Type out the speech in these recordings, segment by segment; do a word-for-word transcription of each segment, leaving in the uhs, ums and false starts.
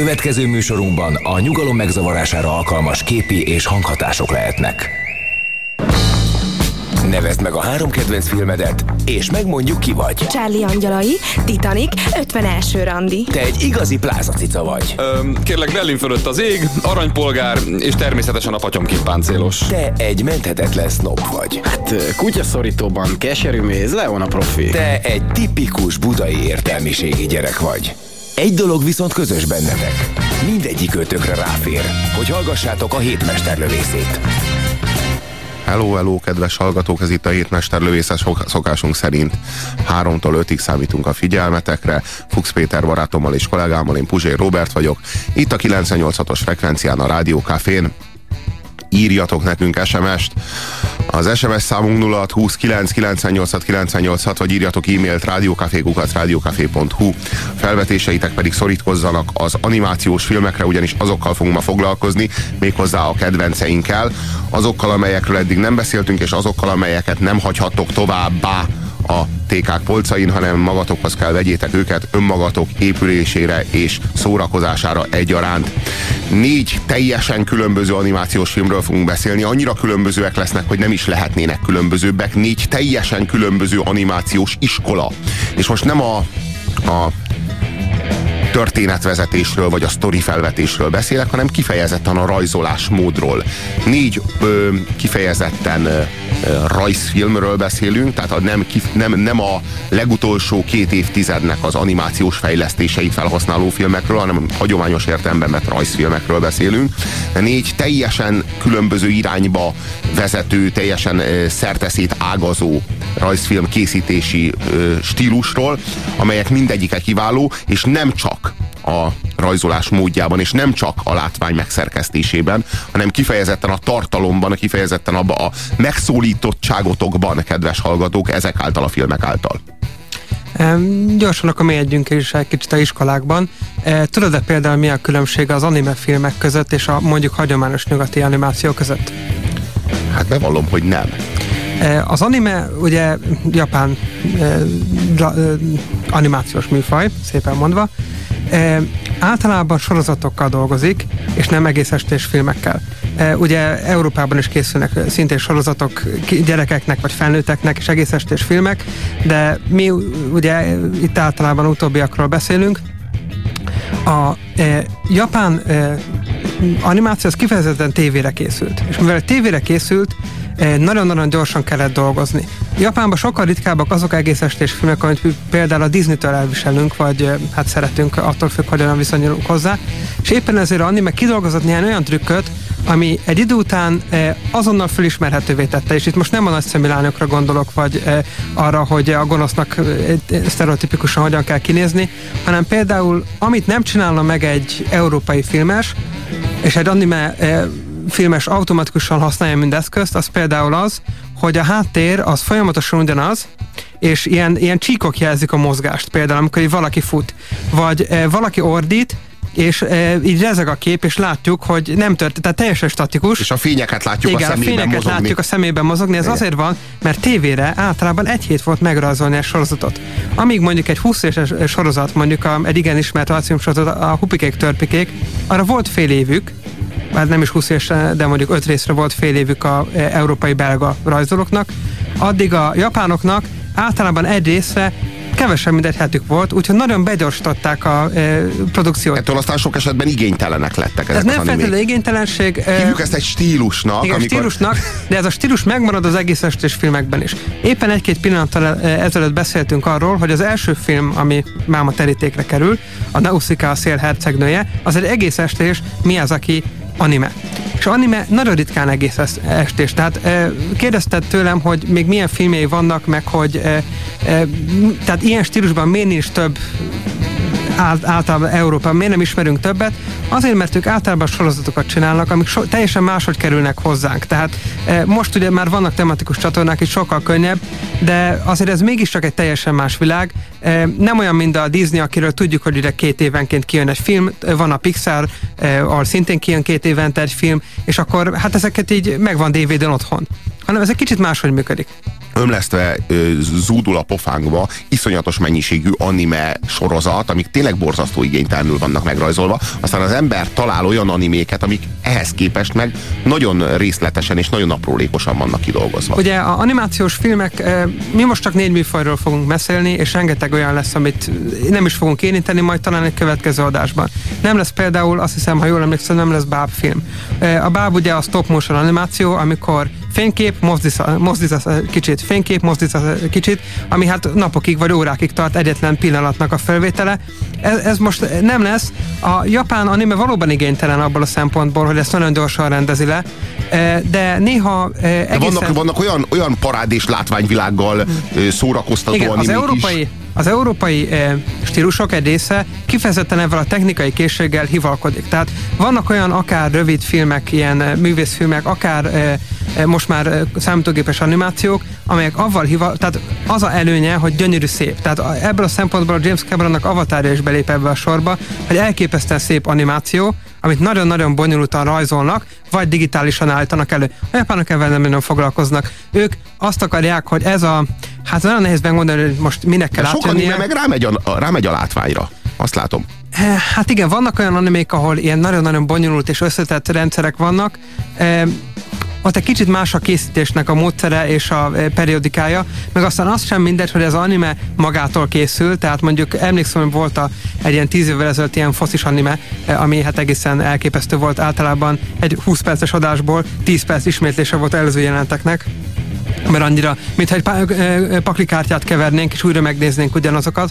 Következő műsorunkban a nyugalom megzavarására alkalmas képi és hanghatások lehetnek. Nevezd meg a három kedvenc filmedet, és megmondjuk, ki vagy. Charlie angyalai, Titanic, ötveneelső randi. Te egy igazi plázacica vagy. Öm, kérlek, Berlin fölött az ég, aranypolgár, és természetesen a patyomkin páncélos. Te egy menthetetlen sznob vagy. Hát kutyaszorítóban keserű méz, Leon a profi. Te egy tipikus budai értelmiségi gyerek vagy. Egy dolog viszont közös bennetek. Mindegyik ötökre ráfér, hogy hallgassátok a Hétmesterlövészét. Hello, hello, kedves hallgatók, ez itt a Hétmesterlövészes szokásunk szerint háromtól ötig számítunk a figyelmetekre. Fuchs Péter barátommal és kollégámmal, én Puzsér Róbert vagyok. Itt a kilencvennyolc hatos frekvencián, a Rádió Cafén. Írjatok nekünk es em est. Az es em es számunk nulla hat húsz kilenc kilencvennyolc kilencvennyolc hat, vagy írjatok e-mailt rádiókafé kukac rádiókafé pont hu. Felvetéseitek pedig szorítkozzanak az animációs filmekre, ugyanis azokkal fogunk ma foglalkozni, méghozzá a kedvenceinkkel, azokkal, amelyekről eddig nem beszéltünk, és azokkal, amelyeket nem hagyhattok továbbá a té kák polcain, hanem magatokhoz kell vegyétek őket önmagatok épülésére és szórakozására egyaránt. Négy teljesen különböző animációs filmről fogunk beszélni, annyira különbözőek lesznek, hogy nem is lehetnének különbözőbbek. Négy teljesen különböző animációs iskola. És most nem a, a történetvezetésről vagy a sztori felvetésről beszélek, hanem kifejezetten a rajzolás módról. Négy ö, kifejezetten ö, rajzfilmről beszélünk, tehát a nem, kif, nem, nem a legutolsó két évtizednek az animációs fejlesztéseit felhasználó filmekről, hanem hagyományos értelemben vett rajzfilmekről beszélünk. Négy teljesen különböző irányba vezető, teljesen ö, szerteszét ágazó rajzfilm készítési ö, stílusról, amelyek mindegyike kiváló, és nem csak a rajzolás módjában, és nem csak a látvány megszerkesztésében, hanem kifejezetten a tartalomban, kifejezetten abban a megszólítottságotokban, kedves hallgatók, ezek által, a filmek által. E, gyorsan akkor mélyedjünk is egy kicsit a iskolákban. E, tudod-e például mi a különbség az anime filmek között és a mondjuk hagyományos nyugati animáció között? Hát bevallom, hogy nem. Az anime ugye japán eh, la, eh, animációs műfaj, szépen mondva, eh, általában sorozatokkal dolgozik, és nem egész estés filmekkel. Eh, ugye Európában is készülnek szintén sorozatok gyerekeknek vagy felnőtteknek, és egész estés filmek, de mi ugye itt általában utóbbiakról beszélünk. A eh, japán eh, animáció az kifejezetten tévére készült, és mivel tévére készült, nagyon-nagyon gyorsan kellett dolgozni. Japánban sokkal ritkábbak azok egész estés filmek, amit például a Disney-től elviselünk, vagy hát szeretünk, attól függ, hogyan viszonyulunk hozzá. És éppen ezért anime kidolgozott néhány olyan trükköt, ami egy idő után azonnal felismerhetővé tette, és itt most nem a nagyszemű lányokra gondolok, vagy arra, hogy a gonosznak sztereotipikusan hogyan kell kinézni, hanem például, amit nem csinálna meg egy európai filmes, és egy anime filmes automatikusan használja mind eszközt, az például az, hogy a háttér az folyamatosan ugyanaz, és ilyen, ilyen csíkok jelzik a mozgást, például amikor valaki fut, vagy e, valaki ordít, és e, így rezeg a kép, és látjuk, hogy nem történt, tehát teljesen statikus. És a fényeket látjuk igen, a szemében mozogni. Igen, a fényeket látjuk a szemében mozogni, ez igen. Azért van, mert tévére általában egy hét volt megrajzolni a sorozatot. Amíg mondjuk egy húsz éves sorozat, mondjuk a, egy igen ismert rajzfilmsorozat, a Hupikék Törpikék, arra volt fél évük, hát nem is húsz évre, de mondjuk öt részre volt fél évük a e, európai belga rajzolóknak. Addig a japánoknak általában egy részre kevesebb, mint egy hetük volt, úgyhogy nagyon begyorsították a e, produkciót. Ettől aztán sok esetben igénytelenek lettek ezek. Ez nem feltétlenül igénytelenség. Hívjuk ezt egy stílusnak. Igen, amikor... stílusnak, de ez a stílus megmarad az egész estés filmekben is. Éppen egy-két pillanattal ezelőtt beszéltünk arról, hogy az első film, ami máma terítékre kerül, a Nausicaa, a szél hercegnője, az egy egész estés Miyazaki anime. És anime nagyon ritkán egész estés. Tehát e, kérdezted tőlem, hogy még milyen filmjei vannak, meg hogy e, e, tehát ilyen stílusban miért nincs több általában Európában, miért nem ismerünk többet? Azért, mert ők általában sorozatokat csinálnak, amik so, teljesen máshogy kerülnek hozzánk. Tehát e, most ugye már vannak tematikus csatornák, itt sokkal könnyebb, de azért ez mégiscsak egy teljesen más világ. E, nem olyan, mint a Disney, akiről tudjuk, hogy ugye két évenként kijön egy film, van a Pixar, e, ahol szintén kijön két évente egy film, és akkor hát ezeket így megvan dé vé dén otthon. hanem ez egy kicsit máshogy működik. Ömlesztve zúdul a pofánkba iszonyatos mennyiségű anime sorozat, amik tényleg borzasztó igénytelenül vannak megrajzolva, aztán az ember talál olyan animéket, amik ehhez képest meg nagyon részletesen és nagyon aprólékosan vannak kidolgozva. Ugye a animációs filmek, mi most csak négy műfajról fogunk beszélni, és rengeteg olyan lesz, amit nem is fogunk érinteni, majd talán egy következő adásban. Nem lesz például, azt hiszem, ha jól emlékszem, nem lesz bábfilm. A báb ugye a stop motion animáció, amikor fénykép, mozdítasz kicsit, fénykép, mozdítasz kicsit, ami hát napokig vagy órákig tart egyetlen pillanatnak a felvétele. Ez, ez most nem lesz. A japán anime valóban igénytelen abból a szempontból, hogy ezt nagyon gyorsan rendezi le, de néha egészen... De vannak, vannak olyan, olyan parád és látványvilággal szórakoztató igen, animék az európai, is. Az európai e, stílusok egy része kifejezetten ezzel a technikai készséggel hivalkodik. Tehát vannak olyan akár rövid filmek, ilyen művészfilmek, akár e, e, most már e, számítógépes animációk, amelyek avval hival, tehát az a előnye, hogy gyönyörű szép. Tehát a, ebből a szempontból a James Cameronnak Avatarja is belép ebbe a sorba, hogy elképesztően szép animáció, amit nagyon-nagyon bonyolultan rajzolnak, vagy digitálisan állítanak elő. A japánok ebben nem nagyon foglalkoznak. Ők azt akarják, hogy ez a... Hát nagyon nehéz megmondani, hogy most minek kell átjönnie. Sok anime meg rámegy a, rámegy a látványra. Azt látom. Hát igen, vannak olyan animék, ahol ilyen nagyon-nagyon bonyolult és összetett rendszerek vannak. Ott egy kicsit más a készítésnek a módszere és a periodikája, meg aztán az sem mindegy, hogy ez az anime magától készül, tehát mondjuk emlékszem, hogy volt a, egy ilyen tíz évvel ezelőtt ilyen foszis anime, ami hát egészen elképesztő volt, általában egy húsz perces adásból tíz perc ismétlése volt előző jelenteknek, mert annyira, mintha egy paklikártyát kevernénk, és újra megnéznénk ugyanazokat,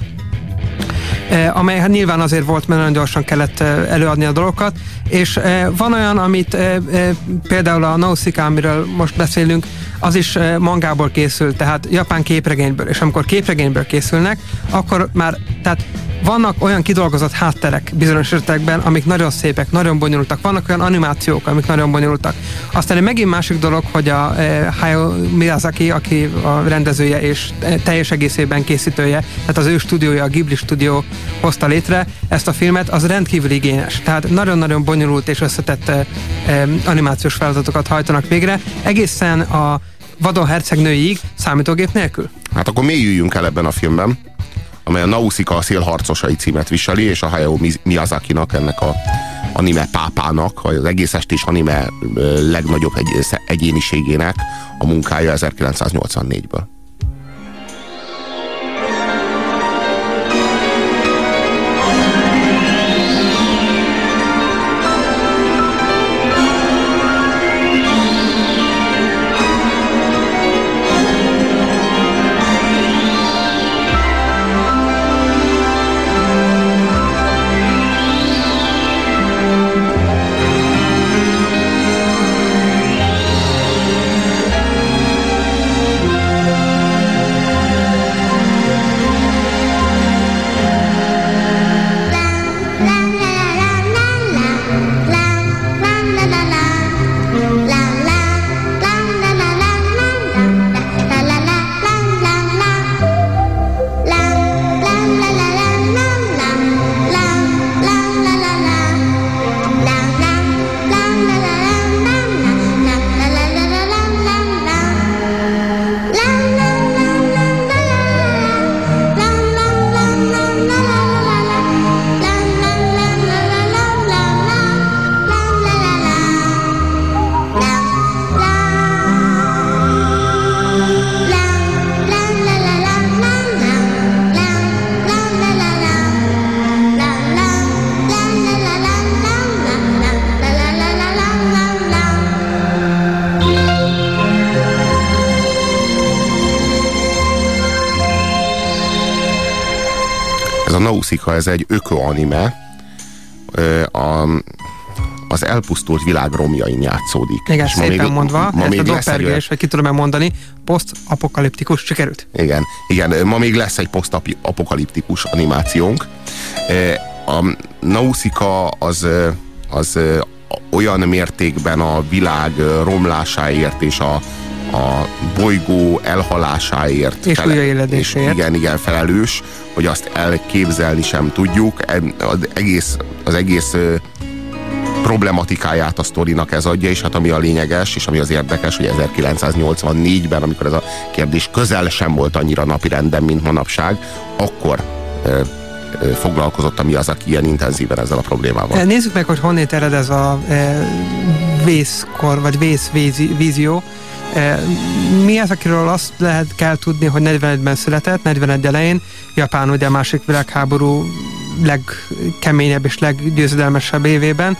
amely hát nyilván azért volt, mert nagyon gyorsan kellett előadni a dolgokat, és van olyan, amit például a Nausicaa, amiről most beszélünk, az is mangából készül, tehát japán képregényből, és amikor képregényből készülnek, akkor már, tehát vannak olyan kidolgozott hátterek bizonyos esetekben, amik nagyon szépek, nagyon bonyolultak. Vannak olyan animációk, amik nagyon bonyolultak. Aztán egy megint másik dolog, hogy a e, Hayao Miyazaki, aki a rendezője és teljes egészében készítője, tehát az ő stúdiója, a Ghibli stúdió hozta létre ezt a filmet, az rendkívül igényes. Tehát nagyon-nagyon bonyolult és összetett e, e, animációs feladatokat hajtanak végre. Egészen a Vadon hercegnőig számítógép nélkül. Hát akkor mélyüljünk el ebben a filmben, amely a Nausicaa a szélharcosai címet viseli, és a Hayao Miyazakinak, ennek a anime pápának, az egész estés anime legnagyobb egy, egyéniségének a munkája ezerkilencszáznyolcvannégyből. Ez a Nausicaa, ez egy öko-anime, a, az elpusztult világ romjain játszódik. Igen, és szépen még, mondva, ma ezt a doppergés, vagy ki tudom mondani, poszt-apokaliptikus sikerült. Igen, igen, ma még lesz egy poszt-apokaliptikus animációnk. A Nausicaa az, az olyan mértékben a világ romlásáért és a, a bolygó elhalásáért és újraéledéséért. Igen, igen, felelős, hogy azt elképzelni sem tudjuk. Az egész, az egész problematikáját a sztorinak ez adja, és hát ami a lényeges, és ami az érdekes, hogy ezerkilencszáznyolcvannégyben, amikor ez a kérdés közel sem volt annyira napirenden, mint manapság, akkor ö, ö, foglalkozott a Miyazaki ilyen intenzíven ezzel a problémával. Nézzük meg, hogy honnét ered ez a e, vészkor, vagy vészvízió. E, Miyazakiról azt lehet kell tudni, hogy negyvenegyben született, negyvenegy elején, Japán ugye a második világháború legkeményebb és leggyőzedelmesebb évében,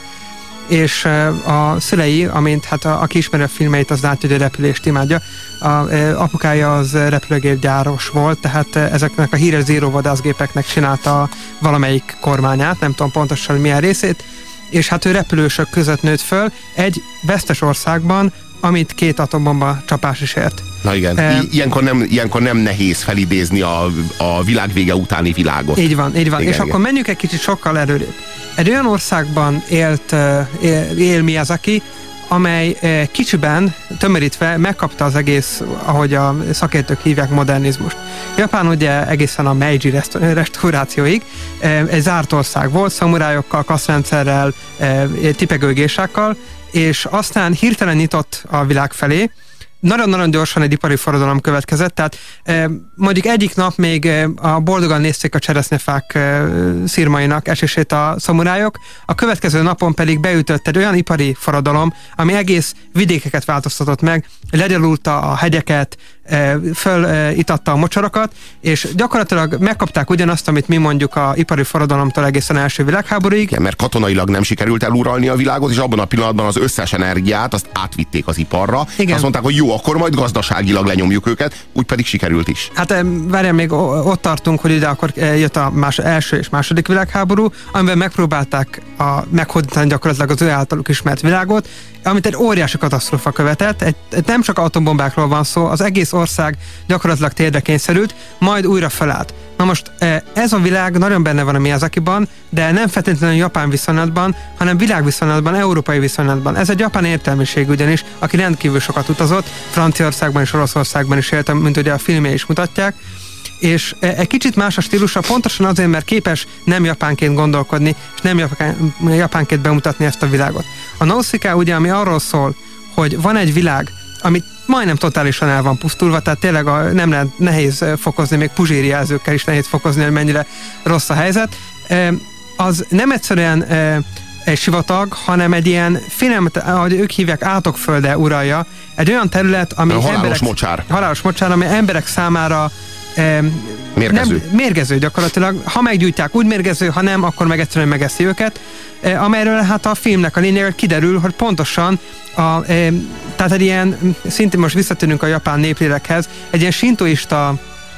és a szülei, amint hát a, aki ismeri a filmeit, az látja, hogy a repülést imádja. A, a apukája az repülőgépgyáros volt, tehát ezeknek a híres zéró vadászgépeknek csinálta valamelyik kormányát, nem tudom pontosan, hogy milyen részét, és hát ő repülősök között nőtt föl egy vesztes országban, amit két atombomba csapás is ért. Na igen, e, ilyenkor, nem, ilyenkor nem nehéz felidézni a, a világ vége utáni világot. Így van, így van. Igen, és igen. akkor menjünk egy kicsit sokkal előrébb. Egy olyan országban élt, él, él Miyazaki, amely kicsiben, tömörítve megkapta az egész, ahogy a szakértők hívják, modernizmust. Japán ugye egészen a Meiji restaurációig egy zárt ország volt, szamurájokkal, kasztrendszerrel, tipegőgésákkal, és aztán hirtelen nyitott a világ felé. Nagyon-nagyon gyorsan egy ipari forradalom következett, tehát e, mondjuk egyik nap még e, a boldogan nézték a cseresznyefák e, szirmainak esését a szamurájok, a következő napon pedig beütött egy olyan ipari forradalom, ami egész vidékeket változtatott meg, legyalulta a hegyeket, e, fölitatta e, a mocsarakat, és gyakorlatilag megkapták ugyanazt, amit mi mondjuk a ipari forradalomtól egészen első világháborúig. Igen, mert katonailag nem sikerült eluralni a világot, és abban a pillanatban az összes energiát azt átvitték az iparra. Igen. Azt mondták, hogy jó, akkor majd gazdaságilag lenyomjuk őket, úgy pedig sikerült is. Hát várjál, még ott tartunk, hogy ide akkor jött a más, első és második világháború, amiben megpróbálták a, meghódítani gyakorlatilag az ő általuk ismert világot, amit egy óriási katasztrófa követett. Egy, nem csak atombombákról van szó, az egész ország gyakorlatilag térdre kényszerült, majd újra felállt. Na most ez a világ nagyon benne van a Miyazakiban, de nem feltétlenül japán viszonylatban, hanem világviszonylatban, európai viszonylatban. Ez egy japán értelmiség ugyanis, aki rendkívül sokat utazott, Franciaországban és Oroszországban is éltem, mint ugye a filmje is mutatják, és egy kicsit más a stílusa, pontosan azért, mert képes nem japánként gondolkodni, és nem japán, japánként bemutatni ezt a világot. A Nausicaa ugye, ami arról szól, hogy van egy világ, amit majdnem totálisan el van pusztulva, tehát tényleg a, nem lehet nehéz fokozni, még puzséri jelzőkkel is nehéz fokozni, hogy mennyire rossz a helyzet. Az nem egyszerűen egy sivatag, hanem egy ilyen félelmet, ahogy ők hívják, átokfölde uralja, egy olyan terület, ami halálos emberek, mocsár. halálos mocsár, ami emberek számára mérgező. Nem, mérgező gyakorlatilag. Ha meggyújtják, úgy mérgező, ha nem, akkor meg egyszerűen megeszi őket. E, amelyről hát a filmnek a lényeg kiderül, hogy pontosan a, e, tehát egy ilyen, szintén most visszatérünk a japán néplélekhez, egy ilyen sintoista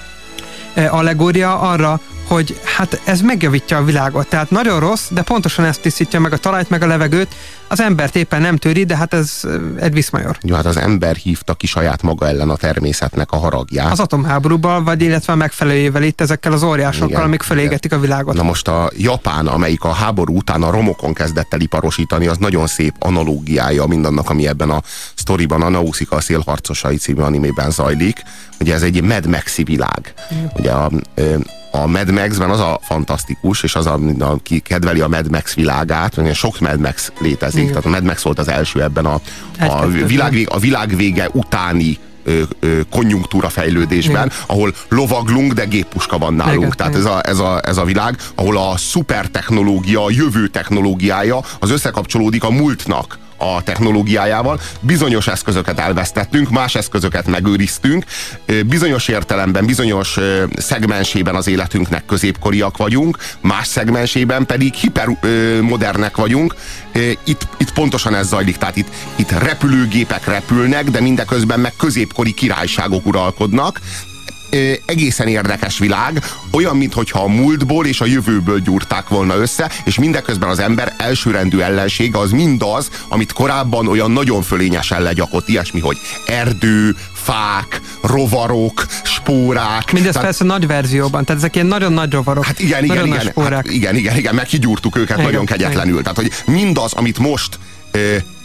e, allegória arra, hogy hát ez megjavítja a világot. Tehát nagyon rossz, de pontosan ezt tisztítja meg a talajt, meg a levegőt. Az embert éppen nem töri, de hát ez egy viszmajor. Jó, hát az ember hívta ki saját maga ellen a természetnek a haragját. Az atomháborúban, vagy illetve a megfelelőjével itt ezekkel az óriásokkal, igen, amik felégetik igen. a világot. Na most a Japán, amelyik a háború után a romokon kezdett el iparosítani, az nagyon szép analógiája mindannak, ami ebben a sztoriban, a Nausicaa szélharcosai című animében zajlik. Ugye ez egy Mad Maxi világ. Igen. Ugye a, a Mad Maxben az a fantasztikus, és az, a, aki kedveli a Mad Max világát, mert sok Mad Max létezik. Igen. Tehát a Mad Max volt az első ebben a, a, világ, a világvége utáni ö, ö, konjunktúra fejlődésben, igen. ahol lovaglunk, de géppuska van nálunk. Igen. Tehát ez a, ez, a, ez a világ, ahol a szupertechnológia, a jövő technológiája az összekapcsolódik a múltnak a technológiájával. Bizonyos eszközöket elvesztettünk, más eszközöket megőriztünk. Bizonyos értelemben, bizonyos szegmensében az életünknek középkoriak vagyunk, más szegmensében pedig hipermodernek vagyunk. Itt, itt pontosan ez zajlik, tehát itt, itt repülőgépek repülnek, de mindeközben meg középkori királyságok uralkodnak. Egészen érdekes világ, olyan, mintha a múltból és a jövőből gyúrták volna össze, és mindeközben az ember elsőrendű ellensége az mindaz, amit korábban olyan nagyon fölényesen legyakott, ilyesmi, hogy erdő, fák, rovarok, spórák. Mindez tehát, persze nagy verzióban, tehát ezek ilyen nagyon nagy rovarok. Hát igen, igen, igen, hát igen, igen, igen, meg kigyúrtuk őket igen, nagyon kegyetlenül. Igen. Tehát, hogy mindaz, amit most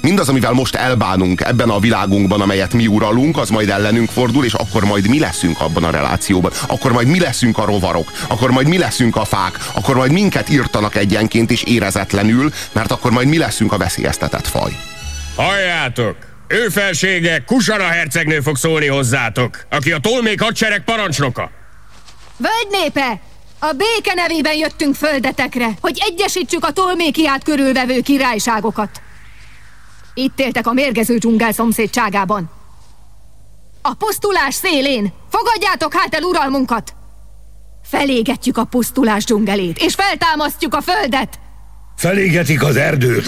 mindaz, amivel most elbánunk ebben a világunkban, amelyet mi uralunk, az majd ellenünk fordul, és akkor majd mi leszünk abban a relációban. Akkor majd mi leszünk a rovarok, akkor majd mi leszünk a fák, akkor majd minket írtanak egyenként és érezetlenül, mert akkor majd mi leszünk a veszélyeztetett faj. Halljátok! Ő felsége Kusara hercegnő fog szólni hozzátok, aki a tolmék hadsereg parancsnoka. Völgy népe! A béke nevében jöttünk földetekre, hogy egyesítsük a tolmékiát körülvevő királyságokat. Itt éltek a mérgező dzsungel szomszédságában. A pusztulás szélén fogadjátok hát el uralmunkat! Felégetjük a pusztulás dzsungelét, és feltámasztjuk a földet! Felégetik az erdőt,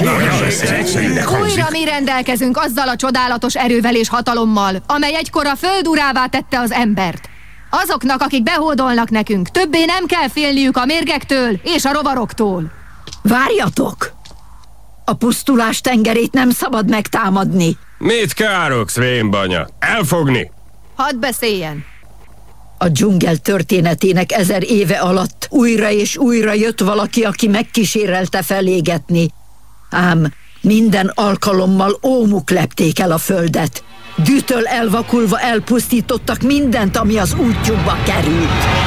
Újra mi rendelkezünk azzal a csodálatos erővel és hatalommal, amely egykor a föld urává tette az embert. Azoknak, akik behódolnak nekünk, többé nem kell félniük a mérgektől és a rovaroktól. Várjatok! A pusztulás tengerét nem szabad megtámadni. Mit károksz, rémbanya? Elfogni! Hadd beszéljen! A dzsungel történetének ezer éve alatt újra és újra jött valaki, aki megkísérelte felégetni. Ám minden alkalommal ómuk lepték el a földet. Dűtől elvakulva elpusztítottak mindent, ami az útjukba került.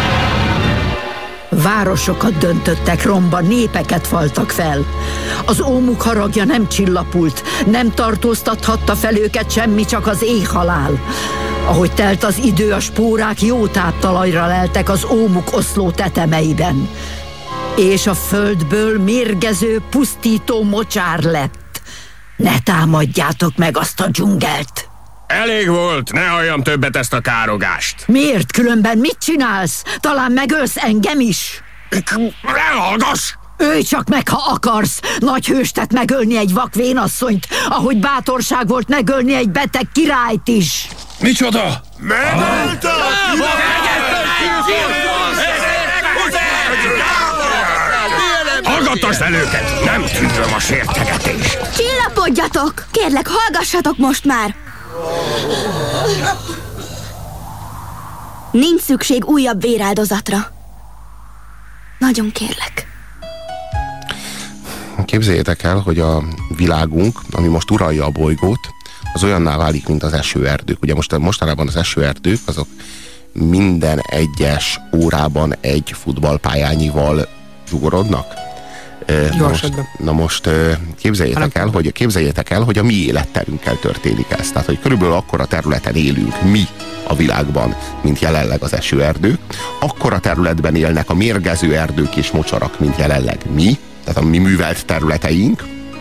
Városokat döntöttek romba, népeket faltak fel. Az ómuk haragja nem csillapult, nem tartóztathatta fel őket semmi, csak az éhhalál. Ahogy telt az idő, a spórák jó táptalajra leltek az ómuk oszló tetemeiben. És a földből mérgező, pusztító mocsár lett. Ne támadjátok meg azt a dzsungelt! Elég volt, ne halljam többet ezt a károgást. Miért? Különben mit csinálsz? Talán megölsz engem is? Elhallgass! Őj csak meg, ha akarsz! Nagy hőstet megölni egy vak vénasszonyt, ahogy bátorság volt megölni egy beteg királyt is! Micsoda? Megöltök! Hallgattasd el őket! Nem tűröm a sértegetést! Csillapodjatok! Kérlek, hallgassatok most már! Nincs szükség újabb véráldozatra. Nagyon kérlek. Képzeljétek el, hogy a világunk, ami most uralja a bolygót, az olyanná válik, mint az esőerdők. Ugye most, mostanában az esőerdők, azok minden egyes órában egy futballpályányival zsugorodnak. Na most, na most képzeljétek el, hogy, képzeljétek el, hogy a mi életterünkkel történik ez. Tehát, hogy körülbelül akkora területen élünk mi a világban, mint jelenleg az esőerdők. Akkora területben élnek a mérgező erdők és mocsarak, mint jelenleg mi, tehát a mi művelt területeink.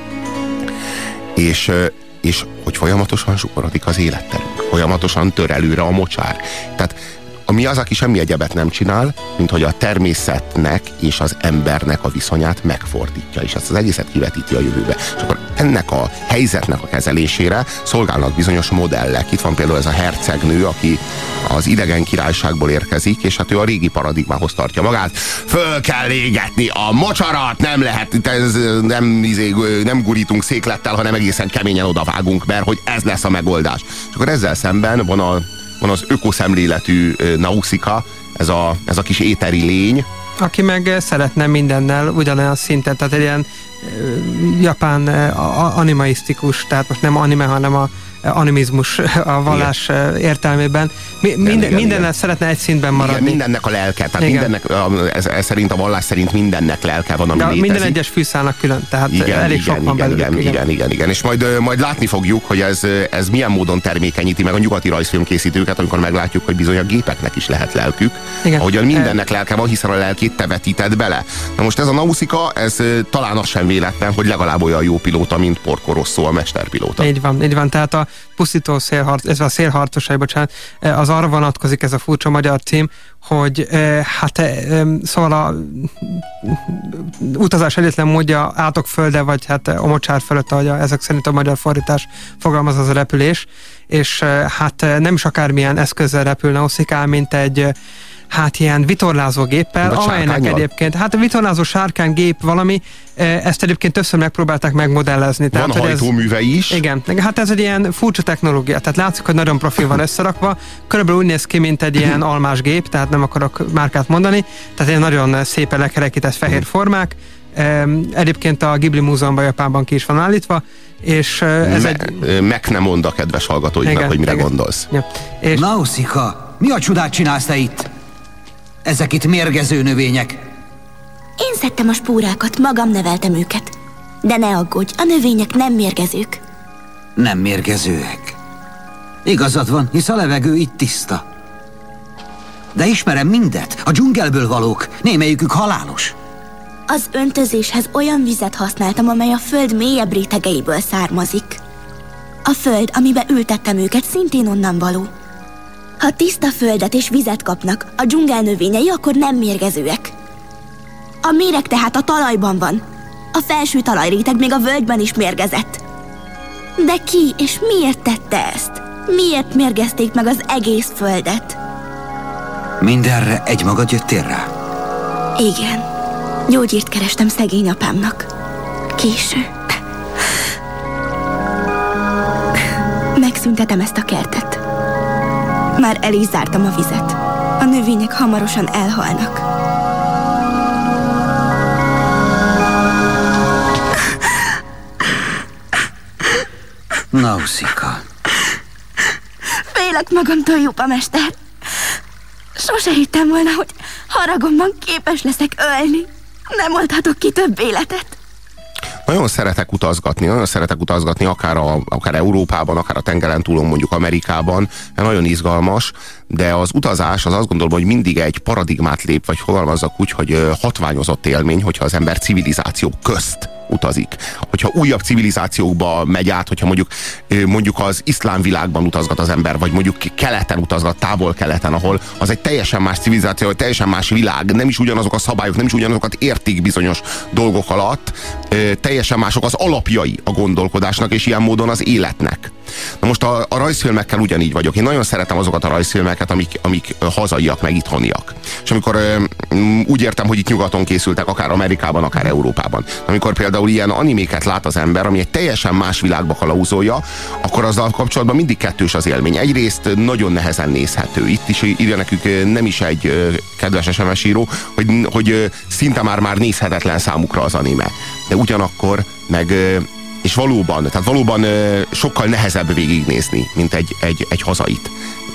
És, és hogy folyamatosan zsugorodik az életterünk. Folyamatosan tör előre a mocsár. Tehát a Miyazaki semmi egyebet nem csinál, mint hogy a természetnek és az embernek a viszonyát megfordítja, és ezt az egészet kivetíti a jövőbe. És akkor ennek a helyzetnek a kezelésére szolgálnak bizonyos modellek. Itt van például ez a hercegnő, aki az idegen királyságból érkezik, és hát ő a régi paradigmához tartja magát. Föl kell égetni a mocsarat, nem lehet, ez, nem, nem gurítunk széklettel, hanem egészen keményen odavágunk, mert hogy ez lesz a megoldás. És akkor ezzel szemben van a van az ökoszemléletű Nausicaa, ez a, ez a kis éteri lény. Aki meg szeretne mindennel ugyanolyan szinten, tehát egy ilyen japán animaisztikus, tehát most nem anime, hanem a animizmus a vallás igen. értelmében. Mi, igen, minden, igen, mindennel igen. szeretne egy szintben maradni. Igen, mindennek a lelke, tehát mindennek, ez, ez szerint a vallás szerint mindennek lelke van, ami de létezik. Minden egyes fűszálnak külön, tehát igen, elég igen, sok van igen, belőlük. Igen, igen, igen, igen, igen. És majd, majd látni fogjuk, hogy ez, ez milyen módon termékenyíti meg a nyugati rajzfilmkészítőket, amikor meglátjuk, hogy bizony a gépeknek is lehet lelkük. Igen. Ahogyan mindennek lelke van, hiszen a lelkét te vetíted bele. Na most ez a Nausicaa, ez talán az sem véletlen, hogy legalább olyan jó pilóta, mint Porco Rosso, a mesterpilóta. Így van, így van. Tehát a pusztító szélharc, ez a szélharcosai, bocsánat, az arra vonatkozik ez a furcsa magyar cím, hogy hát szóval a utazás egyetlen módja átok földe, vagy hát a mocsár fölött, ahogy a, ezek szerint a magyar fordítás fogalmaz, az a repülés, és hát nem is akármilyen eszközzel repül Nausicaa, mint egy hát ilyen vitorlázó géppel, amelynek egyébként, hát a vitorlázó sárkánygép valami, ezt egyébként többször megpróbálták megmodellezni. Van tehát, hajtóműve is. Igen, hát ez egy ilyen furcsa technológia, tehát látszik, hogy nagyon profi van összerakva, körülbelül úgy néz ki, mint egy ilyen almás gép, tehát nem akarok márkát mondani, tehát egy nagyon szépen lekerekített fehér formák, Egyébként a Ghibli Múzeumban Japánban ki is van állítva, és ez Me, egy... meg nem mond a kedves hallgatóinak, igen, hogy mire igen. gondolsz. Ja. És... Nausicaa, mi a csodát csinálsz te itt? Ezek itt mérgező növények. Én szedtem a spórákat, magam neveltem őket. De ne aggódj, a növények nem mérgezők. Nem mérgezőek. Igazad van, hisz a levegő itt tiszta. De ismerem mindet, a dzsungelből valók, némelyikük halálos. Az öntözéshez olyan vizet használtam, amely a föld mélyebb rétegeiből származik. A föld, amibe ültettem őket, szintén onnan való. Ha tiszta földet és vizet kapnak, a dzsungel növényei akkor nem mérgezőek. A méreg tehát a talajban van. A felső talajréteg még a völgyben is mérgezett. De ki és miért tette ezt? Miért mérgezték meg az egész földet? Mindenre egymagad jöttél rá? Igen. Gyógyírt kerestem szegény apámnak. Késő. Megszüntetem ezt a kertet. Már el is zártam a vizet. A növények hamarosan elhalnak. Nausicaa. Félek magamtól, Jupa mester. Sose hittem volna, hogy haragomban képes leszek ölni. Nem oldhatok ki több életet. Nagyon szeretek utazgatni, nagyon szeretek utazgatni, akár, a, akár Európában, akár a tengeren túlon, mondjuk Amerikában. Nagyon izgalmas, de az utazás az azt gondolom, hogy mindig egy paradigmát lép, vagy fogalmazzak úgy, hogy hatványozott élmény, hogyha az ember civilizációk közt utazik. Hogyha újabb civilizációkba megy át, hogyha mondjuk, mondjuk az iszlám világban utazgat az ember, vagy mondjuk keleten utazgat, távol-keleten, ahol az egy teljesen más civilizáció, egy teljesen más világ, nem is ugyanazok a szabályok, nem is ugyanazokat értik bizonyos dolgok alatt, teljesen mások az alapjai a gondolkodásnak, és ilyen módon az életnek. Na most a, a rajzfilmekkel ugyanígy vagyok. Én nagyon szeretem azokat a rajzfilmeket, amik, amik hazaiak, meg itthoniak. És amikor úgy értem, hogy itt nyugaton készültek, akár Amerikában, akár Európában. Amikor például ilyen animéket lát az ember, ami egy teljesen más világba kalauzolja, akkor azzal kapcsolatban mindig kettős az élmény. Egyrészt nagyon nehezen nézhető. Itt is írja nekünk nem is egy kedves es em es író, hogy, hogy szinte már-már nézhetetlen számukra az anime. De ugyanakkor meg... és valóban, tehát valóban sokkal nehezebb végignézni, mint egy, egy, egy hazait,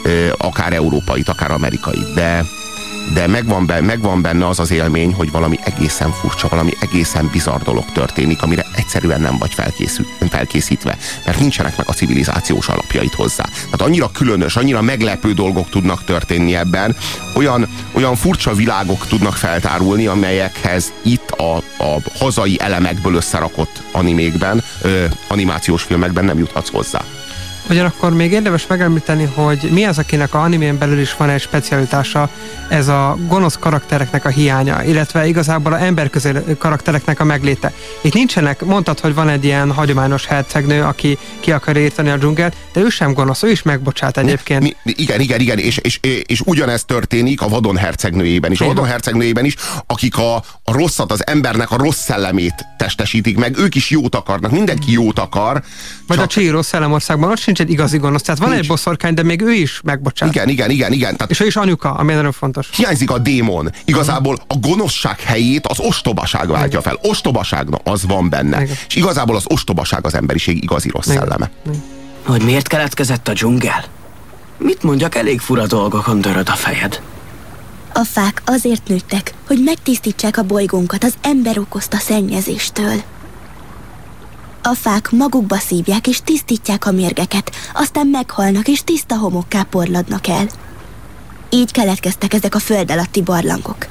akár európait, akár amerikait, de, de megvan, benne, megvan benne az az élmény, hogy valami egészen furcsa, valami egészen bizarr dolog történik, amire egyszerűen nem vagy felkészítve, mert nincsenek meg a civilizációs alapjait hozzá. Tehát annyira különös, annyira meglepő dolgok tudnak történni ebben, olyan, olyan furcsa világok tudnak feltárulni, amelyekhez itt a, a hazai elemekből összerakott animékben, ö, animációs filmekben nem juthatsz hozzá. Ugyanakkor még érdemes megemlíteni, hogy mi az, akinek a animén belül is van egy specialitása, ez a gonosz karaktereknek a hiánya, illetve igazából a emberközi karaktereknek a megléte. Itt nincsenek, mondtad, hogy van egy ilyen hagyományos hercegnő, aki ki akar írtani a dzsungelt, de ő sem gonosz, ő is megbocsát egyébként. Mi, mi, igen, igen, igen, és, és, és ugyanezt történik a vadon hercegnőjében is. A vadon hercegnőjében is, akik a, a rosszat, az embernek a rossz szellemét testesítik meg, ők is jót akarnak, mindenki jót akar. Vagy csak... a Chihiro Szellemországban, ott sincs egy igazi gonosz, tehát van nincs. Egy boszorkány, de még ő is megbocsát. Igen, igen, igen, igen. Tehát és ő is anyuka, ami nagyon fontos. Hiányzik a démon. Igazából a gonoszság helyét az ostobaság váltja fel. Ostobaság, na, az van benne. Igen. És igazából az ostobaság az emberiség igazi rossz igen. szelleme. Igen. Hogy miért keletkezett a dzsungel? Mit mondjak, elég fura dolgokon döröd a fejed. A fák azért nőttek, hogy megtisztítsák a bolygónkat az ember okozta szennyezéstől. A fák magukba szívják és tisztítják a mérgeket, aztán meghalnak és tiszta homokká porladnak el. Így keletkeztek ezek a föld alatti barlangok.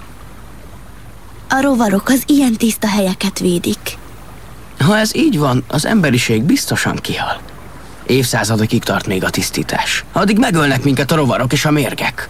A rovarok az ilyen tiszta helyeket védik. Ha ez így van, az emberiség biztosan kihal. Évszázadokig tart még a tisztítás. Addig megölnek minket a rovarok és a mérgek.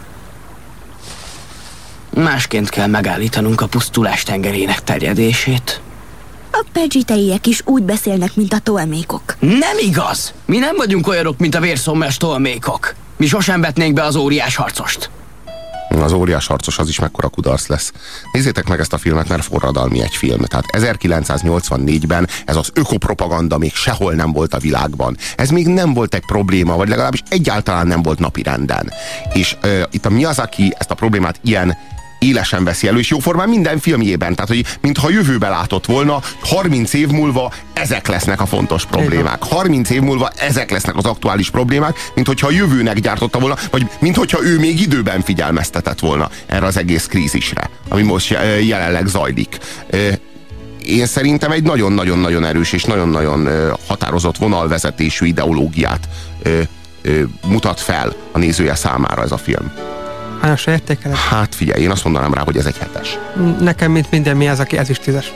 Másként kell megállítanunk a pusztulás tengerének terjedését. A pedzsiteiek is úgy beszélnek, mint a tolmékok. Nem igaz! Mi nem vagyunk olyanok, mint a vérszomjas tolmékok. Mi sosem vetnénk be az óriás harcost. Az óriás harcos az is mekkora kudarc lesz. Nézzétek meg ezt a filmet, mert forradalmi egy film. Tehát ezerkilencszáznyolcvannégyben ez az ökopropaganda még sehol nem volt a világban. Ez még nem volt egy probléma, vagy legalábbis egyáltalán nem volt napirenden. És uh, itt a Miyazaki ezt a problémát ilyen élesen veszi elő, és jóformán minden filmjében. Tehát, hogy mintha jövőbe látott volna, harminc év múlva ezek lesznek a fontos problémák. harminc év múlva ezek lesznek az aktuális problémák, mint hogyha a jövőnek gyártotta volna, vagy mint hogyha ő még időben figyelmeztetett volna erre az egész krízisre, ami most jelenleg zajlik. Én szerintem egy nagyon-nagyon-nagyon erős és nagyon-nagyon határozott vonalvezetésű ideológiát mutat fel a nézője számára ez a film. Hányasra értékeled? Hát figyelj, én azt mondanám rá, hogy ez egy hetes. Nekem, mint minden mi az, aki ez is tízes.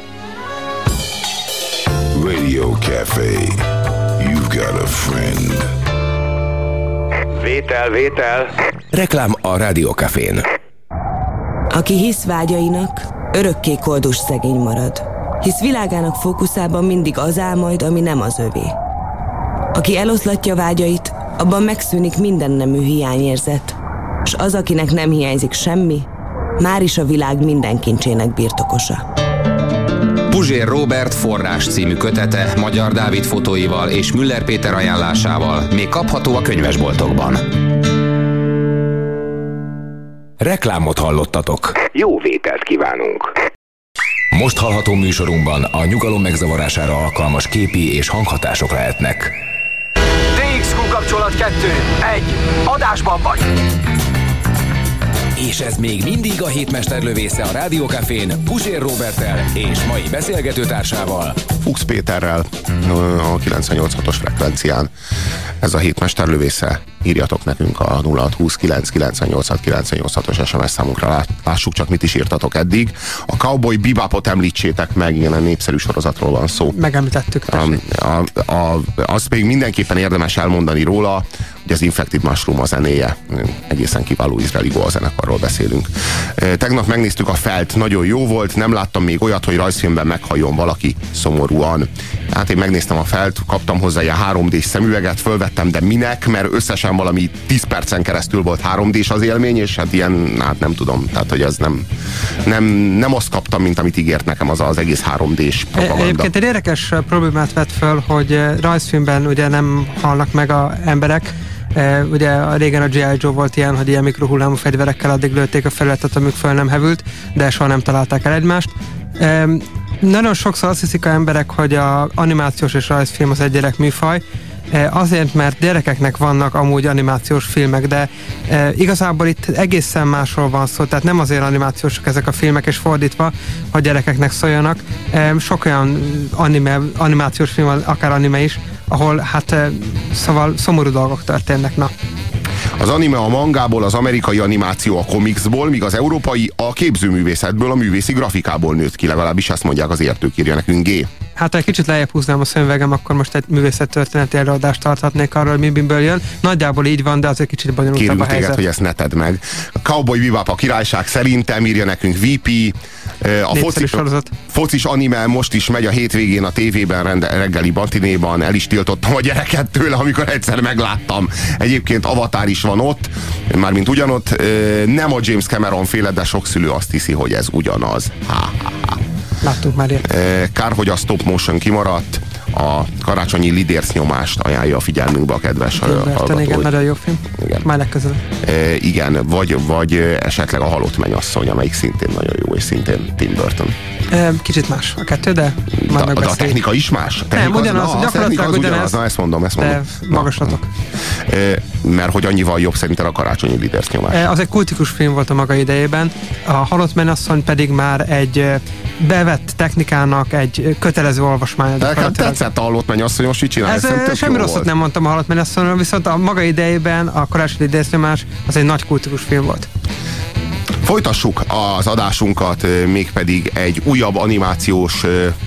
Radio Café. You've got a friend. Vétel, vétel. Reklám a Rádió Cafén. Aki hisz vágyainak, örökké koldus szegény marad. Hisz világának fókuszában mindig az áll majd, ami nem az övé. Aki eloszlatja vágyait, abban megszűnik minden nemű hiányérzet, s az, akinek nem hiányzik semmi, máris a világ minden kincsének birtokosa. Puzsér Róbert forrás című kötete Magyar Dávid fotóival és Müller Péter ajánlásával még kapható a könyvesboltokban. Reklámot hallottatok. Jó vételt kívánunk. Most hallható műsorunkban a nyugalom megzavarására alkalmas képi és hanghatások lehetnek. té iksz Q kapcsolat kettő, egy, adásban vagy! És ez még mindig a hétmesterlövésze a Rádió Cafén Puzsér Róberttel és mai beszélgetőtársával, Fuchs Péterrel a kilencvennyolc hatos frekvencián. Ez a hétmesterlövésze. Írjatok nekünk a nulla hat húsz kilenc kilencvennyolc hat kilencvennyolc hatos es em es számunkra. Lássuk csak, mit is írtatok eddig. A Cowboy Bebopot említsétek meg, ilyen a népszerű sorozatról van szó. Megemlítettük. A, a, a, azt még mindenképpen érdemes elmondani róla, hogy az Infected Mushroom a zenéje. Egészen kiváló izraeli zenekarról beszélünk. Tegnap megnéztük a Felt, nagyon jó volt, nem láttam még olyat, hogy rajzfilmben meghalljon valaki szomorúan. Hát én megnéztem a Felt, kaptam hozzá ilyen három dés szemüveget, fölvettem, de minek, mert összesen valami tíz percen keresztül volt három dés az élmény, és hát ilyen, hát nem tudom, tehát hogy ez nem, nem, nem azt kaptam, mint amit ígért nekem az az egész három dés propaganda. Egyébként egy érdekes problémát vett föl, hogy rajzfilmben ugye nem halnak meg az emberek. E, ugye a régen a G I. Joe volt ilyen, hogy ilyen mikrohullámú fegyverekkel addig lőtték a felületet, amíg föl nem hevült, de soha nem találták el egymást. E, nagyon sokszor azt hiszik az emberek, hogy az animációs és rajzfilm az egy gyerek műfaj, e, azért, mert gyerekeknek vannak amúgy animációs filmek, de e, igazából itt egészen másról van szó, tehát nem azért animációsok ezek a filmek, és fordítva, hogy gyerekeknek szóljanak. E, sok olyan anime, animációs film, akár anime is, ahol hát szóval szomorú dolgok történnek, na. Az anime a mangából, az amerikai animáció a komikszból, míg az európai a képzőművészetből, a művészi grafikából nőtt ki, legalábbis ezt mondják az értők, írja nekünk G. Hát ha egy kicsit lejjebb húznám a szemüvegem, akkor most egy művészettörténeti előadást tarthatnék arról, hogy mi miből jön. Nagyjából így van, de azért kicsit bonyolultabb a helyzet. Kérünk téged, hogy ezt ne tedd meg. A Cowboy Bebop a királyság szerintem, írja nekünk vé pé. A foci, focis anime most is megy a hétvégén a tévében, rende, reggeli batinéban, el is tiltottam a gyereket tőle, amikor egyszer megláttam. Egyébként Avatar is van ott, mármint ugyanott, nem a James Cameron féle, de sok szülő azt hiszi, hogy ez ugyanaz. Ha, ha, ha. Láttuk már ilyet. Kár, hogy a stop motion kimaradt. A karácsonyi lidérc nyomást ajánlja a figyelmünkbe a kedves hallgató. Igen, nagyon jó film. Igen. Már legközelebb. E, igen, vagy, vagy esetleg a Halott mennyasszony, amelyik szintén nagyon jó, és szintén Tim Burton. E, kicsit más a kettő, de majd megbeszéljük. A technika is más? A nem, ugyanaz, az, gyakorlatilag ugyanaz. ugyanaz. Na, ezt mondom, ezt mondom. De magaslatok. E, mert hogy annyival jobb szerintem a karácsonyi lidérc nyomás. E, az egy kultikus film volt a maga idejében, a Halott mennyasszony pedig már egy bevett technikának egy kötelező olvasmány. Tetszett a Halott mennyasszony, most így csinálja. Ez semmi rosszat volt. Nem mondtam a Halott mennyasszonyról, viszont a maga idejében a karácsonyi lidérc nyomás az egy nagy kultikus film volt. Folytassuk az adásunkat mégpedig egy újabb animációs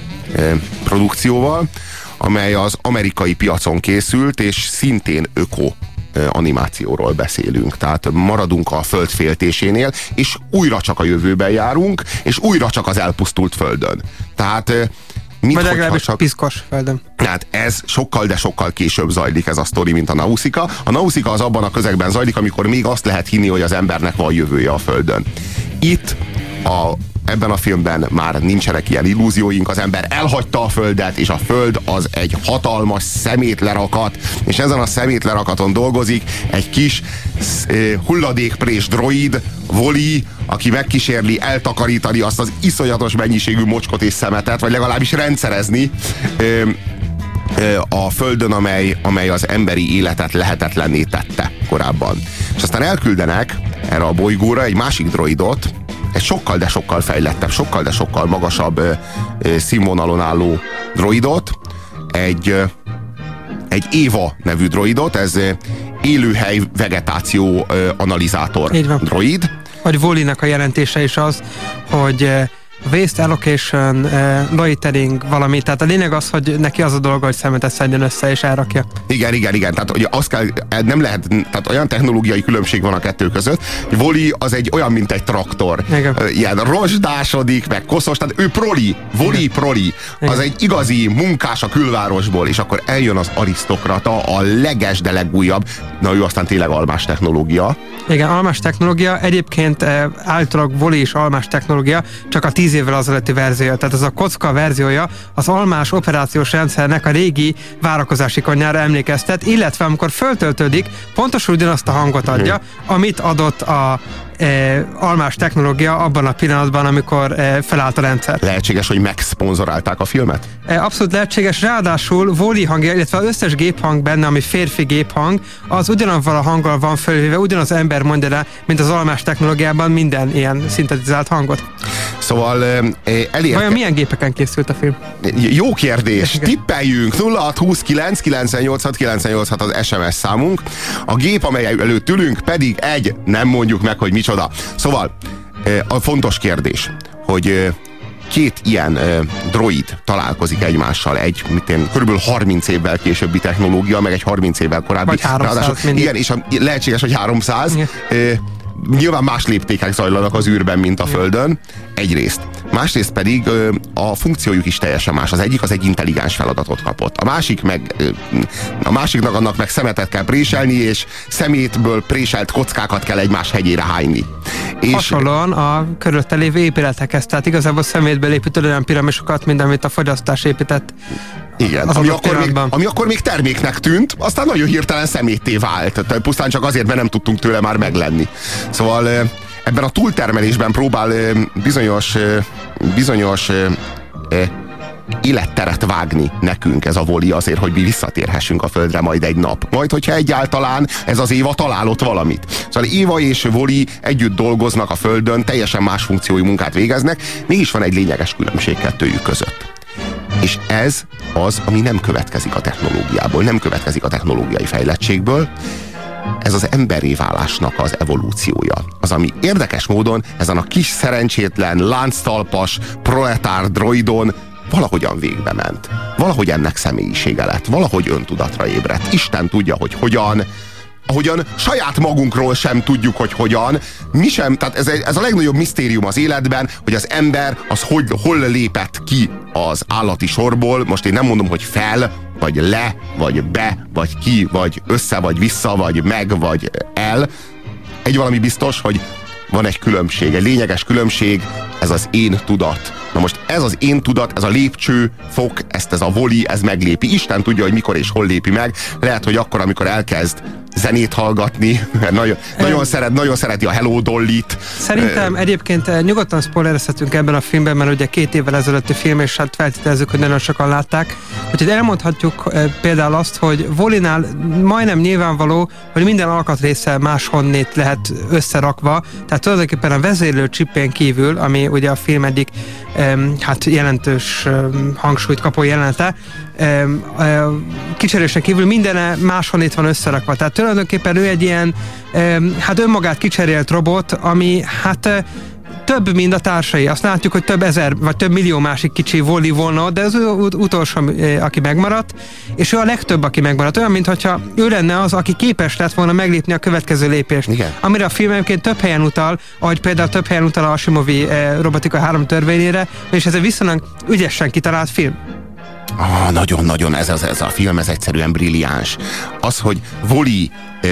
produkcióval, amely az amerikai piacon készült, és szintén öko animációról beszélünk. Tehát maradunk a föld féltésénél, és újra csak a jövőben járunk, és újra csak az elpusztult földön. Tehát Mint vagy legalábbis csak piszkos földön. Tehát ez sokkal, de sokkal később zajlik ez a sztori, mint a Nausicaa. A Nausicaa az abban a közegben zajlik, amikor még azt lehet hinni, hogy az embernek van jövője a földön. Itt a ebben a filmben már nincsenek ilyen illúzióink, az ember elhagyta a Földet, és a Föld az egy hatalmas szemétlerakat, és ezen a szemétlerakaton dolgozik egy kis hulladékprés droid, Wall-E, aki megkísérli eltakarítani azt az iszonyatos mennyiségű mocskot és szemetet, vagy legalábbis rendszerezni a Földön, amely, amely az emberi életet lehetetlenné tette korábban. És aztán elküldenek erre a bolygóra egy másik droidot, egy sokkal, de sokkal fejlettebb, sokkal, de sokkal magasabb ö, ö, színvonalon álló droidot, egy, ö, egy Éva nevű droidot, ez ö, élőhely vegetáció ö, analizátor droid. Vagy Wall-E-nek a jelentése is az, hogy waste allocation, uh, loitering, valami. Tehát a lényeg az, hogy neki az a dolga, hogy szemetet szedjen össze és elrakja. Igen, igen, igen. Tehát ugye azt kell, nem lehet, tehát olyan technológiai különbség van a kettő között, hogy Wall-E az egy olyan, mint egy traktor. Igen. Ilyen rozsdásodik, meg koszos, tehát ő proli, Wall-E proli. Az egy igazi munkás a külvárosból, és akkor eljön az arisztokrata, a leges, de legújabb, na ő aztán tényleg almás technológia. Igen, almás technológia. Egyébként állítólag Wall-E is almás technológia, csak a tíz évvel azelőtti verziója. Tehát ez a kocka verziója az almás operációs rendszernek a régi várakozási konyhára emlékeztet, illetve amikor föltöltődik, pontosan ugyanazt a hangot adja, amit adott a E, almás technológia abban a pillanatban, amikor e, felállt a rendszer. Lehetséges, hogy megszponzorálták a filmet? E, abszolút lehetséges, ráadásul Wall-E hangja, illetve az összes géphang benne, ami férfi géphang, az ugyanavval a hanggal van fölvéve, ugyanaz ember mondja le, mint az almás technológiában minden ilyen szintetizált hangot. Szóval e, elérke... Vajon milyen gépeken készült a film? Jó kérdés. Tippeljünk. nulla hat húszkilenc kilencszáznyolcvanhat kilencszáznyolcvanhat az es em es számunk. A gép, amely előtt ülünk, pedig egy, nem mondjuk meg, hogy micsoda. Szóval a fontos kérdés, hogy két ilyen droid találkozik egymással, egy én, körülbelül harminc évvel későbbi technológia, meg egy harminc évvel korábbi. Vagy háromszáz. Igen, és a, lehetséges, hogy háromszáz. Igen. Nyilván más léptékek zajlanak az űrben, mint a Földön, egyrészt. Másrészt pedig a funkciójuk is teljesen más. Az egyik az egy intelligens feladatot kapott. A másik meg, a másiknak annak meg szemetet kell préselni, és szemétből préselt kockákat kell egymás hegyére hányni. És hasonlóan a körülötte lévő épületekhez, tehát igazából szemétből építő olyan piramisokat, mint amit a fogyasztás épített. Igen, ami akkor, még, ami akkor még terméknek tűnt, aztán nagyon hirtelen szemétté vált. Pusztán csak azért, mert nem tudtunk tőle már meglenni. Szóval ebben a túltermelésben próbál bizonyos, bizonyos életteret vágni nekünk ez a Wall-E azért, hogy mi visszatérhessünk a Földre majd egy nap. Majd, hogyha egyáltalán ez az Éva találott valamit. Szóval Éva és Wall-E együtt dolgoznak a Földön, teljesen más funkciói munkát végeznek, mégis van egy lényeges különbség kettőjük között. És ez az, ami nem következik a technológiából, nem következik a technológiai fejlettségből, ez az emberré válásnak az evolúciója. Az, ami érdekes módon ezen a kis szerencsétlen, lánctalpas, proletár droidon valahogyan végbe ment. Valahogy ennek személyisége lett, valahogy öntudatra ébredt. Isten tudja, hogy hogyan, ahogyan saját magunkról sem tudjuk, hogy hogyan, mi sem, tehát ez, ez a legnagyobb misztérium az életben, hogy az ember az hogy, hol lépett ki az állati sorból, most én nem mondom, hogy fel, vagy le, vagy be, vagy ki, vagy össze, vagy vissza, vagy meg, vagy el. Egy valami biztos, hogy van egy különbség, egy lényeges különbség, ez az én tudat. Na most ez az én tudat, ez a lépcső fok, ezt ez a Wall-E, ez meglépi. Isten tudja, hogy mikor és hol lépi meg. Lehet, hogy akkor, amikor elkezd zenét hallgatni, mert nagyon, nagyon, szeret, nagyon szereti a Hello Dolly-t. Szerintem egyébként nyugodtan spoilerezhetünk ebben a filmben, mert ugye két évvel ezelőtti film, és hát feltételezzük, hogy nagyon sokan látták. Úgyhogy elmondhatjuk például azt, hogy Wall-E-nál majdnem nyilvánvaló, hogy minden alkatrésze máshonnét lehet összerakva, tehát tulajdonképpen a vezérlő csipén kívül, ami ugye a film egyik hát jelentős hangsúlyt kapó jelenete, kicserésen kívül minden máshonnét van összerakva. Tehát tulajdonképpen ő egy ilyen hát önmagát kicserélt robot, ami hát több, mint a társai. Azt látjuk, hogy több ezer, vagy több millió másik kicsi Wall-E volna, de az ő utolsó, aki megmaradt, és ő a legtöbb, aki megmaradt. Olyan, mintha ő lenne az, aki képes lett volna meglépni a következő lépést. Igen. Amire a film egyébként több helyen utal, ahogy például több helyen utal a Asimovi robotika három törvényére, és ez egy viszonylag ügyesen kitalált film. Ah, nagyon-nagyon ez, ez, ez a film, ez egyszerűen brilliáns. Az, hogy Wall-E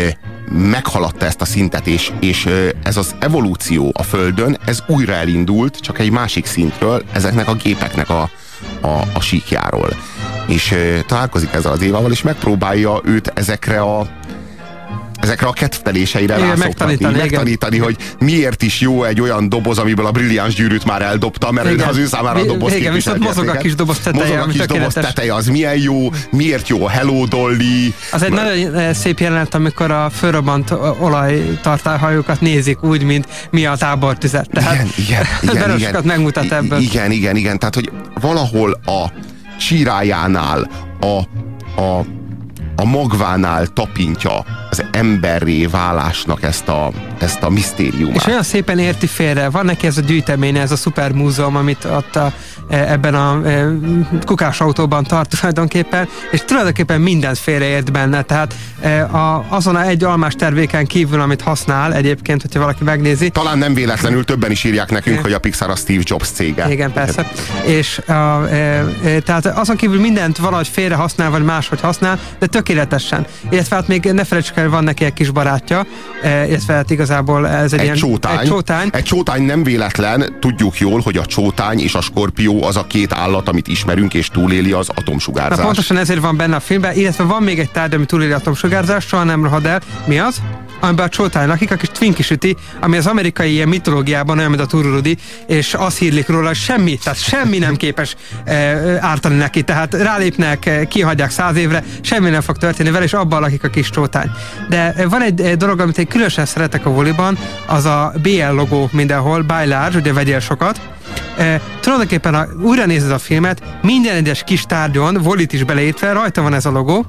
meghaladta ezt a szintet, és, és ez az evolúció a Földön, ez újra elindult, csak egy másik szintről, ezeknek a gépeknek a, a, a síkjáról. És találkozik ezzel az Évával, és megpróbálja őt ezekre a ezekre a kedvteléseire rászoktatni, megtanítani, megtanítani hogy miért is jó egy olyan doboz, amiből a brilliáns gyűrűt már eldobta, mert igen. az ő számára a doboz igen, viszont mozog a kis doboz teteje, mozog a kis doboz teteje, az milyen jó, miért jó a Hello Dolly. Az egy mert... nagyon szép jelenet, amikor a fölrobbant olajtartályhajókat nézik úgy, mint mi a tábortüzet. Tehát igen, igen, igen, igen. megmutat ebből. Igen, igen, igen, tehát hogy valahol a sírájánál, a, a a magvánál tapintja az emberré válásnak ezt a, ezt a misztériumát. És olyan szépen érti félre. Van neki ez a gyűjteménye, ez a szupermúzeum, amit ott a, ebben a kukásautóban tart tulajdonképpen, és tulajdonképpen mindent félreért benne. Tehát a, azon a egy almás tervéken kívül, amit használ egyébként, hogyha valaki megnézi. Talán nem véletlenül többen is írják nekünk, igen. hogy a Pixar a Steve Jobs cége. Igen, persze. És a, e, e, tehát azon kívül mindent valahogy félre használ, vagy máshogy használ, de tökéletesen. Illetve hát még ne felejtsük el, van neki egy kis barátja, e, illetve hát igazából ez egy, egy, ilyen, csótány. egy csótány. Egy csótány nem véletlen, tudjuk jól, hogy a csótány és a skorpió az a két állat, amit ismerünk, és túléli az atomsugárzást. Na pontosan ezért van benne a filmben, illetve van még egy tárgy, ami túléli atomsugárzást, soha nem rohad el. Mi az? Amiben a csótány lakik, a kis Twinkie süti, ami az amerikai ilyen mitológiában olyan, mint a Tururudi, és azt hírlik róla, hogy semmi, tehát semmi nem képes e, ártani neki, tehát rálépnek, e, kihagyják száz évre, semmi nem fog történni vele, és abban lakik a kis csótány. De e, van egy e, dolog, amit én különösen szeretek a Wall-E-ban, az a bé el logó mindenhol, Buy Large, ugye vegyél sokat. E, tulajdonképpen, ha újra nézed a filmet, minden egyes kis tárgyon, Wall-E-t is beleértve, rajta van ez a logó.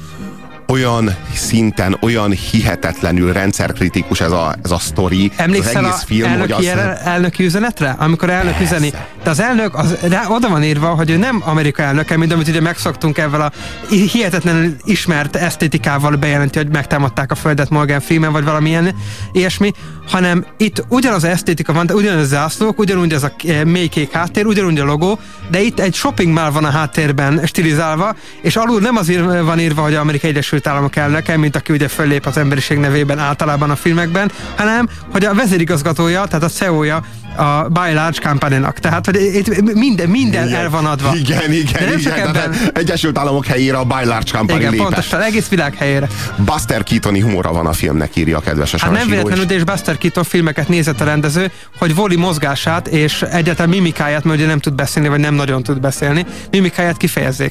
Olyan szinten, olyan hihetetlenül rendszerkritikus ez a, ez a sztori. Emlékszel az egész film, elnöki, hogy azt... elnöki üzenetre? Amikor elnök üzeni. De az elnök, az, rá, oda van írva, hogy ő nem Amerika elnöke, mint amit ugye megszoktunk ezzel a hihetetlenül ismert esztétikával bejelenti, hogy megtámadták a Földet Morgan filmen, vagy valamilyen ilyesmi, hanem itt ugyanaz az esztétika van, de ugyanaz a zászlók, ugyanúgy az a mélykék háttér, ugyanúgy a logó, de itt egy shopping mall van a háttérben stilizálva, és alul nem az van írva, hogy Amerikai Egyesült Államok elnöke, mint aki ugye föllép az emberiség nevében általában a filmekben, hanem, hogy a vezérigazgatója, tehát a cé e o-ja a Buy Large Company-nak. Tehát, hogy itt minden, minden el van adva. Igen, igen, igen. Ebben... Egyesült Államok helyére a Buy Large Company igen, lépett. Pontosan, egész világ helyére. Buster Keatoni humora van a filmnek, írja a kedves hát nem véletlenül, és Buster Keaton filmeket nézett a rendező, hogy Wall-E mozgását és egyáltalán mimikáját, mert ugye nem tud beszélni, vagy nem nagyon tud beszélni, mimikáját kifejezzék.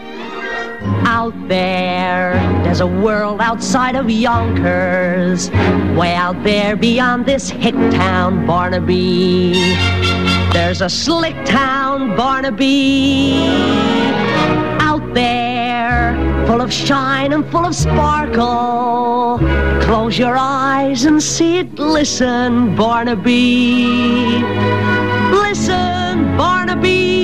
Out there, there's a world outside of Yonkers, way out there beyond this hick town, Barnaby. There's a slick town, Barnaby. Out there, full of shine and full of sparkle. Close your eyes and see it, listen, Barnaby. Listen, Barnaby.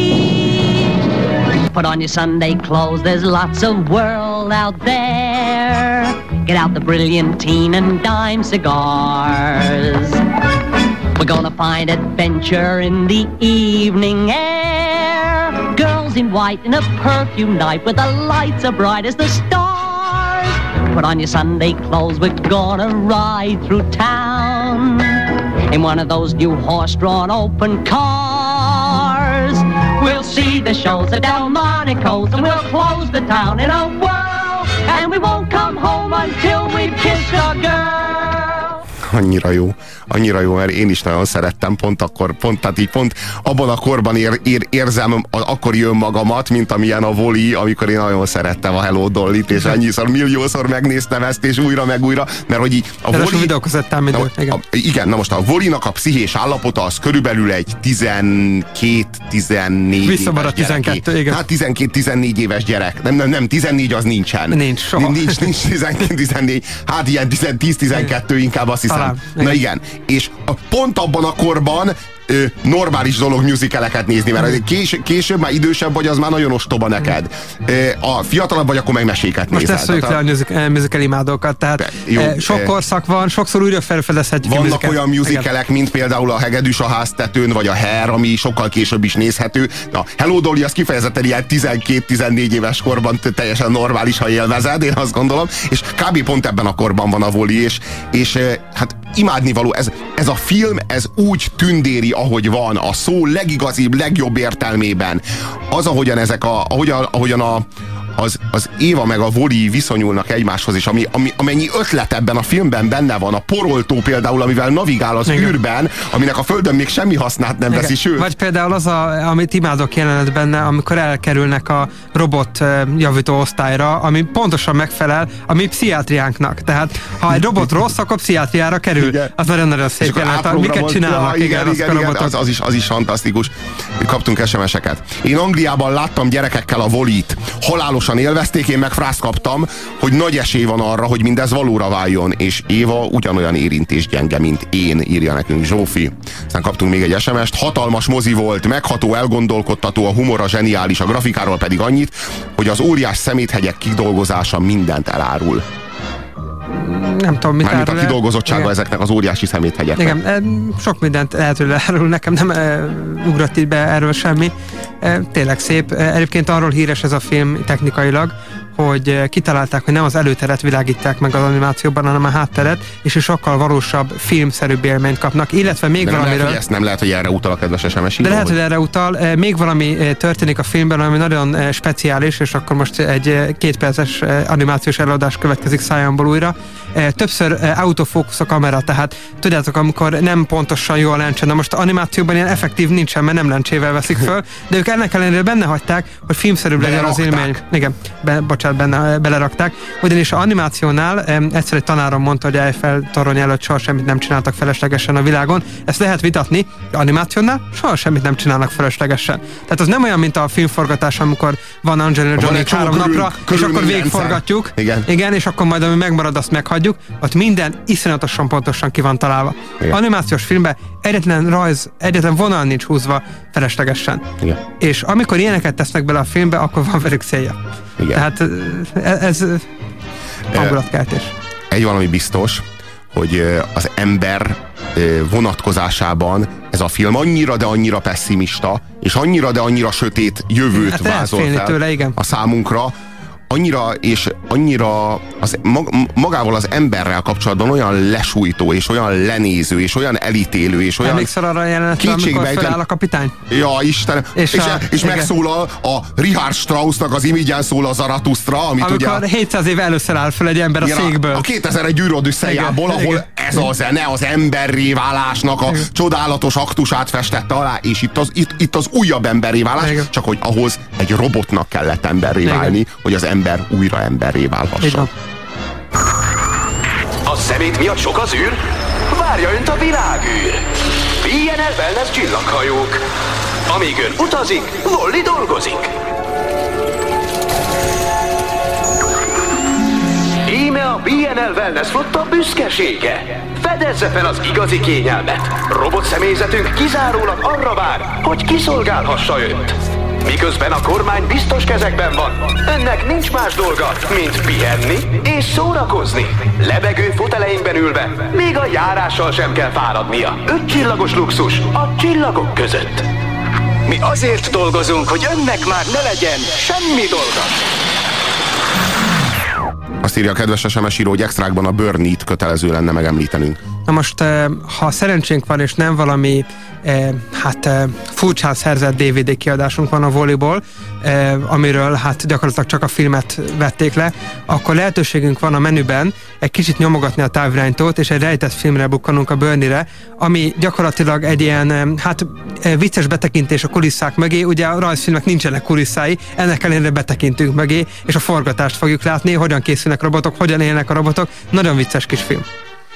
Put on your Sunday clothes, there's lots of world out there. Get out the brilliantine and dime cigars. We're gonna find adventure in the evening air. Girls in white in a perfume night with the lights as bright as the stars. Put on your Sunday clothes, we're gonna ride through town in one of those new horse-drawn open cars. We'll see the shows at Delmonico's and we'll close the town in a whirl. And we won't come home until we've kissed a girl. Annyira jó, annyira jó, mert én is nagyon szerettem, pont akkor, pont, tehát így pont abban a korban ér, ér, érzem az akkori önmagamat, mint amilyen a Wall-E, amikor én nagyon szerettem a Hello Dolly-t, és annyiszor, milliószor megnéztem ezt, és újra meg újra, mert hogy így a Wall-E... Igen. igen, na most a Wall-E-nak a pszichés állapota az körülbelül egy tizenkét-tizennégy Visszamarad tizenkettő, igen. Hát tizenkét-tizennégy éves gyerek. Nem, nem, nem, tizennégy az nincsen. Nincs soha. Nincs, nincs tizenkét-tizennégy. Hát ilyen tíz-tizenkettő inkább azt hiszem. Talán. Na igen. igen. És a, pont abban a korban ö, normális dolog musicaleket nézni, mert kés, később már idősebb vagy, az már nagyon ostoba neked. Ö, a fiatalabb vagy, akkor meg meséket Most nézel. ezt szóljuk le a musical, musical imádókat, tehát Be, jó, sok korszak van, sokszor újra felfedezhetjük. Vannak musical. olyan musicalek, mint például a Hegedűs a háztetőn, vagy a Hair, ami sokkal később is nézhető. A Hello Dolly az kifejezetten ilyen tizenkét-tizennégy éves korban teljesen normális, ha élvezed, én azt gondolom, és kb. Pont ebben a korban van a Wall-E, és, és hát imádnivaló, ez, ez a film, ez úgy tündéri, ahogy van, a szó legigazibb, legjobb értelmében. Az, ahogyan ezek a, ahogyan, ahogyan a Az, az Éva meg a Wall-E viszonyulnak egymáshoz, és ami, ami, amennyi ötlet ebben a filmben benne van, a poroltó például, amivel navigál az Igen. űrben, aminek a Földön még semmi hasznát nem Igen. veszi, sőt. Vagy például az, a, amit imádok jelenet benne, amikor elkerülnek a robot javító osztályra, ami pontosan megfelel a mi pszichiátriánknak. Tehát, ha egy robot rossz, akkor pszichiátriára kerül. Igen. Az nagyon-nagyon szép jelenet. Miket csinálnak? Ja, igen, igen, igen, igen, az, az, is, az is fantasztikus. Kaptunk es em es-eket. Én Angliában láttam gyerekekkel a Wall-E-t. Halálos élvezték, én meg frászt kaptam, hogy nagy esély van arra, hogy mindez valóra váljon, és Éva ugyanolyan érintésgyenge, mint én, írja nekünk Zsófi. Aztán kaptunk még egy es em es-t, hatalmas mozi volt, megható, elgondolkodtató, a humora zseniális, a grafikáról pedig annyit, hogy az óriás szeméthegyek kidolgozása mindent elárul. Nem tudom, mit Mármint a kidolgozottsága igen. ezeknek az óriási szeméthegyeknek. Igen, sok mindent lehet, hogy elárul, nekem nem e, ugrott itt be erről semmi. E, tényleg szép. Egyébként arról híres ez a film technikailag, hogy kitalálták, hogy nem az előteret világítják meg az animációban, hanem a hátteret, és is sokkal valósabb, filmszerűbb élményt kapnak, illetve még de nem valamiről... Lehet, ezt nem lehet, hogy erre utal a kedves es em es író, De lehet, hogy hogy erre utal. Még valami történik a filmben, ami nagyon speciális, és akkor most egy kétperces animációs előadás következik szájamból újra. Többször autofókusz a kamera, tehát tudjátok, amikor nem pontosan jó a lencse. Na most animációban ilyen effektív nincsen, mert nem lencsével veszik föl, de ők ennek ellenére benne hagyták, hogy filmszerűbb legyen az élmény. Igen, be, bocsánat, benne belerakták. Ugyanis az animációnál egyszer egy tanárom mondta, hogy Eiffel torony előtt soha semmit nem csináltak feleslegesen a világon. Ezt lehet vitatni, de animációnál soha semmit nem csinálnak feleslegesen. Tehát az nem olyan, mint a filmforgatás, amikor van Angelina Jolie három körül, napra, körül és akkor végigforgatjuk. Igen. Igen, és akkor majd ami megmarad, azt meghagyjuk. Ott minden iszonyatosan pontosan ki van találva. Igen. Animációs filmben egyetlen rajz, egyetlen vonal nincs húzva feleslegesen. Igen. És amikor ilyeneket tesznek bele a filmbe, akkor van velük célja. Igen. Tehát ez hangulatkeltés. Egy valami biztos, hogy az ember vonatkozásában ez a film annyira, de annyira pessimista, és annyira, de annyira sötét jövőt hát vázol fel tőle, igen. a számunkra, annyira és annyira az, magával az emberrel kapcsolatban olyan lesújtó, és olyan lenéző, és olyan elítélő, és olyan... Emlékszel arra a jelenetre, amikor feláll a kapitány? Ja, Istenem! És, és, a, és megszólal a Richard Straussnak az Imigyen szól a Zarathustra, amit amikor ugye... hétszáz év először áll fel egy ember a székből. A kétezer-egy űrodüsszejából, ahol igen. ez a zene az emberré válásnak a igen. csodálatos aktusát festette alá, és itt az, itt, itt az újabb emberré válás, igen. csak hogy ahhoz egy robotnak kellett emberré igen. válni, hogy az ember újra emberré válhasson. A szemét miatt sok az űr? Várja önt a világűr! bé en el Wellness csillaghajók. Amíg ön utazik, Wall-E dolgozik. Íme a bé en el Wellness flotta büszkesége. Fedezze fel az igazi kényelmet. Robot személyzetünk kizárólag arra vár, hogy kiszolgálhassa önt. Miközben a kormány biztos kezekben van, önnek nincs más dolga, mint pihenni és szórakozni. Lebegő foteleinkben ülve, még a járással sem kell fáradnia. Öt csillagos luxus a csillagok között. Mi azért dolgozunk, hogy önnek már ne legyen semmi dolga. Azt írja a kedves es em es író, hogy extrákban a Burn-it kötelező lenne megemlítenünk. Na most, ha szerencsénk van, és nem valami hát furcsán szerzett dé vé dé kiadásunk van a Wall-E-ból, amiről hát gyakorlatilag csak a filmet vették le, akkor lehetőségünk van a menüben egy kicsit nyomogatni a távirányítót, és egy rejtett filmre bukkanunk a Burn-ire, ami gyakorlatilag egy ilyen hát vicces betekintés a kulisszák mögé. Ugye a rajzfilmek nincsenek kulisszái, ennek ellenére betekintünk mögé, és a forgatást fogjuk látni, hogyan készülnek robotok, hogyan élnek a robotok. Nagyon vicces kis film.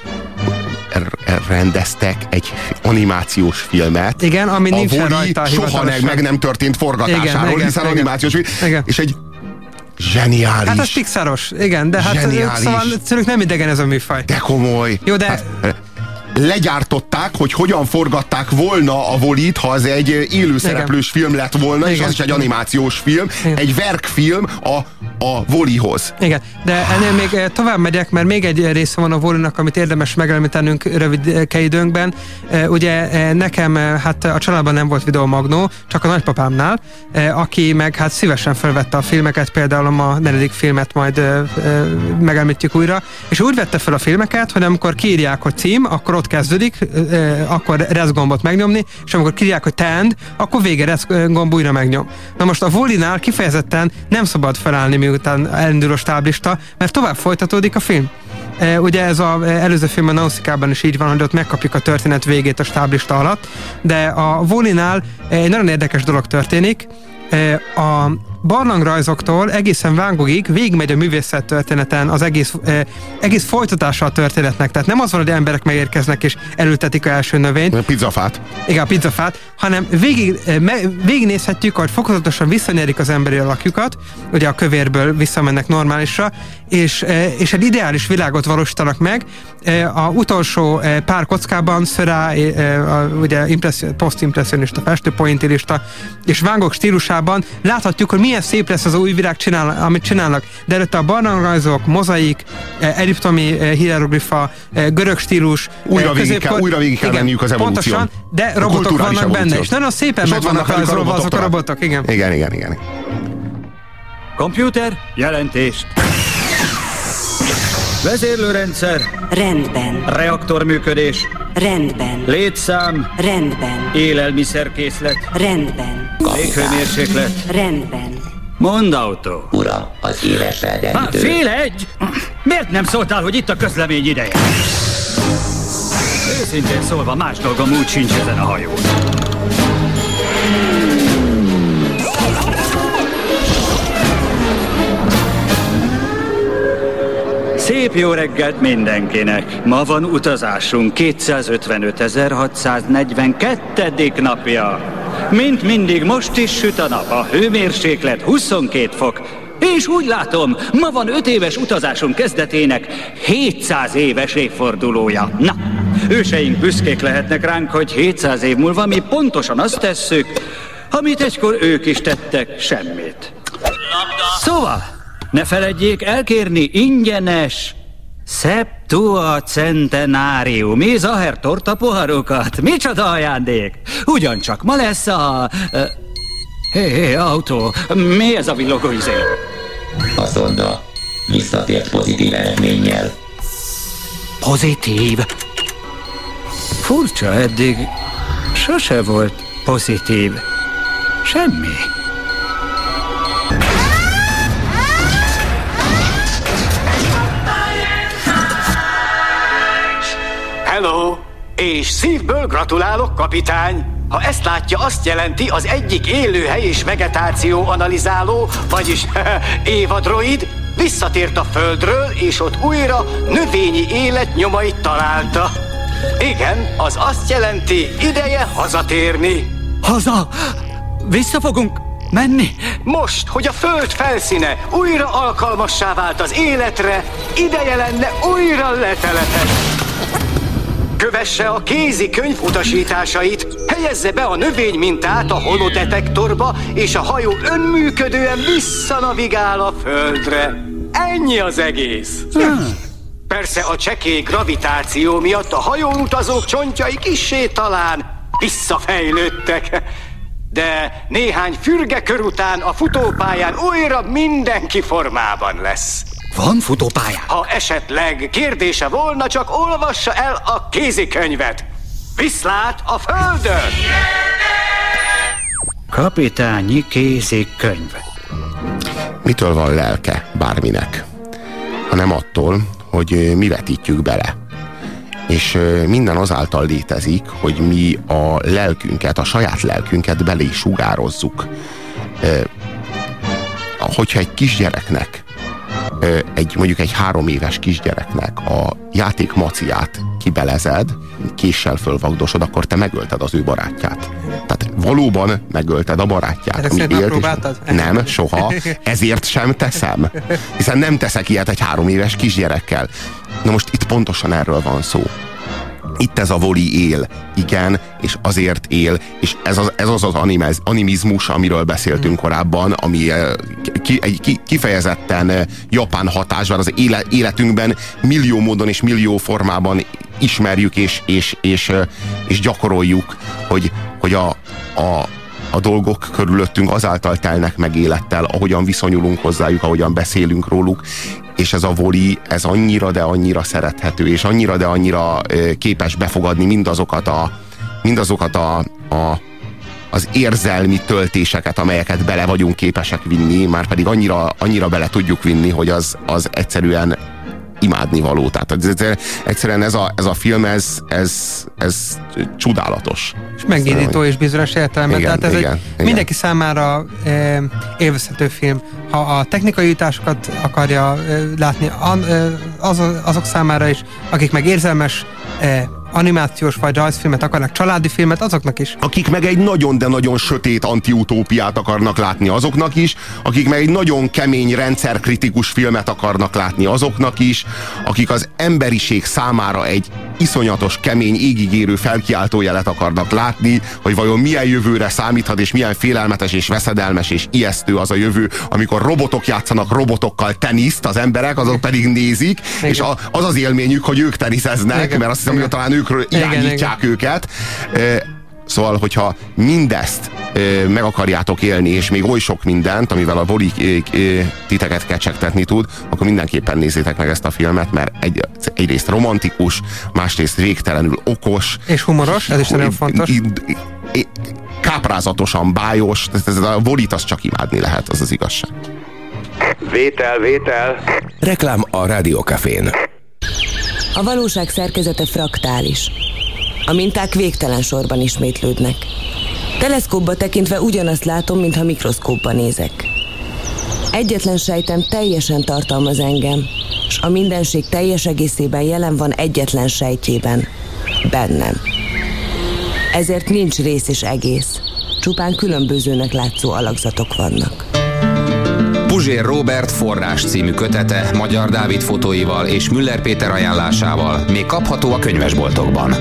Rendeztek egy animációs filmet. Igen, ami nincsen rajta soha meg, meg nem történt forgatásáról, igen, hiszen igen, animációs film. Igen. És egy zseniális. Hát az Pixaros, igen, de hát zseniális. Szóval nem idegen ez a műfaj. De komoly. Jó, de... Hát, legyártották, hogy hogyan forgatták volna a Volit, ha az egy élőszereplős film lett volna, igen. És az is egy animációs film, igen. Egy verkfilm a, a Volihoz. Igen, de ennél még tovább megyek, mert még egy része van a Volinak, amit érdemes megemlítenünk rövid időnkben. Ugye nekem hát a családban nem volt videómagnó, csak a nagypapámnál, aki meg hát szívesen felvette a filmeket, például a negyedik filmet majd megemlítjük újra, és úgy vette fel a filmeket, hogy amikor kiírják, hogy cím, akkor ott kezdődik, akkor reszgombot megnyomni, és amikor kiírják, hogy tend, akkor vége reszgomb újra megnyom. Na most a Volinál kifejezetten nem szabad felállni, miután elindul a stáblista, mert tovább folytatódik a film. Ugye ez az előző filmben, Nauszikában is így van, hogy ott megkapjuk a történet végét a stáblista alatt, de a Volinál egy nagyon érdekes dolog történik. A barlangrajzoktól egészen Van Goghig végigmegy a művészet történeten az egész, eh, egész folytatása a történetnek. Tehát nem az van, hogy emberek megérkeznek és elültetik az első növényt. A pizzafát. Igen, a pizzafát, hanem végig, eh, me, végignézhetjük, hogy fokozatosan visszanyerik az emberi alakjukat, ugye a kövérből visszamennek normálisra, és, eh, és egy ideális világot valósítanak meg. Eh, a utolsó eh, pár kockában Seurat, eh, a, ugye posztimpresszionista, festőpointilista és Van Gogh stílusában láthatjuk, hogy milyen szép lesz az új világ, csinál, amit csinálnak. De előtte a barlangrajzok, mozaik, egyiptomi hieroglifa, görög stílus, újra végig kell, újra végig kell menniük az evolúción. Pontosan, de robotok vannak evolúció. Benne, és nagyon szépen meg vannak rajzolva azok a robotok. Igen. igen, igen, igen. Komputer, jelentést. Vezérlőrendszer. Rendben. Reaktorműködés. Rendben. Létszám. Rendben. Élelmiszerkészlet. Rendben. Léghőmérséklet. Rendben. Mondautó. Uram, az éles felderítő. Há, fél egy? Miért nem szóltál, hogy itt a közlemény ideje? Őszintén szólva, más dolgom úgy sincs ezen a hajón. Szép jó reggelt mindenkinek! Ma van utazásunk kétszázötvenötezer-hatszáznegyvenkettedik napja. Mint mindig most is süt a nap, a hőmérséklet huszonkét fok, és úgy látom, ma van öt éves utazásunk kezdetének hétszáz éves évfordulója. Na, őseink büszkék lehetnek ránk, hogy hétszáz év múlva mi pontosan azt tesszük, amit egykor ők is tettek, semmit. Szóval... ne feledjék elkérni ingyenes Septuacentenariumi Zaher torta poharokat. Micsoda ajándék! Ugyancsak ma lesz a... Hé, uh, hé, autó, mi ez a villogó izé? A szonda visszatért pozitív eredménnyel. Pozitív? Furcsa, eddig sose volt pozitív. Semmi. Hello! És szívből gratulálok, kapitány! Ha ezt látja, azt jelenti, az egyik élőhely és vegetáció analizáló, vagyis évadroid visszatért a Földről, és ott újra növényi élet nyomait találta. Igen, az azt jelenti, ideje hazatérni. Haza? Vissza fogunk menni? Most, hogy a Föld felszíne újra alkalmassá vált az életre, ideje lenne újra letelepedni. Kövesse a kézikönyv utasításait, helyezze be a növénymintát a holodetektorba, és a hajó önműködően visszanavigál a Földre. Ennyi az egész. Hmm. Persze a csekély gravitáció miatt a hajón utazók csontjai kissé talán visszafejlődtek. De néhány fürgekör után a futópályán újra mindenki formában lesz. Van futópálya? Ha esetleg kérdése volna, csak olvassa el a kézikönyvet. Viszlát a Földön! Kapitányi kézikönyv. Mitől van lelke bárminek? Hanem attól, hogy mi vetítjük bele. És minden azáltal létezik, hogy mi a lelkünket, a saját lelkünket belé sugározzuk. Hogyha egy kisgyereknek, egy, mondjuk egy három éves kisgyereknek a játék maciát kibelezed, késsel fölvagdosod, akkor te megölted az ő barátját. Tehát valóban megölted a barátját. Ami élt, próbáltad? Nem, soha. Ezért sem teszem. Hiszen nem teszek ilyet egy három éves kisgyerekkel. Na most itt pontosan erről van szó. Itt ez a Wall-E él, igen, és azért él, és ez az ez az, az animez, animizmus, amiről beszéltünk korábban, ami ki, egy ki, kifejezetten japán hatásban az éle, életünkben millió módon és millió formában ismerjük és, és, és, és gyakoroljuk, hogy, hogy a, a, a dolgok körülöttünk azáltal telnek meg élettel, ahogyan viszonyulunk hozzájuk, ahogyan beszélünk róluk, és ez a Wall-E, ez annyira, de annyira szerethető, és annyira, de annyira képes befogadni mindazokat a, mindazokat a, a, az érzelmi töltéseket, amelyeket bele vagyunk képesek vinni, már pedig annyira, annyira bele tudjuk vinni, hogy az, az egyszerűen imádnivaló. Tehát egyszerűen ez a, ez a film, ez, ez, ez csodálatos. És megindító is bizonyos értelemben. Igen, Tehát ez igen, egy igen. mindenki számára e, élvezhető film. Ha a technikai jutásokat akarja e, látni, an, e, az, azok számára is, akik meg érzelmes e, animációs vagy rajzfilmet akarnak, családi filmet, azoknak is. Akik meg egy nagyon, de nagyon sötét antiutópiát akarnak látni, azoknak is. Akik meg egy nagyon kemény, rendszerkritikus filmet akarnak látni, azoknak is. Akik az emberiség számára egy iszonyatos, kemény, égigérő felkiáltójelet akarnak látni, hogy vajon milyen jövőre számíthat, és milyen félelmetes, és veszedelmes, és ijesztő az a jövő, amikor robotok játszanak robotokkal teniszt, az emberek, azok pedig nézik, igen. És a, az az élményük, hogy ők teniszeznek, igen. Mert azt hiszem, igen. Hogy talán őkről irányítják igen, őket. Szóval, hogyha mindezt meg akarjátok élni, és még oly sok mindent, amivel a Wall-E titeket kecsegtetni tud, akkor mindenképpen nézzétek meg ezt a filmet, mert egy, egyrészt romantikus, másrészt végtelenül okos. És humoros, ez is nagyon fontos. Káprázatosan bájos, ez a Wall-E-t azt csak imádni lehet, az az igazság. Vétel, vétel. Reklám a Rádiókafén. A valóság szerkezete fraktális. A minták végtelen sorban ismétlődnek. Teleszkópba tekintve ugyanazt látom, mintha mikroszkópba nézek. Egyetlen sejtem teljesen tartalmaz engem, és a mindenség teljes egészében jelen van egyetlen sejtjében, bennem. Ezért nincs rész és egész, csupán különbözőnek látszó alakzatok vannak. Puzsér Róbert Forrás című kötete Magyar Dávid fotóival és Müller Péter ajánlásával még kapható a könyvesboltokban.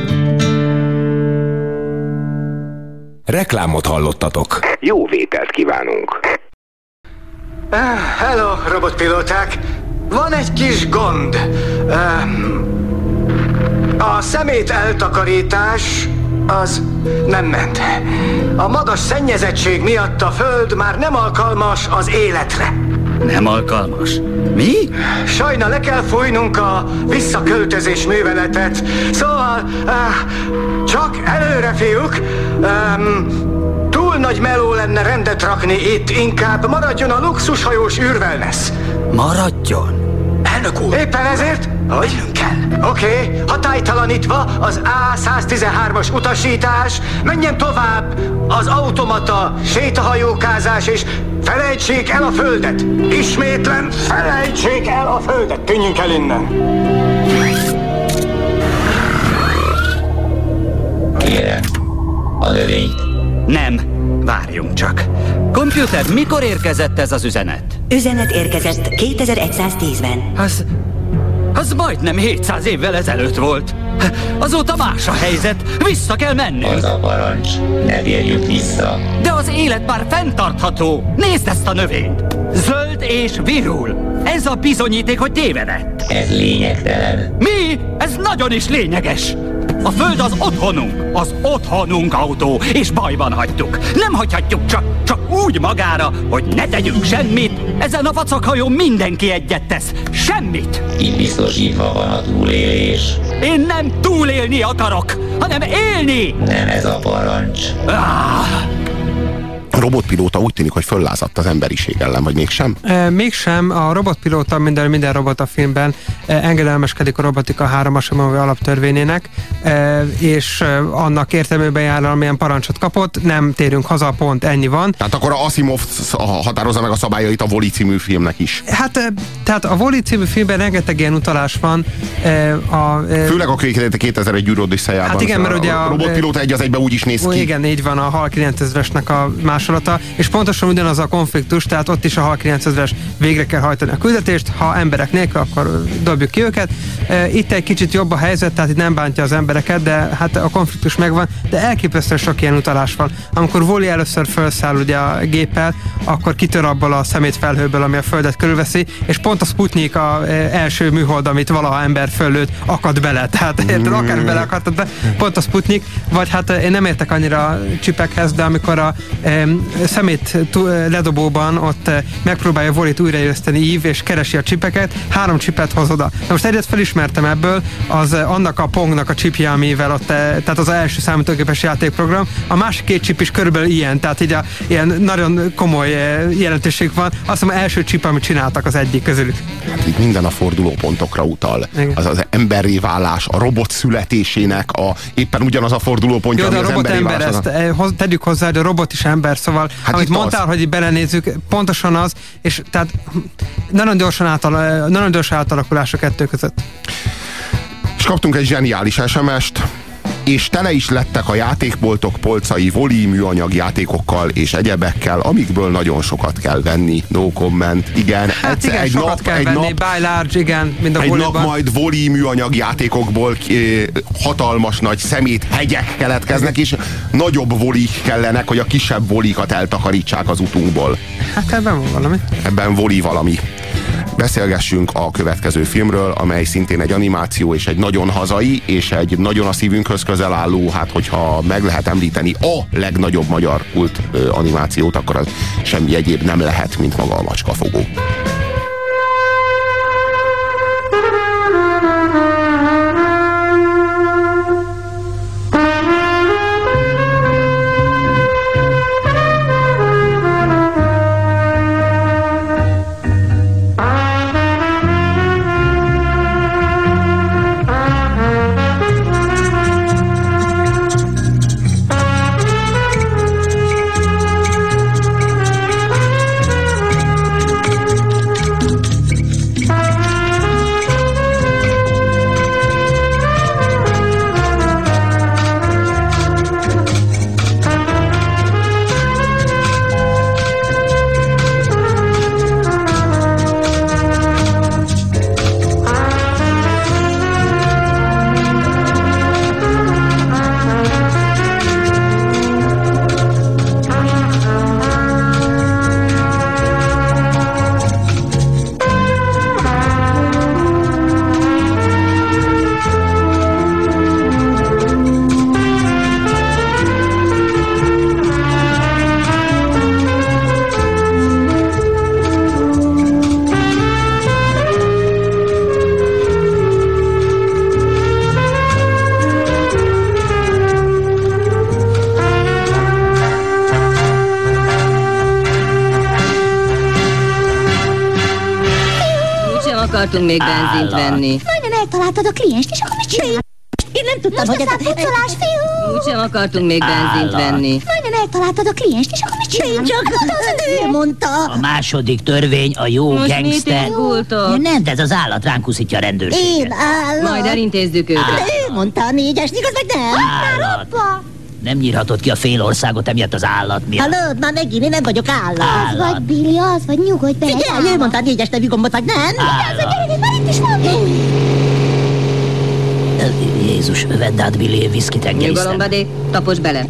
Reklámot hallottatok. Jó vételt kívánunk. Uh, hello, robotpilóták! Van egy kis gond. Uh, a szemét eltakarítás az nem ment. A magas szennyezettség miatt a Föld már nem alkalmas az életre. Nem alkalmas? Mi? Sajna le kell fújnunk a visszaköltözés műveletet. Szóval, uh, csak előre, fiúk. Um, túl nagy meló lenne rendet rakni itt, inkább maradjon a luxushajós űrwellness. Maradjon? Elnök úr! Éppen ezért hagynunk kell. Oké, okay, hatálytalanítva az á száz tizenhármas utasítás, menjen tovább az automata sétahajókázás, és felejtsék el a Földet. Ismétlen, felejtsék el a Földet. Tűnjünk el innen. Kérem, a növényt. Nem, várjunk csak. Komputer, mikor érkezett ez az üzenet? Üzenet érkezett kétezer-száztízben. Az... az majdnem hétszáz évvel ezelőtt volt. Azóta más a helyzet, vissza kell mennünk. Az a parancs, ne térjünk vissza. De az élet már fenntartható. Nézd ezt a növényt. Zöld és virul. Ez a bizonyíték, hogy tévedett. Ez lényegtelen. Mi? Ez nagyon is lényeges. A Föld az otthonunk, az otthonunk, autó, és bajban hagytuk. Nem hagyhatjuk csak, csak úgy magára, hogy ne tegyünk semmit. Ezen a vacakhajón mindenki egyet tesz. Semmit. Itt biztosítva van a túlélés. Én nem túlélni akarok, hanem élni. Nem ez a parancs. Ah. A robotpilóta úgy tűnik, hogy föllázadt az emberiség ellen, vagy mégsem? E, mégsem. A robotpilóta minden, minden robot a filmben e, engedelmeskedik a robotika három Asimovai alaptörvényének, e, és e, annak értelmében jár, amilyen parancsot kapott, nem térünk haza, pont ennyi van. Tehát akkor a Asimov határozza meg a szabályait a Wall-E című filmnek is. Hát, e, tehát a Wall-E című filmben rengeteg ilyen utalás van. E, a, e, Főleg a kétezer-egy űrodüsszeljában. Hát igen, mert ugye a, a robotpilóta egy az egyben úgy is néz ki. Igen, így van, a HAL kilencezresnek a második másolata, és pontosan ugyanaz a konfliktus, tehát ott is a HAL kilencezres végre kell hajtani a küldetést, ha emberek nélkül, akkor dobjuk ki őket. Itt egy kicsit jobb a helyzet, tehát itt nem bántja az embereket, de hát a konfliktus megvan, de elképesztően sok ilyen utalás van. Amikor Wall-E először felszáll ugye a géppel, akkor kitör abból a szemétfelhőből, ami a Földet körülveszi, és pont a Sputnik a első műhold, amit valaha ember fölött akad bele, tehát érted, akár bele akadtad be, pont a Sputnik, vagy hát én nem értek annyira csipekhez, de amikor a e, szemét ledobóban ott e, megpróbálja Wall-E-t újraéleszteni Eve, és keresi a csipeket, három csipet hoz oda. Na most egyet felismertem ebből, az e, annak a Pongnak a csipje, amivel ott, e, tehát az első számítógépes játékprogram, a másik két csip is körülbelül ilyen, tehát így a, ilyen nagyon komoly e, jelentőség van. Azt hiszem, az első csip, amit csináltak az egyik közülük. Hát itt minden a fordulópontokra utal. Az az emberré válás, a robot születésének a, éppen ugyanaz a fordulópontja, jó, de ami a az robot emberi ember, válás. ezt hoz, tegyük hozzá, hogy a robot is ember, szóval hát amit mondtál, az, hogy így belenézzük, pontosan az, és tehát nagyon gyorsan, átal, nagyon gyorsan átalakulás a kettő között. És kaptunk egy zseniális es em est, és tele is lettek a játékboltok polcai Wall-E műanyag játékokkal és egyebekkel, amikből nagyon sokat kell venni. No comment. Igen, hát egyszer, igen, egy sokat nap, kell egy venni, nap, buy large, igen, mind a egy Wall-E-ban. nap majd Wall-E műanyag játékokból eh, hatalmas nagy szemét hegyek keletkeznek, és nagyobb Wall-E kellenek, hogy a kisebb Wall-E-kat eltakarítsák az utunkból. Hát ebben van valami. Ebben Wall-E valami. Beszélgessünk a következő filmről, amely szintén egy animáció, és egy nagyon hazai, és egy nagyon a szívünkhöz közel álló, hát hogyha meg lehet említeni a legnagyobb magyar kult animációt, akkor az semmi egyéb nem lehet, mint maga a Macskafogó. akartunk még benzint venni. Majdnem eltaláltad a klienst, és akkor mit csinálsz? Én nem tudtam, most hogy ez a... pucolás, fiú! Úgysem akartunk még benzint venni. Majdnem eltaláltad a klienst, és akkor mit csinálsz? Én csak ő mondta. A második törvény a jó most gangster. Most nem, de ez az állat ránk uszítja a rendőrséget. Én állat. Majd elintézzük őket. De ő mondta a négyes, igaz vagy nem? Állat. Nem nyírhatod ki a fél országot emiatt az állat miatt. Hallod, már megint, én nem vagyok állat. állat. Az vagy, Billy, az vagy, nyugodj be. Figyelj, ő mondta a négyes nevű gombot, vagy nem? Igaz, hogy gyere, már itt is mondom. Jézus, vedd át, Billy, viszkit engedélyeztem. Nyugalom, Badé, taposd bele.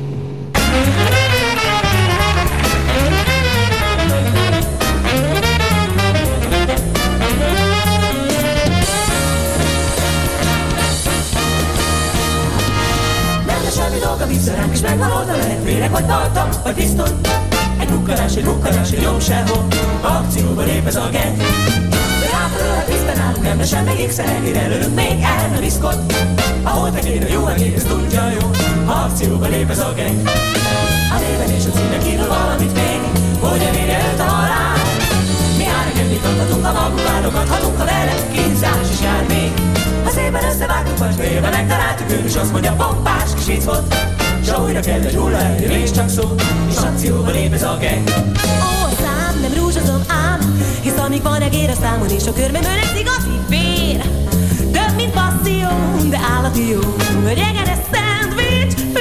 Semmi dolga vissza ránk, és megvan oldva lehet vérek, vagy tartam, vagy pisztoly. Egy bukkanás, egy bukkanás, egy jobb sehol. Akcióba lép ez a gang. De ráfelől a tisztán állunk, nem sem még ékszer, előtt még el a viszkot. Ahol tekér a jó egész, tudja jó. Akcióba lép ez a gang. A néven és a címen kívül valamit még, hogy elérje őt a halál. Mi árnyék nyitothatunk a magunk válogathatunk, ha vele kínzás is jár még. Ha szépen összevágtuk, vagy félbe megtaláltuk, ő is azt mondja, pompás kis vicc volt. S újra kell egy hullaerő, és csak szó, és akcióba lép ez a gang. Ó, a szám, nem rúzsozom ám, hisz amíg van egér a számon, és a körmemön ez igazi vér. Több, mint passzió, de állati jó. Reggel ez szendvics, fűszeres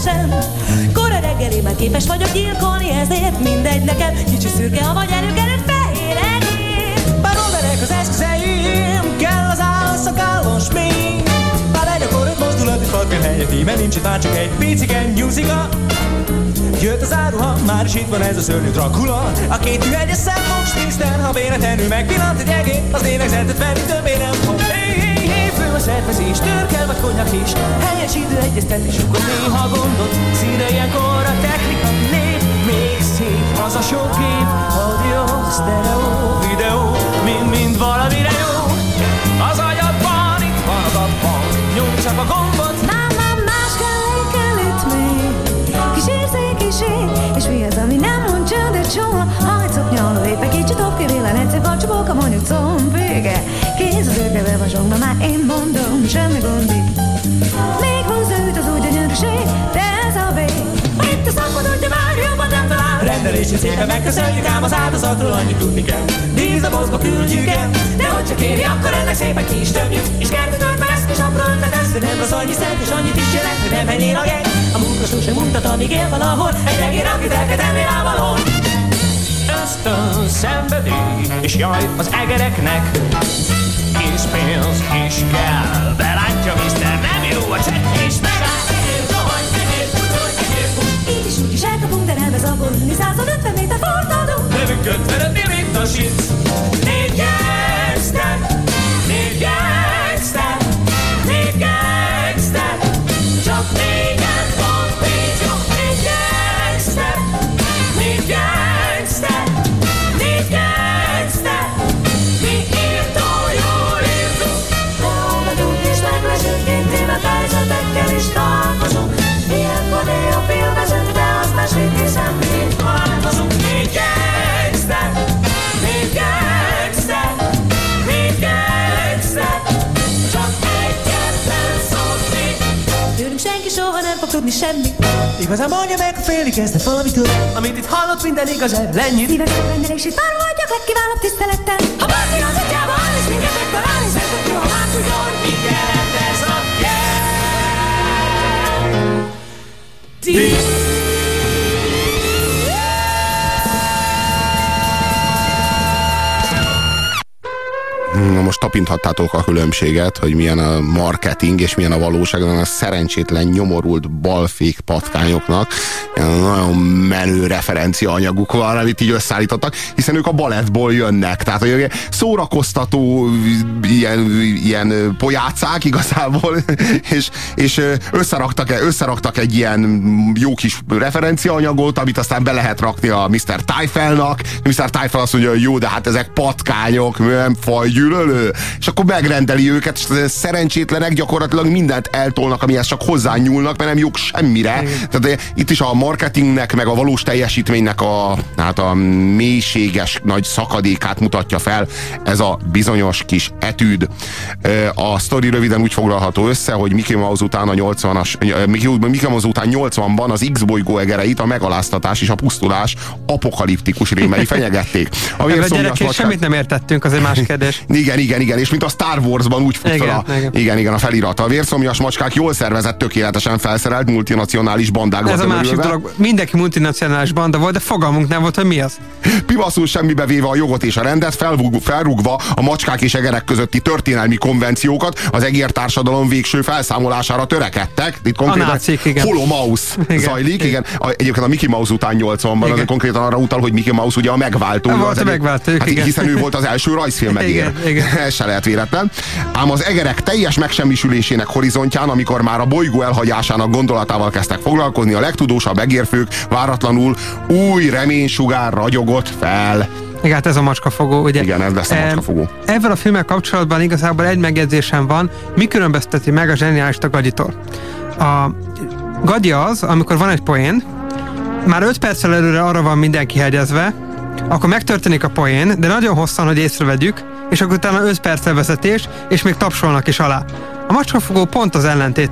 sem. Kora reggeli már képes vagyok gyilkolni, ezért mindegy nekem. Kicsi szürke, ha vagy előkerült fehér egér. Bár overek az eszközeim, kell az álszakállon smink. Bár egy akkor öt mozdulat és hat kell helyet, mert nincs itt már csak egy piciken nyúzika. Jött az áruha, már is itt van ez a szörnyű Dracula. A két ühegyes szemfogs tisztán, ha véletlenül megpillant egy egér, az lélegzetet venni többé nem fog. Hé, hé, hé, fő a szervezés, törkel vagy konyak is. Helyes idő egyeztetés, akkor néha gondot. Színe ilyenkor a technika nép, még szép az a sok gép. Audio, stereo, videó, mind-mind valamire jó. Az agyadban, itt van az abban, nyomj csak a gombot. Már, már más kell, kell itt még. Kis érzékiség, és mi az, ami nem mond csöndet soha. Hajtszok nyal, lép egy kicsit topp, kivélen egyszer vacsibóka, mondjuk comb vége. Kéz az őkebe vasongva, már én mondom, semmi gondi. Még húzza őt az új gyönyörűség, de ez a vég. Itt a szakmad, hogyha már jobban nem talál. Rendelését szépen megköszönjük, ám az áldozatról annyit tudni kell. Díszabozba küldjük el, de hogyha kéri, akkor ennek szépen ki is tömjük. És kertetőt már ezt kis apró ötletesz, de nem rossz annyi szent, és annyit is jelent, hogy nem mennél a geng. A munka sosem mutat, amíg él valahol, egy egér, akit el kell tenni rá valahol. Ösztön, szenvedély, és jaj az egereknek. Kis pénz is kell, belátja miszter, nem jó a csekk, és megáll, egér, rohagy, egér, kutyolj, egér, kuty. Így is úgy is elkapunk, de nem ez a bolni, százszázötven méter fordadunk. Lövünk ötvenöt milliméter shit. Négy gangster, négy gangster, négy gangster, csak négyen van pénzjog. Négy gangster, négy gangster, négy gangster, mi írtó jól írtunk. Hallgatunk és meglesünk, intémet helyzetekkel is találkozunk. Ilyenkor néha filmezünk, de aztán sétészen még találkozunk. Négy gangster, négy gangster, négy gangster, csak egyetlen szót még. Tőlünk senki soha nem fog tudni semmi. Igazán mondja meg, ha félig kezdett valamitől, amit itt hallott, minden igaz, lennyit. Szíves megrendelését már hagyjak legkiválóbb tisztelettel. Ha bárki az atyában, és minket megtalál, és szerintet jó, ha már tudja, hogy mit jelent ez a kell. Na most tapinthattátok a különbséget, hogy milyen a marketing és milyen a valóság, a szerencsétlen, nyomorult balfék patkányoknak nagyon menő referencia anyaguk van, amit így összeállítottak, hiszen ők a balettból jönnek, tehát hogy szórakoztató ilyen, ilyen pojácák igazából, és, és összeraktak, összeraktak egy ilyen jó kis referencia anyagot, amit aztán be lehet rakni a miszter Tyfelnak. miszter Tyfel azt mondja, hogy jó, de hát ezek patkányok, nem fajgyűlölő, és akkor megrendeli őket, és szerencsétlenek gyakorlatilag mindent eltolnak, amihez csak hozzányúlnak, mert nem jók semmire. Tehát itt is a marketingnek, meg a valós teljesítménynek a, hát a mélységes nagy szakadékát mutatja fel ez a bizonyos kis etűd. A sztori röviden úgy foglalható össze, hogy Mickey Mouse után a nyolcvanas, Mickey Mouse után nyolcvanban az X bolygó egereit a megaláztatás és a pusztulás apokaliptikus rémei fenyegették. A gyerekek semmit nem értettünk, az egy más kérdés. Igen, igen, igen, és mint a Star Warsban úgy fut fel a, igen. Igen, igen, a felirat. A vérszomjas macskák jól szervezett, tökéletesen felszerelt multinacionális bandákba. Ez a másik dolog. Mindenki multinacionális banda volt, de fogalmunk nem volt, hogy mi az. Pivaszul semmibe véve a jogot és a rendet, felrúgva a macskák és egerek közötti történelmi konvenciókat, az egértársadalom végső felszámolására törekedtek. Itt konkrétan a nácik, igen. Holomouse zajlik. Igen. Igen. A, egyébként a Mickey Mouse után nyolcvanban az konkrétan arra utal, hogy Mickey Mouse ugye a megváltó. Volt a megváltó, hát, hiszen ő volt az első rajzfilmegér. Ez se lehet véletlen. Ám az egerek teljes megsemmisülésének horizontján, amikor már a bolygó elhagyásának gondolatával kezdtek foglalkozni, a legtudósabb egérfők váratlanul új reménysugár ragyogott fel. Igen, hát ez a macskafogó, ugye? Igen, ez lesz a macskafogó. Ezzel a filmmel kapcsolatban igazából egy megjegyzésem van, mi különbözteti meg a zseniálist a gagyitól. A gagyi az, amikor van egy poén, már öt perccel előre arra van mindenki hegyezve, akkor megtörténik a poén, de nagyon hosszan, hogy észrevegyük, és akkor utána öt perccel vezetés, és még tapsolnak is alá. A macskafogó pont az ellentéte,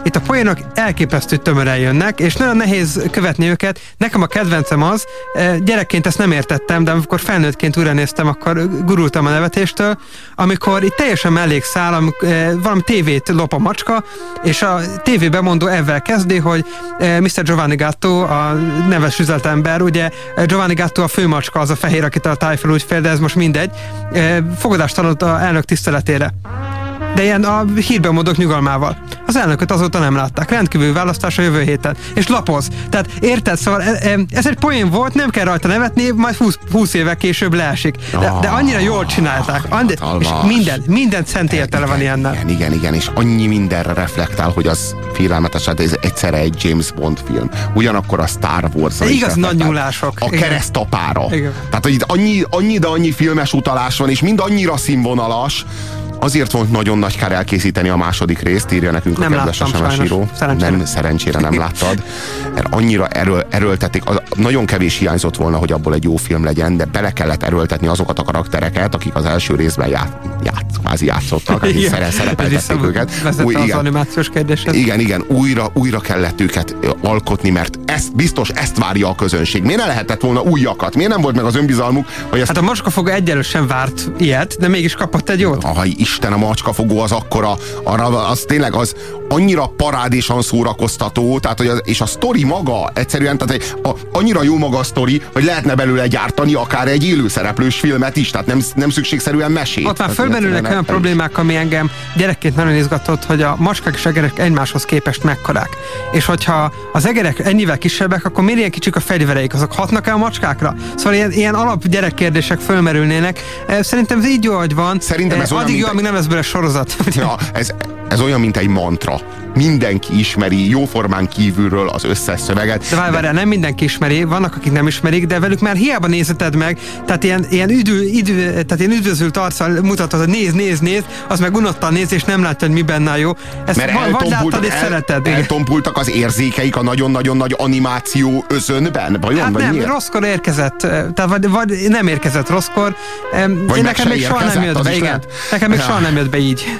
itt a poénok elképesztő tömören jönnek, és nagyon nehéz követni őket. Nekem a kedvencem az, gyerekként ezt nem értettem, de amikor felnőttként újra néztem, akkor gurultam a nevetéstől, amikor itt teljesen mellékszál, amikor valami tévét lop a macska, és a tévébemondó ezzel kezdi, hogy miszter Giovanni Gatto, a neves üzletember, ugye Giovanni Gatto a főmacska, az a fehér, akitől a tájfel úgy fél, de ez most mindegy, fogadást adott a elnök tiszteletére. De ilyen a hírben mondok nyugalmával. Az elnököt azóta nem látták. Rendkívül választás a jövő héten. És lapoz. Tehát érted? Szóval ez egy poén volt, nem kell rajta nevetni, majd húsz évek később leesik. De, de annyira jól csinálták. Andi, és minden, minden szent értele van ilyennel. Igen, igen, igen, és annyi mindenre reflektál, hogy az félelmetes, hát ez egyszerre egy James Bond film. Ugyanakkor a Star Wars. Igaz nagy nyúlások. A keresztapára. Igen. Tehát, hogy itt annyi, annyi, de annyi filmes utalás van, és mind annyira színvonalas. Azért volt nagyon nagy kár elkészíteni a második részt, írja nekünk nem a kedves es em es író. Szerencsére. Nem, szerencsére nem láttad. Mert annyira eről, erőltetik, az, nagyon kevés hiányzott volna, hogy abból egy jó film legyen, de bele kellett erőltetni azokat a karaktereket, akik az első részben ját, ját, kvázi játszottak, akik szerepeltették őket. Új, igen, az animációs kérdéshez. Igen, igen, újra, újra kellett őket alkotni, mert ezt, biztos ezt várja a közönség. Miért ne lehetett volna újakat? Miért nem volt meg az önbizalmuk? Hogy ezt... Hát a Macskafogó egyelőre sem várt ilyet, de mégis kapott egy jót. Ahaj, Isten, a Macskafogó az akkora, arra, az tényleg az annyira parádésan szórakoztató, tehát, hogy az, és a sztori maga egyszerűen, tehát a, annyira jó maga a sztori, hogy lehetne belőle gyártani akár egy élőszereplős filmet is, tehát nem, nem szükségszerűen mesét. Ott már fölmerülnek olyan problémák, ami engem gyerekként nagyon izgatott, hogy a macskák és egerek egymáshoz képest mekkorák. És hogyha az egerek ennyivel kisebbek, akkor miért ilyen kicsik a fegyvereik? Azok hatnak-e a macskákra? Szóval ilyen, ilyen alap gyerekkérdések fölmerülnének. Szerintem ez így jó, hogy van. Szerintem ez olyan, addig jó, egy... amíg nem lesz belőle sorozat. Ja, ez, ez olyan, mint egy mantra. Mindenki ismeri jóformán kívülről az összes szöveget. De várj, várj, nem mindenki ismeri, vannak, akik nem ismerik, de velük már hiába nézheted meg, tehát ilyen, ilyen, üdv, üdv, tehát ilyen üdvözült arccal mutatod, hogy néz, néz, néz, az meg unottan néz, és nem látja, hogy mi benne jó. Ezt mert vagy láttad, és el, szereted. Eltompultak az érzékeik a nagyon-nagyon nagy animáció özönben? Vajon, hát vagy nem, miért? rosszkor érkezett, tehát vagy, vagy nem érkezett rosszkor. Vagy nekem még soha nem jött be, igen. Nekem még soha nem jött be így.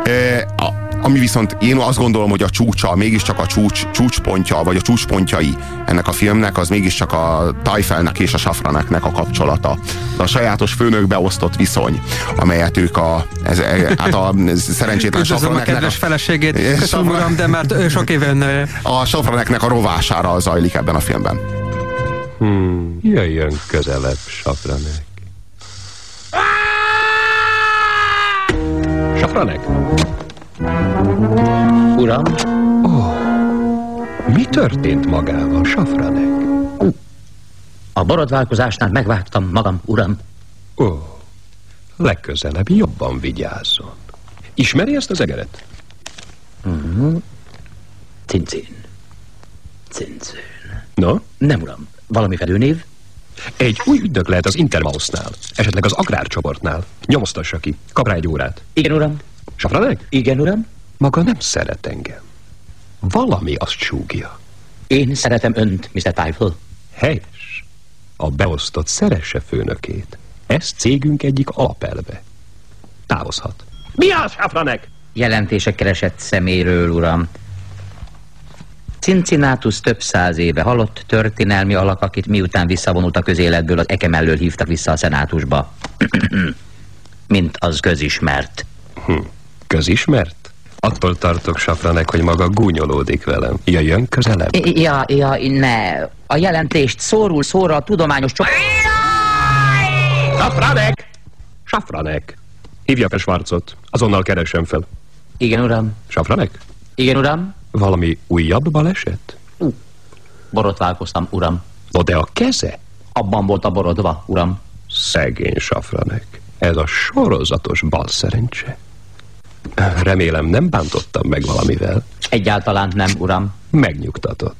Ami viszont én azt gondolom, hogy a csúcsa, mégiscsak a csúcs, csúcspontja, vagy a csúcspontjai ennek a filmnek, az mégiscsak a Tajfelnek és a Safraneknek a kapcsolata. A sajátos főnökbe osztott viszony, amelyet ők a, ez, hát a szerencsétlen Safraneknek... a kedves feleségét, köszönöm uram, de már sok éve önnő. A Safraneknek a rovására zajlik ebben a filmben. Hmm, jöjjön közelebb, Safranek. Safranek? Uram? Oh, mi történt magával, Safranek? Uh, a borotválkozásnál megvágtam magam, uram. Ó, oh, legközelebb jobban vigyázzon. Ismeri ezt az egeret? Mm-hmm. Cincin. Cincin. No? Nem, uram. Valami fedőnév? Egy új ügynök lehet az Intermausnál, esetleg az agrárcsoportnál. Nyomoztassa ki. Kap rá egy órát. Igen, uram. Safranek? Igen, uram. Maga nem szeret engem. Valami azt súgja. Én szeretem önt, miszter Tyfel. Helyes. A beosztott szeresse főnökét. Ez cégünk egyik alapelve. Távozhat. Mi az, Safranek? Jelentések keresett szeméről, uram. Cincinnatus több száz éve halott történelmi alak, akit miután visszavonult a közéletből, az eke mellől hívtak vissza a szenátusba. Mint az közismert. Hm. Közismert? Attól tartok, Safranek, hogy maga gúnyolódik velem. Jöjjön közelebb. Ja, ja, ne. A jelentést szórul szóra a tudományos csoport... Safranek! Safranek! Hívja fel Schwarzot. Azonnal keresem fel. Igen, uram. Safranek? Igen, uram. Valami újabb baleset? Uh, borotválkoztam, uram. No, de a keze? Abban volt a borodva, uram. Szegény Safranek. Ez a sorozatos balszerencse. Remélem, nem bántottam meg valamivel. Egyáltalán nem, uram. Megnyugtatott.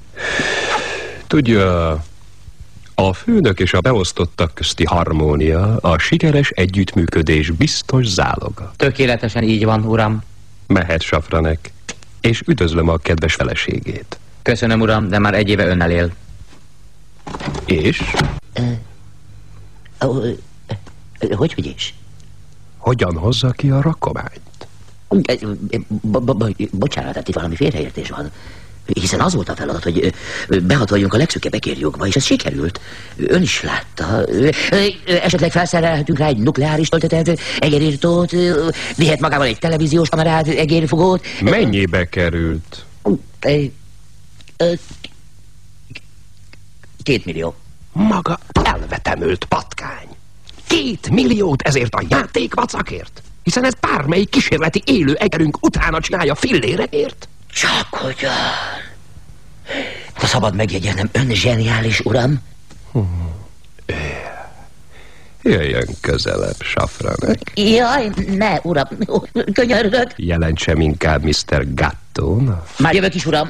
Tudja, a főnök és a beosztottak közti harmónia a sikeres együttműködés biztos záloga. Tökéletesen így van, uram. Mehet, Safranek, és üdvözlöm a kedves feleségét. Köszönöm, uram, de már egy éve önnel él. És? Uh, uh, uh, hogy, hogy is? Hogyan hozza ki a rakományt? Bocsánat, tehát itt valami félreértés van. Hiszen az volt a feladat, hogy behatoljunk a legszűkebb ekérjogba, és ez sikerült. Ön is látta. Esetleg felszerelhetünk rá egy nukleáris töltetet, egérírtót, vihet magával egy televíziós kamerát, egérfogót. Mennyibe került? Két millió. Maga elvetemült patkány. Két milliót ezért a játékvacakért? Hiszen ez bármelyik kísérleti élő egerünk utána csinálja fillérekért. Csak hogyan? De szabad megjegyeznem, ön zseniális, uram? Hmm. Jöjjön közelebb, Safranek. Jaj, ne, uram, könyörgök. Jelentsem inkább miszter Gatton. Már jövök is, uram.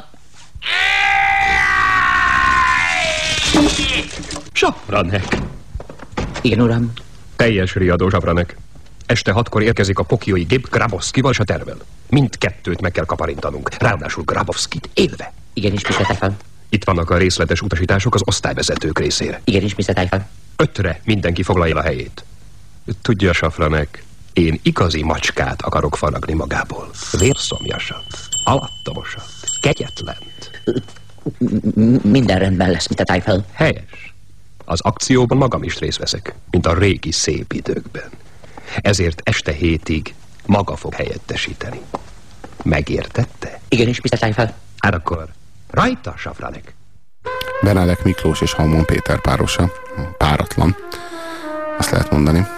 Safranek. Igen, uram. Teljes riadó, Safranek. Este hatkor érkezik a pokiói gép Grabowskival s a tervel. Mindkettőt meg kell kaparintanunk, ráadásul Grabowskit élve. Igenis, mister Typhon. Itt vannak a részletes utasítások az osztályvezetők részére. Igenis, mister Typhon. Ötre mindenki foglalja a helyét. Tudja, Safranek, én igazi macskát akarok faragni magából. Vérszomjasat, alattomosat, kegyetlent. Minden rendben lesz, mister Typhon. Helyes. Az akcióban magam is részt veszek, mint a régi szép időkben. Ezért este hétig maga fog helyettesíteni. Megértette? Igenis, mister Typhon. Hát akkor rajta, Safranek. Benedek Miklós és Haumon Péter párosa. Páratlan. Azt lehet mondani.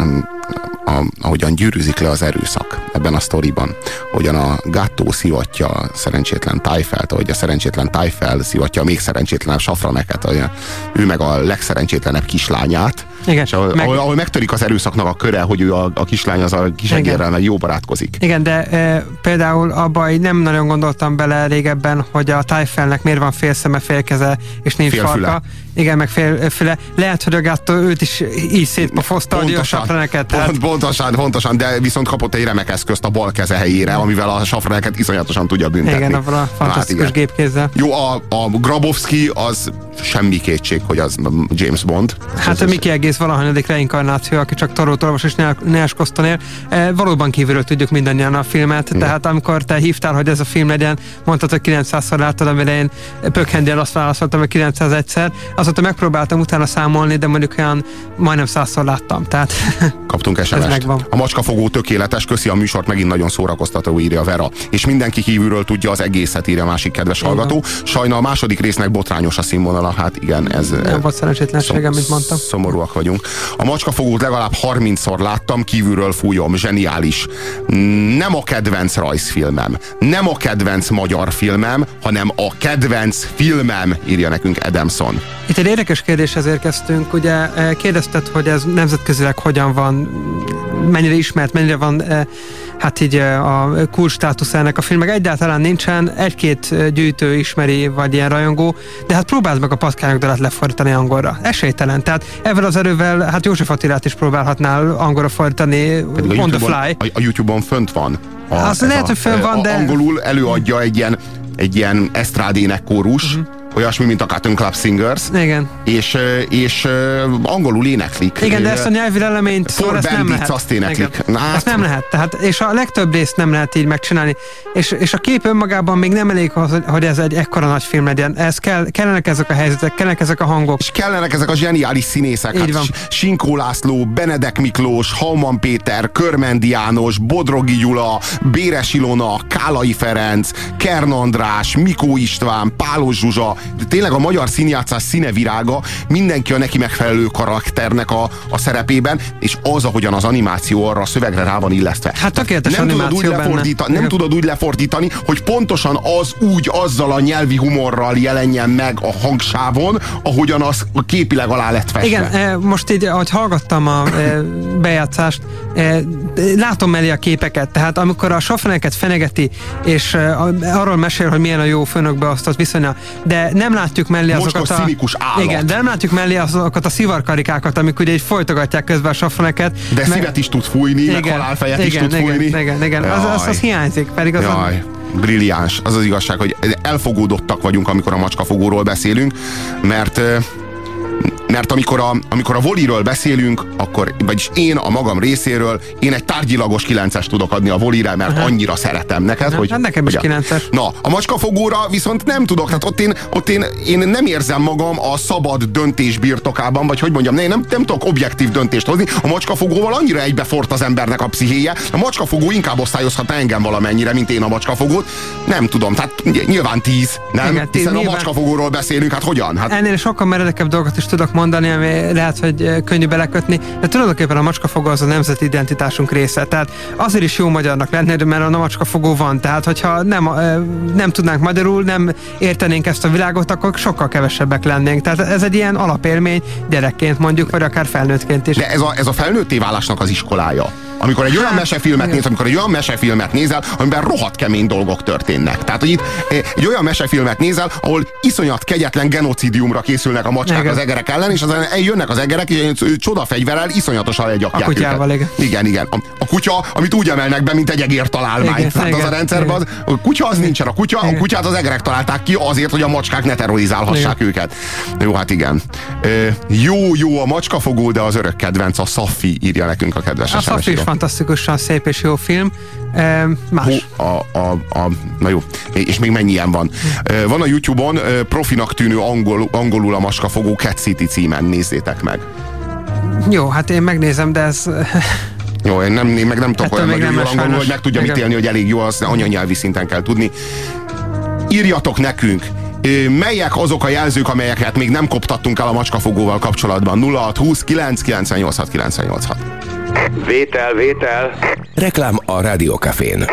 A, ahogyan gyűrűzik le az erőszak ebben a sztoriban, ahogyan a Gatto szivatja a szerencsétlen Typhelt, ahogy a szerencsétlen Typhel szivatja a még szerencsétlenebb Safraneket, ő meg a legszerencsétlenebb kislányát. Igen, és ahol, meg... ahol, ahol megtörik az erőszaknak a köre, hogy ő a, a kislány az a kisegérrel meg jó barátkozik. Igen, de e, például abban nem nagyon gondoltam bele régebben, hogy a Typhelnek miért van fél szeme, fél keze és nincs Félfüle. farka. Igen, meg félfüle. Lehet, hogy a Gatto őt is így szétpofozta a Safraneket. Tehát... Pont, pontosan, pontosan, de viszont kapott egy remek eszközt a bal keze helyére, amivel a Safraneket iszonyatosan tudja büntetni. Igen, abban a fantasztikus hát, gépkézzel. Jó, a, a Grabowski az semmi kétség, hogy az James Bond. Hát a Mickey egész valahanyadik reinkarnáció, aki csak tarót olvas és Neáskoston él. E, valóban kívülről tudjuk mindannyian a filmet, igen. Tehát amikor te hívtál, hogy ez a film legyen, mondtad, hogy kilencszázszor láttad, amire én pökhendien azt válaszoltam, hogy kilencszázegyszer. Azóta megpróbáltam utána számolni, de mondjuk olyan majdnem százszor láttam. Tehát kaptunk es em est. A macskafogó tökéletes, köszi a műsort, megint nagyon szórakoztató, írja Vera. És mindenki kívülről tudja az egészet, írja a másik kedves hallgató. Sajna a második résznek botrányos a színvonala, hát igen, ez... Nem volt szerencsétlenségem, mint mondtam. Szomorúak vagyunk. A macskafogót legalább harmincszor láttam, kívülről fújom, zseniális. Nem a kedvenc rajzfilmem, nem a kedvenc magyar filmem, hanem a kedvenc filmem, írja nekünk Edemson. Itt egy érdekes kérdéshez érkeztünk, ugye kérdezted, hogy ez nemzetközileg hogyan van, mennyire ismert, mennyire van hát így a kulcs státusz ennek a filmnek. Egyáltalán nincsen, egy-két gyűjtő ismeri, vagy ilyen rajongó, de hát próbáld meg a Patkányok lefordítani angolra. Esélytelen. Tehát ezzel az erővel, hát József Attilát is próbálhatnál angolra fordítani on the fly. A, a YouTube-on fönt van. A, az lehet, a, hogy fönn van, de... Angolul előadja egy ilyen, egy ilyen esztrádének kórus, uh-huh. olyasmi, mint a Cotton Club Singers. Igen. És, és angolul éneklik. Igen, de ezt a nyelvi eleményt szóval ezt nem lehet. Azt éneklik. Hát. Ezt nem lehet. Tehát, és a legtöbb részt nem lehet így megcsinálni. És, és a kép önmagában még nem elég, hogy ez egy ekkora nagy film legyen. Ez kell, kellenek ezek a helyzetek, kellenek ezek a hangok. És kellenek ezek a zseniális színészek. Így van. Hát Sinkó László, Benedek Miklós, Haumon Péter, Körmendi János, Bodrogi Gyula, Béres Ilona, Kálai Ferenc, Kern András, Mikó István, Pálos Zsuzsa. Tényleg a magyar színjátszás színevirága, mindenki a neki megfelelő karakternek a, a szerepében, és az, ahogyan az animáció arra a szövegre rá van illesztve. Hát tökéletes nem animáció tudod úgy lefordítani, Nem tudod úgy lefordítani, hogy pontosan az úgy, azzal a nyelvi humorral jelenjen meg a hangsávon, ahogyan az képileg alá lett festve. Igen, most így, ahogy hallgattam a bejátszást, látom mellé a képeket, tehát amikor a Safraneket fenegeti, és arról mesél, hogy milyen a jó főnökbeosztott viszonya, de nem látjuk mellé azokat a... Igen, de nem látjuk mellé azokat a szivarkarikákat, amik ugye így folytogatják közben a Safraneket. De meg... szívet is tud fújni, igen, meg halálfejet igen, is tud igen, fújni. Igen, igen, az, az, az hiányzik, pedig az... Jaj, brilliáns. Az az igazság, hogy elfogódottak vagyunk, amikor a macskafogóról beszélünk, mert mert amikor a, amikor a Wall-E-ről beszélünk, akkor, vagyis én a magam részéről, én egy tárgyilagos kilences tudok adni a Wall-E-re, mert Aha. annyira szeretem. Neked? Hogy, hát nekem is kilences. Na, a macskafogóra viszont nem tudok, tehát ott én, ott én, én nem érzem magam a szabad döntés birtokában, vagy hogy mondjam, nem, nem, nem tudok objektív döntést hozni. A macskafogóval annyira egybefort az embernek a pszichéje. A macskafogó inkább osztályozhatna engem valamennyire, mint én a macskafogót. Nem tudom, tehát nyilván tíz, nem? Igen, tíz, hiszen nyilván. A macskafogóról beszélünk, hát hogyan? Hát... Ennél sokkal meredekebb dolgot is tudok mondani, ami lehet, hogy könnyű belekötni, de tulajdonképpen a macskafogó az a nemzeti identitásunk része. Tehát azért is jó magyarnak lenni, mert a macskafogó van. Tehát, hogyha nem, nem tudnánk magyarul, nem értenénk ezt a világot, akkor sokkal kevesebbek lennénk. Tehát ez egy ilyen alapélmény gyerekként mondjuk, vagy akár felnőttként is. De ez a, ez a felnőtté válásnak az iskolája. Amikor egy olyan mesefilmet néz, amikor egy olyan mesefilmet nézel, amiben rohadt kemény dolgok történnek. Tehát, hogy itt egy olyan mesefilmet nézel, ahol iszonyat kegyetlen genocidiumra készülnek a macskák igen. az egerek ellen, és aztán jönnek az egerek, és csoda-fegyverrel iszonyatosan legyakják a kutyával, őket. Igen. igen, igen. A, a kutya, amit úgy emelnek be, mint egy egértalálmány. Tehát igen, az a rendszerben az, a kutya az nincsen. A, kutya, a kutyát az egerek találták ki azért, hogy a macskák ne terrorizálhassák igen. őket. Jó, hát igen. E, jó, jó a macskafogó, de az örök kedvenc a Szaffi, írja nekünk a kedves es em es író. Fantasztikusan szép és jó film. E, más. Hú, a, a, a, na jó, és még mennyi ilyen van. E, van a YouTube-on e, profinak tűnő angol, angolul a macskafogó Cat City címen, nézzétek meg. Jó, hát én megnézem, de ez... Jó, én, nem, én meg nem tudok olyan nagyon jól angolul, hogy meg tudjam ítélni, hogy elég jó, az anyanyelvi szinten kell tudni. Írjatok nekünk, melyek azok a jelzők, amelyeket még nem koptattunk el a macskafogóval kapcsolatban? nulla hat húsz kilenc kilencnyolc hat kilencnyolc hat. Vétel, vétel. Reklám a Rádiókafén.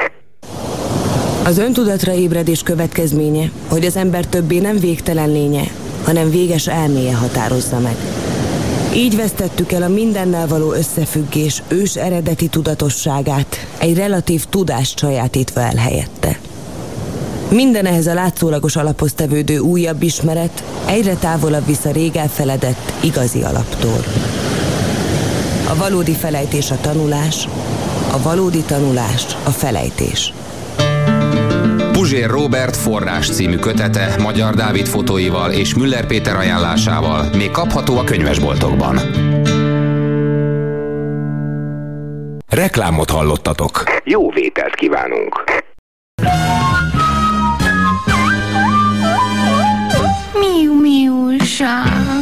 Az öntudatra ébredés következménye, hogy az ember többé nem végtelen lénye, hanem véges elméje határozza meg. Így vesztettük el a mindennel való összefüggés ős eredeti tudatosságát, egy relatív tudást sajátítva el helyette. Minden ehhez a látszólagos alaphoz tevődő újabb ismeret egyre távolabb visz a rég elfeledett igazi alaptól. A valódi felejtés a tanulás, a valódi tanulás a felejtés. Puzsér Róbert forrás című kötete Magyar Dávid fotóival és Müller Péter ajánlásával még kapható a könyvesboltokban. Reklámot hallottatok. Jó vételt kívánunk. Miu miúság,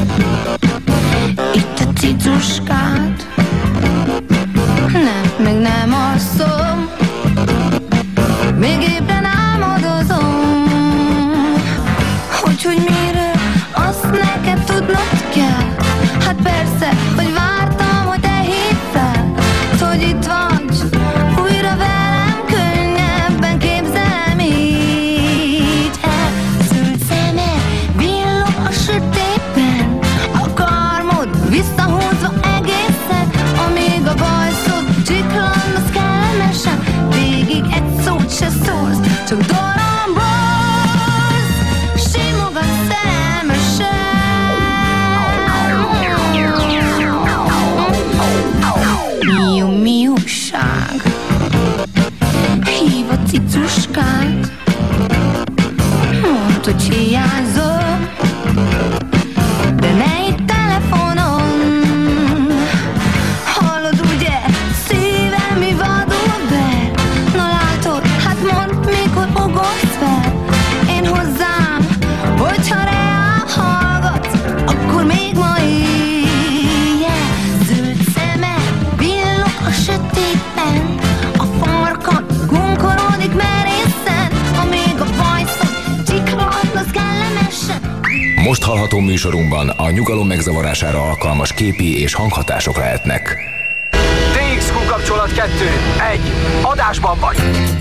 itt a cicuskád. Nem, még nem alszom, még ébren álmodozom, hogy, hogy mire, azt neked tudnod kell. Hát persze, hogy vártam, hogy te hívd fel, hogy itt vagy, újra velem könnyebben képzelem így. Elszült szemed, villog a sötétben, a karmod visszahúzva egészet, amíg a bajszod csiklandasz kellemesen, végig egy szót se szólsz, csak dorombolsz, simogat szemesen. Miu miúság, hív a cicuskád, mondd, hogy hiányzom, de ne itt telefonon. Hallod ugye, szívem mi vadul be. Na látod, hát mondd, mikor ugorsz fel. Én hozzám, hogyha reál hallgatsz, akkor még ma éjjel. Zöld szemed villog a sötétben, a farkad gunkorodik merészen, amíg a bajszod csiklandasz kellemesen. Most hallható műsorunkban a nyugalom megzavarására alkalmas képi és hanghatások lehetnek. té iksz kú kapcsolat kettő, egy, adásban vagy.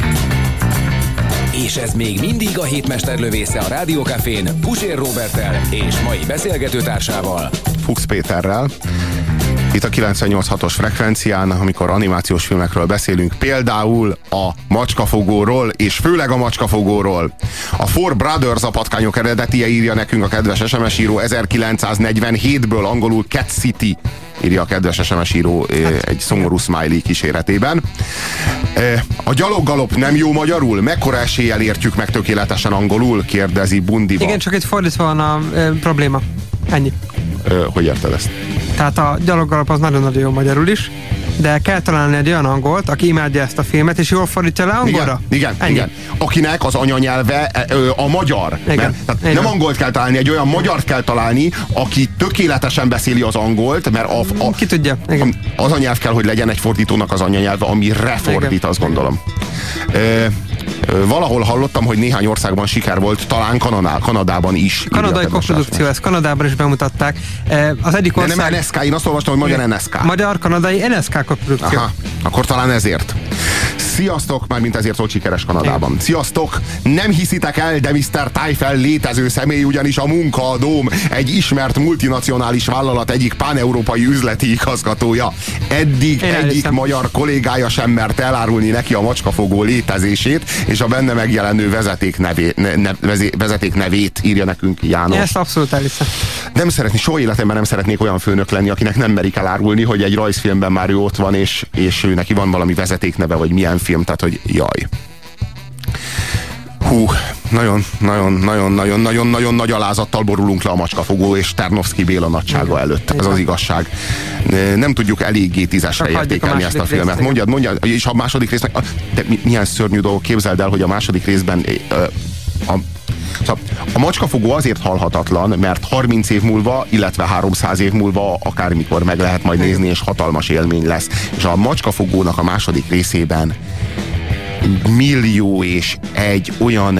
És ez még mindig a hétmester lövésze a Rádiókafén Puzsér Róberttel és mai beszélgetőtársával, Fuchs Péterrel. Itt a kilencvennyolc hatos frekvencián, amikor animációs filmekről beszélünk, például a macskafogóról, és főleg a macskafogóról. A Four Brothers a patkányok eredetie, írja nekünk a kedves es em es író, ezerkilencszáznegyvenhétből, angolul Cat City, írja a kedves es em es író egy szomorú smiley kíséretében. A gyaloggalop nem jó magyarul? Mekkora eséllyel értjük meg tökéletesen angolul? Kérdezi Bundiba. Igen, csak egy fordítva van a e, probléma. Ennyi. Ö, hogy érted ezt? Tehát a gyaloggalap az nagyon-nagyon jó magyarul is, de kell találni egy olyan angolt, aki imádja ezt a filmet, és jól fordítja le angolra. Igen, igen, igen. Akinek az anyanyelve a magyar. Igen. Mert, tehát nem angolt kell találni, egy olyan magyart kell találni, aki tökéletesen beszéli az angolt, mert a, a, ki tudja. Igen. Az a nyelv kell, hogy legyen egy fordítónak az anyanyelve, ami refordít, igen. Azt gondolom. Ö, valahol hallottam, hogy néhány országban siker volt, talán Kanadá, Kanadában is. Kanadai koprodukció, ezt Kanadában is bemutatták. Az egyik ország... De nem en es ká, én azt olvastam, hogy magyar en es ká. Magyar-kanadai en es ká koprodukció. Aha, akkor talán ezért. Sziasztok, már mint ezért volt sikeres Kanadában. Igen. Sziasztok, nem hiszitek el, de miszter Tájfel létező személy, ugyanis a munkaadóm egy ismert multinacionális vállalat egyik páneurópai üzleti igazgatója. Eddig Én egyik elhiszem. magyar kollégája sem mert elárulni neki a macskafogó létezését, és a benne megjelenő vezeték, nevé, ne, ne, vezeték nevét írja nekünk János. Ezt abszolút elhiszem. Nem szeretni, soha életemben nem szeretnék olyan főnök lenni, akinek nem merik elárulni, hogy egy rajzfilmben már ő ott van, és, és ő neki van valami vezetékneve, vagy milyen film, tehát hogy jaj. Hú, nagyon, nagyon, nagyon, nagyon, nagyon, nagyon nagy alázattal borulunk le a macskafogó és Tarnowski Béla nagysága előtt. Ez az igazság. Nem tudjuk eléggé tízesre értékelni ezt a filmet. Mondjad, mondjad, és a második résznek, de milyen szörnyű dolgok, képzeld el, hogy a második részben a, a Szóval a macskafogó azért halhatatlan, mert harminc év múlva, illetve háromszáz év múlva akármikor meg lehet majd nézni, és hatalmas élmény lesz. És a macskafogónak a második részében millió és egy olyan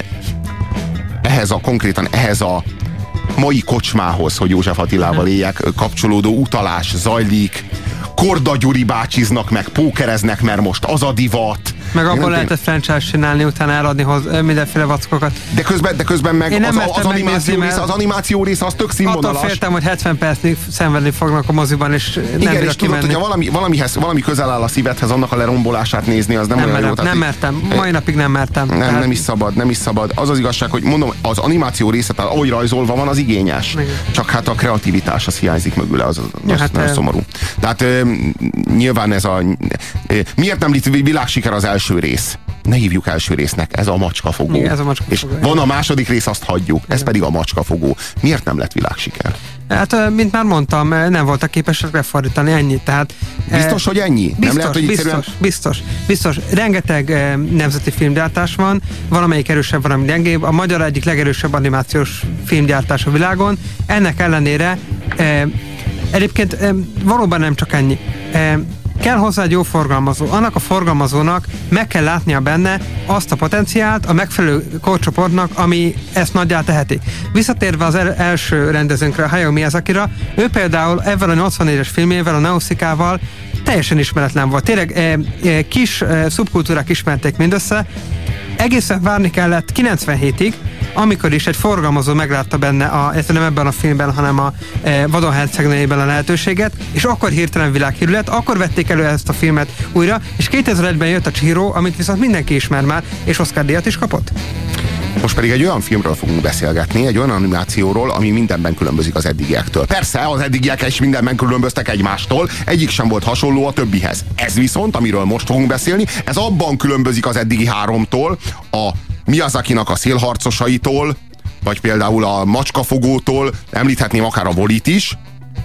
ehhez a konkrétan ehhez a mai kocsmához, hogy József Attilával éljek, kapcsolódó utalás zajlik, Korda Gyuri bácsiznak meg, pókereznek, mert most az a divat. Meg abból lehetett franchise csinálni, utána eladni hoz, mindenféle vackokat. De közben, de közben meg az, az, animáció része, az animáció része az tök színvonalas. Attól féltem, hogy hetven percig szenvedni fognak a moziban, és nem igen, és tudod, hogyha valami, valamihez, valami közel áll a szívedhez, annak a lerombolását nézni, az nem, nem olyan merem, jó. Nem mertem, mai napig nem mertem. Nem, tehát... nem is szabad, nem is szabad. Az az igazság, hogy mondom, az animáció része, tehát ahogy rajzolva van, az igényes. Igen. Csak hát a kreativitás az hiányzik mögüle, az, az, ja, az hát nagyon e... szomorú. Tehát e, nyilván ez a... E, miért nem lett világsiker az első rész? Ne hívjuk első résznek, ez a macskafogó. Igen, ez a macskafogó. És van a második rész, azt hagyjuk, ez pedig a macskafogó. Miért nem lett világsiker? Hát, mint már mondtam, nem voltak képesek lefordítani, ennyi. Tehát, biztos, hogy ennyi? Biztos, nem lehet, hogy biztos, egyszerűen... biztos, biztos. Rengeteg eh, nemzeti filmgyártás van, valamelyik erősebb, valami gyengébb. A magyar egyik legerősebb animációs filmgyártás a világon. Ennek ellenére eh, egyébként eh, valóban nem csak ennyi. Eh, Kell hozzá egy jó forgalmazó. Annak a forgalmazónak meg kell látnia benne azt a potenciált a megfelelő korcsoportnak, ami ezt nagyjá teheti. Visszatérve az el- első rendezőnkre, Hayao Miyazakira, ő például ezzel a nyolcvannégyes filmével, a Nauszikával teljesen ismeretlen volt. Tényleg e, e, kis e, szubkultúrák ismerték mindössze. Egészen várni kellett kilencvenhétig, amikor is egy forgalmazó meglátta benne, a, nem ebben a filmben, hanem a e, Vadonhercegnőjében a lehetőséget, és akkor hirtelen világhírű lett, akkor vették elő ezt a filmet újra, és kétezer-egyben jött a Chihiro, amit viszont mindenki ismer már, és Oscar-díjat is kapott. Most pedig egy olyan filmről fogunk beszélgetni, egy olyan animációról, ami mindenben különbözik az eddigiektől. Persze, az eddigiek is mindenben különböztek egymástól, egyik sem volt hasonló a többihez. Ez viszont, amiről most fogunk beszélni, ez abban különbözik az eddigi háromtól, a Miyazakinak a Szélharcosaitól, vagy például a Macskafogótól, említhetném akár a Volit is,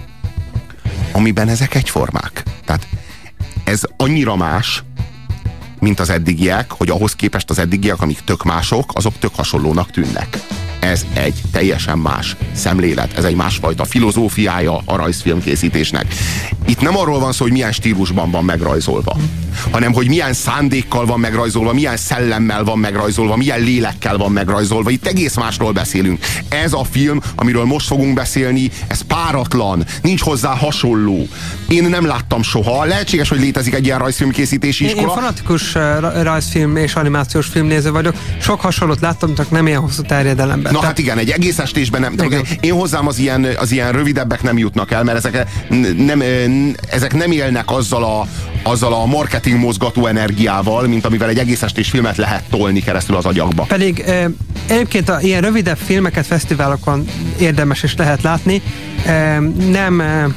amiben ezek egyformák. Tehát ez annyira más, mint az eddigiek, hogy ahhoz képest az eddigiek, amik tök mások, azok tök hasonlónak tűnnek. Ez egy teljesen más szemlélet, ez egy másfajta filozófiája a rajzfilmkészítésnek. Itt nem arról van szó, hogy milyen stílusban van megrajzolva, hanem hogy milyen szándékkal van megrajzolva, milyen szellemmel van megrajzolva, milyen lélekkel van megrajzolva. Itt egész másról beszélünk. Ez a film, amiről most fogunk beszélni, ez páratlan, nincs hozzá hasonló. Én nem láttam soha. Lehetséges, hogy létezik egy ilyen rajzfilmkészítési iskola. Én, én fanatikus rajzfilm és animációs filmnéző vagyok. Sok hasonlót láttam, csak nem ilyen hosszú terjedelemben. Na hát igen, egy egész estésben nem. Igen. Én hozzám az ilyen, az ilyen rövidebbek nem jutnak el, mert ezek nem, ezek nem élnek azzal a, azzal a marketing mozgató energiával, mint amivel egy egész estés filmet lehet tolni keresztül az agyakba. Pedig eh, egyébként a ilyen rövidebb filmeket fesztiválokon érdemes is lehet látni. Eh, nem, eh,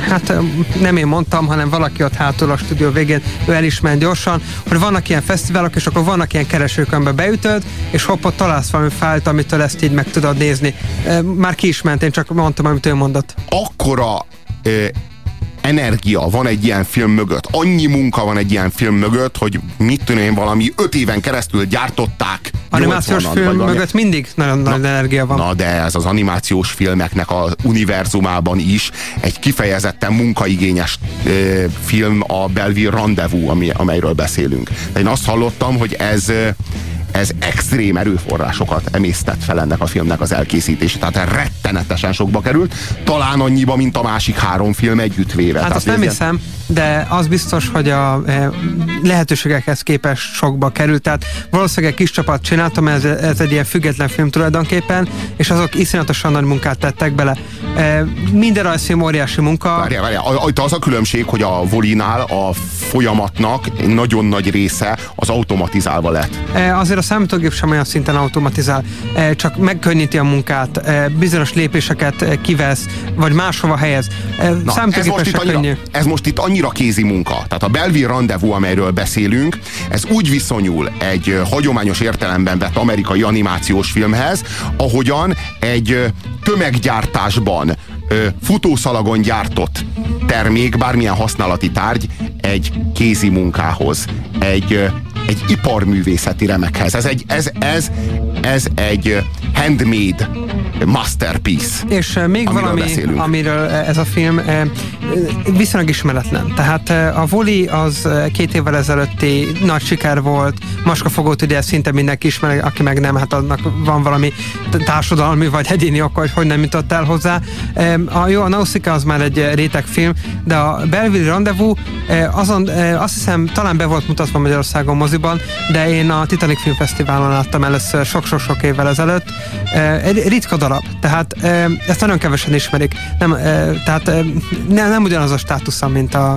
hát nem én mondtam, hanem valaki ott hátul a stúdió végén, ő elismert gyorsan, hogy vannak ilyen fesztiválok, és akkor vannak ilyen keresők, amiben beütöd, és hopp, ott találsz valami fájlt, amitől ezt így meg tudod nézni. Már ki is ment, én csak mondtam, amit ő mondott. Akkora ö, energia van egy ilyen film mögött, annyi munka van egy ilyen film mögött, hogy mit tudom én, valami öt éven keresztül gyártották. Animációs film mögött mindig nagyon nagy energia van. Na de ez az animációs filmeknek az univerzumában is egy kifejezetten munkaigényes ö, film, a Belleville Rendezvous, ami, amelyről beszélünk. De én azt hallottam, hogy ez ez extrém erőforrásokat emésztett fel ennek a filmnek az elkészítése. Tehát rettenetesen sokba került, talán annyiba, mint a másik három film együttvéve. Hát Tehát azt nem hiszem, de az biztos, hogy a e, lehetőségekhez képest sokba került. Tehát valószínűleg egy kis csapat csináltam, ez, ez egy ilyen független film tulajdonképpen, és azok iszonyatosan nagy munkát tettek bele. E, minden rajzfilm óriási munka. Várjál, várjál. Az a különbség, hogy a Volinál a folyamatnak nagyon nagy része az automatizálva lett. E, azért a számítógép sem olyan szinten automatizál, e, csak megkönnyíti a munkát, e, bizonyos lépéseket kivesz, vagy máshova helyez. E, Na, ez, most itt annyira, ez most itt annyira kézi munka. Tehát a Belleville Rendezvous, amelyről beszélünk, ez úgy viszonyul egy hagyományos értelemben vett amerikai animációs filmhez, ahogyan egy tömeggyártásban futószalagon gyártott termék, bármilyen használati tárgy egy kézi munkához, egy, egy iparművészeti remekhez. Ez egy, ez, ez, ez egy handmade masterpiece. És még valami, beszélünk. amiről ez a film viszonylag ismeretlen. Tehát a Wall-E az két évvel ezelőtti nagy siker volt, Macskafogót ugye szinte mindenki ismer, aki meg nem, hát annak van valami társadalmi vagy egyéni oka, hogy hogy nem jutott el hozzá. A, jó, a Nausicaa az már egy rétegfilm, de a Belleville Rendezvous azon, azt hiszem talán be volt mutatva Magyarországon moziban, de én a Titanic Filmfesztiválon láttam először sok-sok-sok évvel ezelőtt. Egy ritka darab, tehát ezt nagyon kevesen ismerik. Nem, tehát nem, nem ugyanaz a státusza, mint a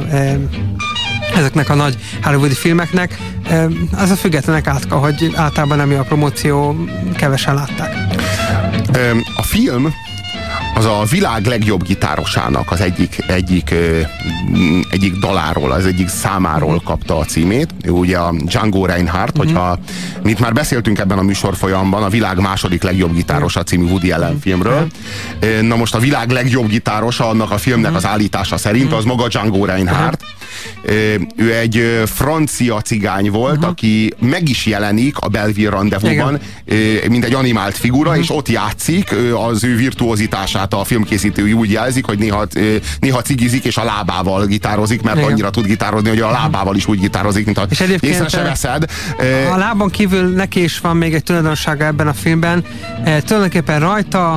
ezeknek a nagy hollywoodi filmeknek. Az a függetlenek átka, hogy általában nem jó a promóció, kevesen látták. A film az a világ legjobb gitárosának az egyik, egyik, egyik daláról, az egyik számáról kapta a címét. Ő ugye a Django Reinhardt, mm-hmm. hogyha, mint már beszéltünk ebben a műsorfolyamban, a világ második legjobb gitárosa című Woody Allen filmről. Mm-hmm. Na most a világ legjobb gitárosa annak a filmnek mm-hmm. az állítása szerint az maga Django Reinhardt. Mm-hmm. Ő egy francia cigány volt, mm-hmm. aki meg is jelenik a Belleville Rendezvous-ban, mint egy animált figura, mm-hmm. és ott játszik, az ő virtuozitását a filmkészítői úgy jelzik, hogy néha, néha cigizik, és a lábával gitározik, mert igen. annyira tud gitározni, hogy a lábával is úgy gitározik, mint a észre se veszed. A lábon kívül neki is van még egy tulajdonsága ebben a filmben. E, tulajdonképpen rajta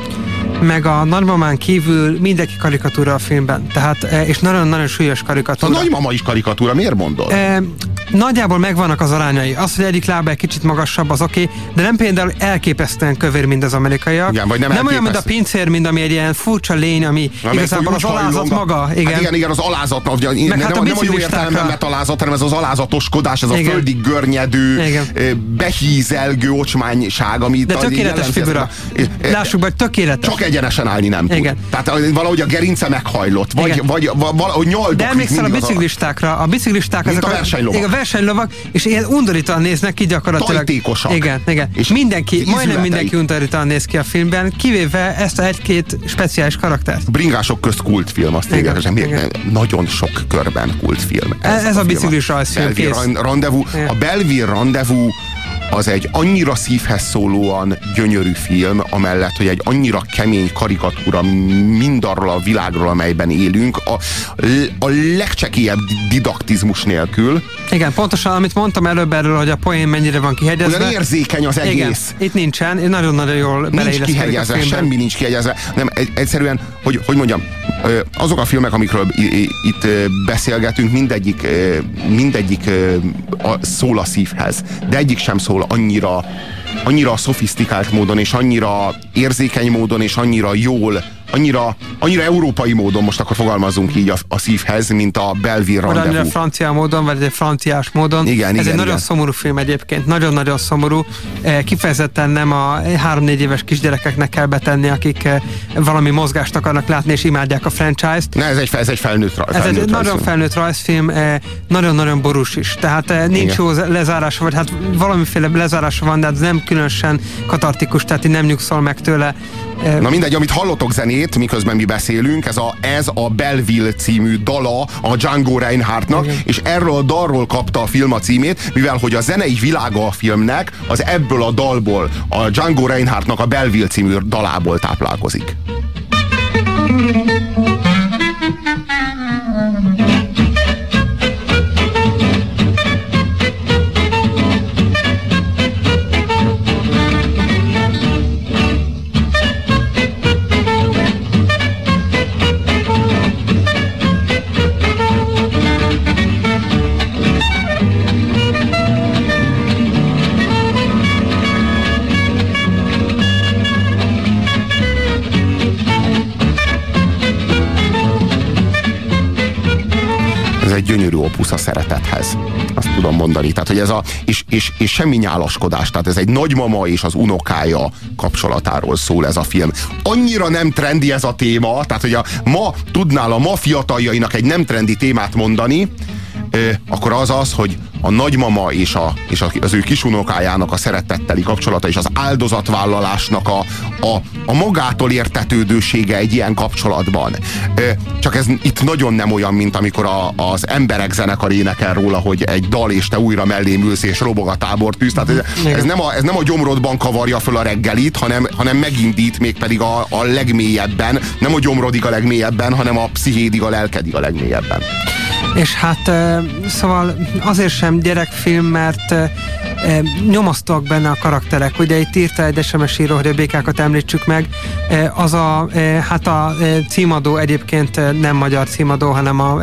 meg a nagymamán kívül mindenki karikatúra a filmben. Tehát, és nagyon-nagyon súlyos karikatúra. A nagymama is karikatúra, miért mondod? E, nagyjából megvannak az arányai. Az, hogy egyik lába egy kicsit magasabb, az oké, okay, de nem például elképesztően kövér, mint az amerikaiak. Igen, vagy nem nem olyan, mint a pincér, mint ami egy ilyen furcsa lény, ami Na, igazából az alázat maga. Igen. Hát igen, igen, az alázat. Nem, hát nem, nem a jó értelemben vett alázat, hanem ez az alázatoskodás, ez igen. a földig görnyedő, igen. behízelgő ocsmányság, ami de tökéletes figura. Lássuk be, tökéletes. Csak egyenesen állni nem tud. Igen. Tehát valahogy a gerince meghajlott, vagy, vagy valahogy nyaldok. De emlékszel a biciklistákra? A biciklisták mint a versenylovak. A versenylovak, és ilyen undorítóan néznek ki gyakorlatilag. Tajtékosak. Igen, igen. És mindenki, majdnem mindenki undorítóan néz ki a filmben, kivéve ezt a egy-két speciális karaktert. Bringások közt kultfilm, azt igen, nagyon sok körben kultfilm. Ez, ez a, a biciklis rajzfilm, kész. Rendezvous. A Belleville Rendezvous az egy annyira szívhez szólóan gyönyörű film, amellett, hogy egy annyira kemény karikatúra mindarról a világról, amelyben élünk, a, a legcsekélyebb didaktizmus nélkül. Igen, pontosan, amit mondtam előbb erről, hogy a poén mennyire van kihegyezve. Olyan érzékeny az egész. Igen, itt nincsen, nagyon-nagyon jól beleilleszkedik. Nincs kihegyezve, semmi nincs kihegyezve. Nem, egyszerűen, hogy, hogy mondjam, azok a filmek, amikről itt beszélgetünk, mindegyik, mindegyik szól a szívhez, de egyik sem szól annyira, annyira szofisztikált módon, és annyira érzékeny módon, és annyira jól annyira, annyira európai módon, most akkor fogalmazunk így a, a szívhez, mint a Belleville Rendezvous. Vagy annyira francia módon, vagy egy franciás módon. Igen, Ez igen, egy igen. nagyon szomorú film egyébként, nagyon-nagyon szomorú. Kifejezetten nem a három-négy éves kisgyerekeknek kell betenni, akik valami mozgást akarnak látni, és imádják a franchise-t. Ne, ez egy, ez egy felnőtt, felnőtt Ez egy rajzfilm. nagyon felnőtt rajzfilm, nagyon-nagyon borús is. Tehát nincs jó lezárása, vagy hát valamiféle lezárása van, de ez nem különösen katartikus, tehát így nem nyugszol meg tőle. Na mindegy, amit hallotok zenét, miközben mi beszélünk, ez a, ez a Belleville című dala a Django Reinhardtnak, igen. És erről a dalról kapta a film a címét, mivel hogy a zenei világa a filmnek az ebből a dalból, a Django Reinhardtnak a Belleville című dalából táplálkozik. Egy gyönyörű opusz a szeretethez. Azt tudom mondani. Tehát, hogy ez a, és, és, és semmi nyálaskodás. Tehát ez egy nagymama és az unokája kapcsolatáról szól ez a film. Annyira nem trendi ez a téma, tehát, hogy a ma tudnál a ma fiataljainak egy nem trendi témát mondani, akkor az az, hogy a nagymama és, a, és az ő kisunokájának a szeretetteli kapcsolata és az áldozatvállalásnak a, a, a magától értetődősége egy ilyen kapcsolatban. Csak ez itt nagyon nem olyan, mint amikor a, az emberek zenekar énekel róla, hogy egy dal és te újra mellém ülsz és robog a tábortűz. Tehát ez, ez, nem a, ez nem a gyomrodban kavarja föl a reggelit, hanem, hanem megindít mégpedig a, a legmélyebben. Nem a gyomrodig a legmélyebben, hanem a pszichédig, a lelkedig a legmélyebben. És hát szóval azért sem gyerekfilm, mert nyomasztóak benne a karakterek. Ugye itt írta egy es em es író, hogy a békákat említsük meg. Az a, hát a címadó egyébként nem magyar címadó, hanem a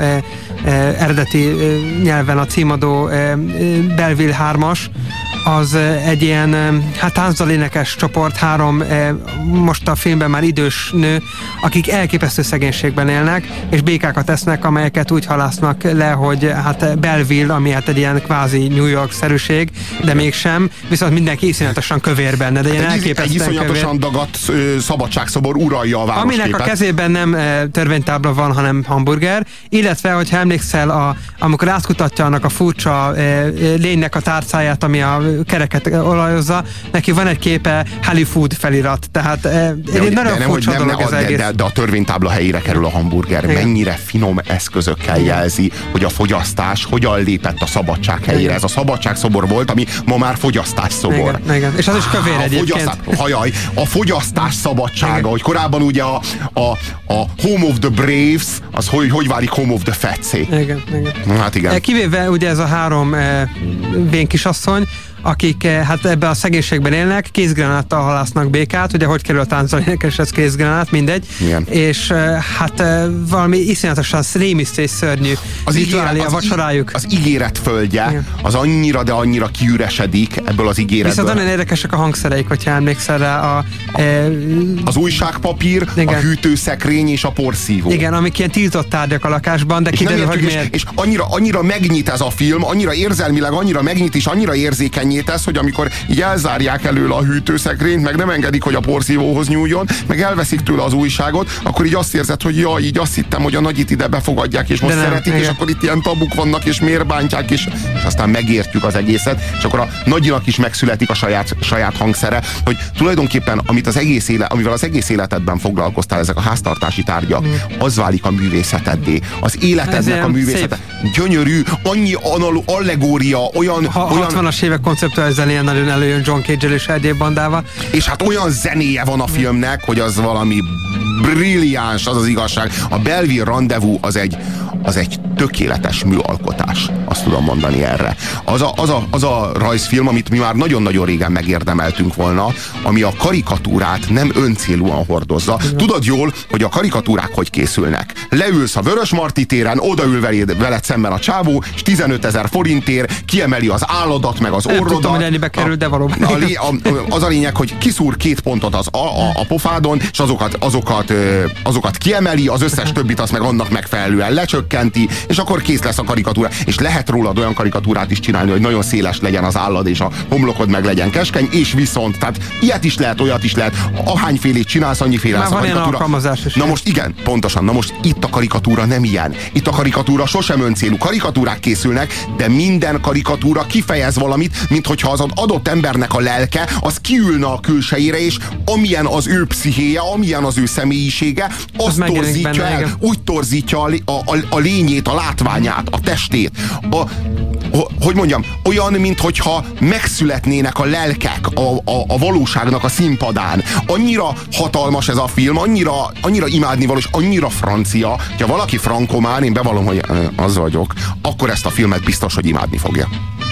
eredeti nyelven a címadó Belleville hármas, az egy ilyen, hát táncdalénekes csoport, három most a filmben már idős nő, akik elképesztő szegénységben élnek, és békákat esznek, amelyeket úgy halásznak le, hogy hát Belleville, ami hát egy ilyen kvázi New York-szerűség, de mégsem, viszont mindenki iszonyatosan kövér benne, de ilyen elképesztően egy iszonyatosan dagadt szabadságszobor uralja a városképet. Aminek a kezében nem törvénytábla van, hanem hamburger, illetve, hogyha emlékszel, a, amikor átkutatja annak a furcsa lénynek a tárcáját, ami a kereket olajozza, neki van egy képe Hollywood felirat, tehát egy de, nagyon de furcsa nem, dolog nem, az de, egész. De, de a törvénytábla helyére kerül a hamburger. Igen. Mennyire finom eszközökkel jelzi, hogy a fogyasztás hogyan lépett a szabadság helyére. Igen. Ez a szabadságszobor volt, ami ma már fogyasztásszobor. Igen, igen. És az is kövér egyébként. A, hajaj, a fogyasztás szabadsága, igen. Hogy korábban ugye a, a, a Home of the Braves, az hogy, hogy válik Home of the Fatsé. Igen, igen. Hát igen. Kivéve ugye ez a három eh, vén kisasszony, akik hát ebben a szegénységben élnek, kézgranáttal halásznak békát, ugye hogy kerül a táncdalénekes, ez kézgranát, mindegy. Igen. És hát valami iszonyatosan rémisztő és szörnyű az rituálé a vacsorájuk. Az ígéret földje, igen. Az annyira, de annyira kiüresedik ebből az ígéretből. Viszont nagyon érdekesek a hangszereik, hogyha emlékszel rá. A, e, az újságpapír, igen. A hűtőszekrény és a porszívó. Igen, amik ilyen tiltott tárgyak a lakásban, de kiderül, hogy miért. És, és annyira, annyira megnyit ez a film, annyira érzelmileg, annyira megnyit és annyira érzékeny tesz, hogy amikor így elzárják előle a hűtőszekrényt, meg nem engedik, hogy a porszívóhoz nyúljon, meg elveszik tőle az újságot, akkor így azt érzed, hogy jaj, így azt hittem, hogy a nagyit ide befogadják, és most nem, szeretik, igen. És akkor itt ilyen tabuk vannak, és miért bántják, és, és aztán megértjük az egészet, és akkor a nagyinak is megszületik a saját, saját hangszere, hogy tulajdonképpen amit az egész élet, amivel az egész életedben foglalkoztál, ezek a háztartási tárgyak, mm. az válik a művészeteddé. Az életednek a művészete. Szép. Gyönyörű, annyi allegória, olyan... Ha, olyan hatvanas évek konceptuális nagyon előjön John Cage-el és egyéb bandával. És hát olyan zenéje van a filmnek, hogy az valami brilliáns, az az igazság. A Belleville Rendezvous az egy, az egy tökéletes műalkotás. A azt tudom mondani erre. Az a, az a, az a rajzfilm, amit mi már nagyon-nagyon régen megérdemeltünk volna, ami a karikatúrát nem öncélúan hordozza. Tudod jól, hogy a karikatúrák hogy készülnek. Leülsz a Vörösmarty téren, odaül veled, veled szemben a csávó, és tizenötezer forintért kiemeli az álladat, meg az orrodat. Nem tudom, hogy ennyibe kerül, de valóban. A, a, a, az a lényeg, hogy kiszúr két pontot az a, a, a pofádon, és azokat, azokat, azokat kiemeli, az összes többit azt meg annak megfelelően lecsökkenti, és akkor kész lesz a karikatúra. És lehet rólad olyan karikatúrát is csinálni, hogy nagyon széles legyen az állad, és a homlokod meg legyen keskeny, és viszont, tehát ilyet is lehet, olyat is lehet, ahányfélét csinálsz, annyiféle lesz a karikatúra. Na most igen, pontosan, na most itt a karikatúra nem ilyen. Itt a karikatúra sosem öncélú. Karikatúrák készülnek, de minden karikatúra kifejez valamit, mint hogyha az adott embernek a lelke, az kiülne a külsejére, és amilyen az ő pszichéje, amilyen az ő személyisége, azt torzítja benne, el, igen. Úgy torzítja a, a, a lényét, a látványát, a testét. A, hogy mondjam, olyan, minthogyha megszületnének a lelkek a, a, a valóságnak a színpadán. Annyira hatalmas ez a film, annyira, annyira imádnivaló, és annyira francia, hogyha valaki frankomán, én bevallom, hogy az vagyok, akkor ezt a filmet biztos, hogy imádni fogja.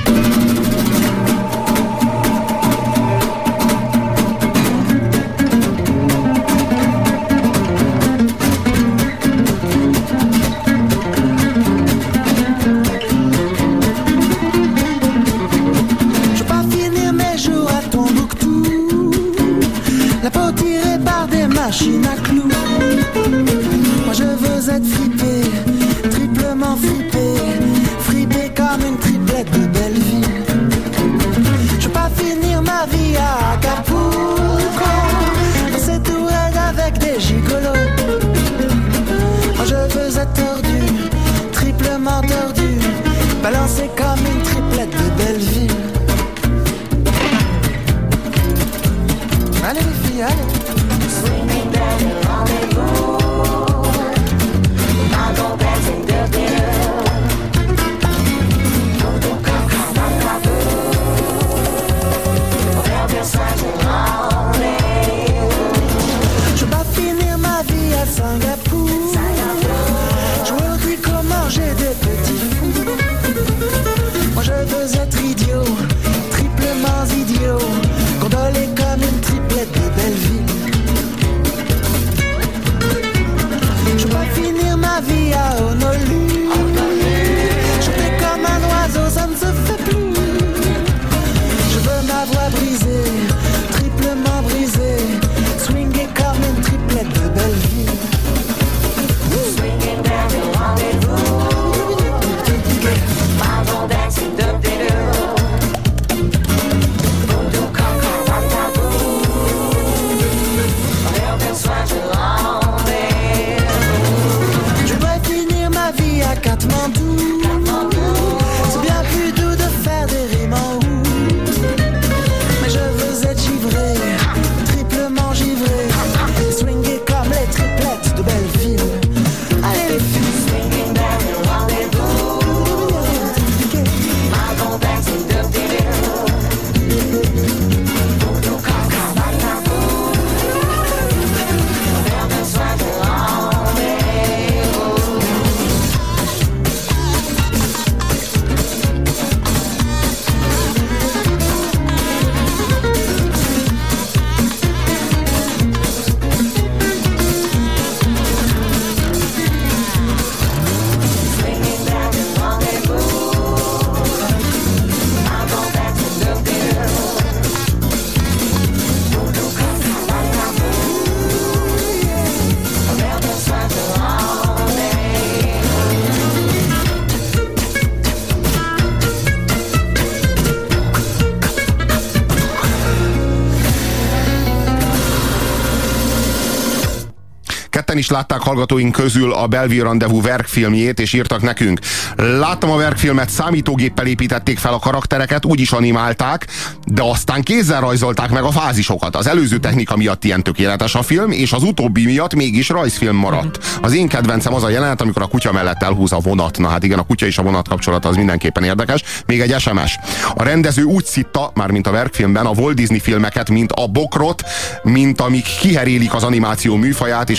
Machine à clous. Moi je veux être fripé, triplement fripé, fripé comme une triplette de Belleville. Je veux pas finir ma vie à Acapulco, dans cette tourelle avec des gigolos. Moi je veux être tordu, triplement tordu, balancé comme une triplette de Belleville. Allez les filles, allez. Je veux pas finir ma vie à Singapour. Je veux comment j'ai des petits fous. Moi je veux être idiot, triplement idiot, gondolé comme une triplette de Belleville. Je veux pas finir ma vie à Honolulu. Chanter comme un oiseau, ça ne se fait plus. Je veux ma voix brisée, triplement brisée, swinguer comme une triplette de Belleville. Swinging down the rendezvous, Marble dancing the diddle. Voodoo conquer rendezvous, American swagger à Katmandou. C'est bien plus doux de faire des rimes en ou. Mais je veux être givré, triplement givré, swinguer comme les triplettes de Belleville. Allez les filles, swinging down the rendezvous, Marble dancing the diddle. Voodoo conquer rendezvous, American swagger is látták hallgatóink közül a Belleville Rendezvous verkfilmjét, és írtak nekünk. Láttam a verkfilmet, számítógéppel építették fel a karaktereket, úgy is animálták, de aztán kézzel rajzolták meg a fázisokat. Az előző technika miatt ilyen tökéletes a film, és az utóbbi miatt mégis rajzfilm maradt. Az én kedvencem az a jelenet, amikor a kutya mellett elhúz a vonat. Na hát igen, a kutya és a vonat kapcsolata az mindenképpen érdekes. Még egy es em es. A rendező úgy szitta, már mint a verkfilmben, a Walt Disney filmeket, mint a bokrot, mint amik kiherélik az animáció műfaját, és azt a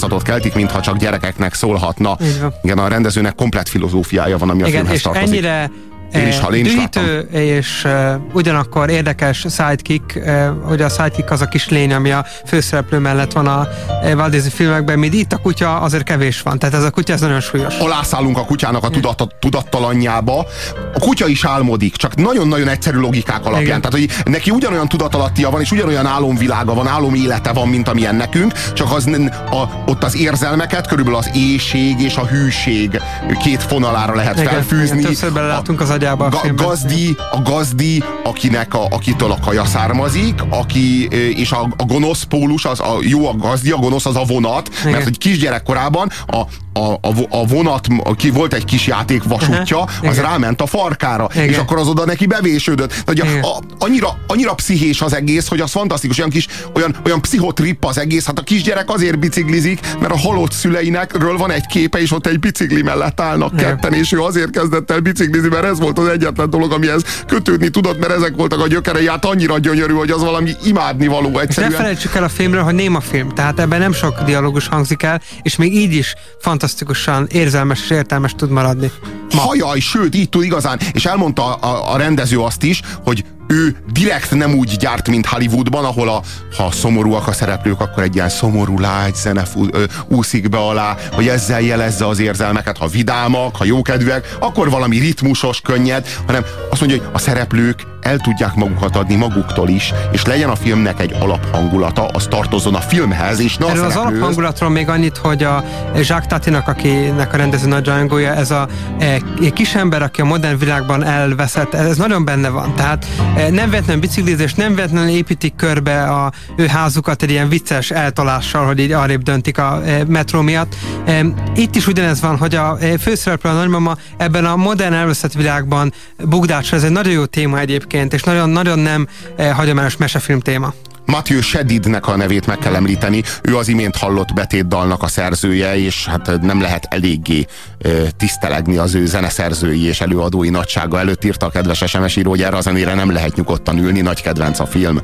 vadászhatot keltik, mintha csak gyerekeknek szólhatna. Igen, a rendezőnek komplett filozófiája van, ami a igen, filmhez és tartozik. ennyire Én is, én is dühítő és uh, ugyanakkor érdekes sidekick, uh, hogy a sidekick az a kis lény, ami a főszereplő mellett van a uh, Walt Disney filmekben, míg itt a kutya azért kevés van, tehát ez a kutya ez nagyon súlyos. Alászállunk a kutyának a tudat, tudattalanjába. A kutya is álmodik, csak nagyon-nagyon egyszerű logikák alapján. Igen. Tehát, hogy neki ugyanolyan tudatalattia van, és ugyanolyan álomvilága van, álomélete van, mint amilyen nekünk, csak az, a, ott az érzelmeket körülbelül az éhség és a hűség két fonalára lehet igen, felfűzni. Igen, többször belelátunk az agyába a Ga- filmben. Gazdi, a gazdi, akinek a, akitől a kaja származik, aki, és a, a gonosz pólus, az a jó a gazdi, a gonosz az a vonat, igen. Mert hogy kisgyerekkorában a, a, a, a vonat, aki volt egy kis játék vasútja, uh-huh. az igen. ráment a farkára, igen. és akkor az oda neki bevésődött. A, a, annyira, annyira pszichés az egész, hogy az fantasztikus, olyan kis, olyan, olyan pszichotrip az egész. Hát a kisgyerek azért biciklizik, mert a halott szüleinekről van egy képe, és ott egy bicikli mellett állnak igen. ketten, és ő azért kezdett el biciklizni, mert ez volt az egyetlen dolog, amihez kötődni tudott, mert ezek voltak a gyökerei, hát annyira gyönyörű, hogy az valami imádnivaló egyszerűen. És ne felejtsük el a filmről, hogy néma film, tehát ebben nem sok dialógus hangzik el, és még így is fantasztikusan érzelmes és értelmes tud maradni. Ma. Hajaj, sőt, így tud igazán, és elmondta a, a rendező azt is, hogy ő direkt nem úgy gyárt, mint Hollywoodban, ahol a, ha szomorúak a szereplők, akkor egy ilyen szomorú lágy zene fú, ö, úszik be alá, hogy ezzel jelezze az érzelmeket, ha vidámak, ha jókedvűek, akkor valami ritmusos, könnyed, hanem azt mondja, hogy a szereplők el tudják magukat adni maguktól is, és legyen a filmnek egy alaphangulata, az tartozzon a filmhez, és ne a szereplőhöz. Az alaphangulatról még annyit, hogy a Jacques Tatinak, akinek a rendező nagy rajongója, ez a e, kisember, aki a modern világban elveszett, ez nagyon benne van. Tehát e, nem véletlenül biciklizés, nem véletlenül építik körbe a ő házukat egy ilyen vicces eltolással, hogy így arrébb döntik a e, metró miatt. E, itt is ugyanez van, hogy a e, főszereplő, a nagymama ebben a modern elveszett világban bugdácsra, ez egy nagyon jó téma egyébként, és nagyon, nagyon nem eh, hagyományos mesefilm téma. Matthew Shedidnek a nevét meg kell említeni, ő az imént hallott betétdalnak a szerzője, és hát nem lehet eléggé e, tisztelegni az ő zeneszerzői és előadói nagysága előtt. Írta a kedves es em es író, hogy erre a zenére nem lehet nyugodtan ülni, nagy kedvenc a film.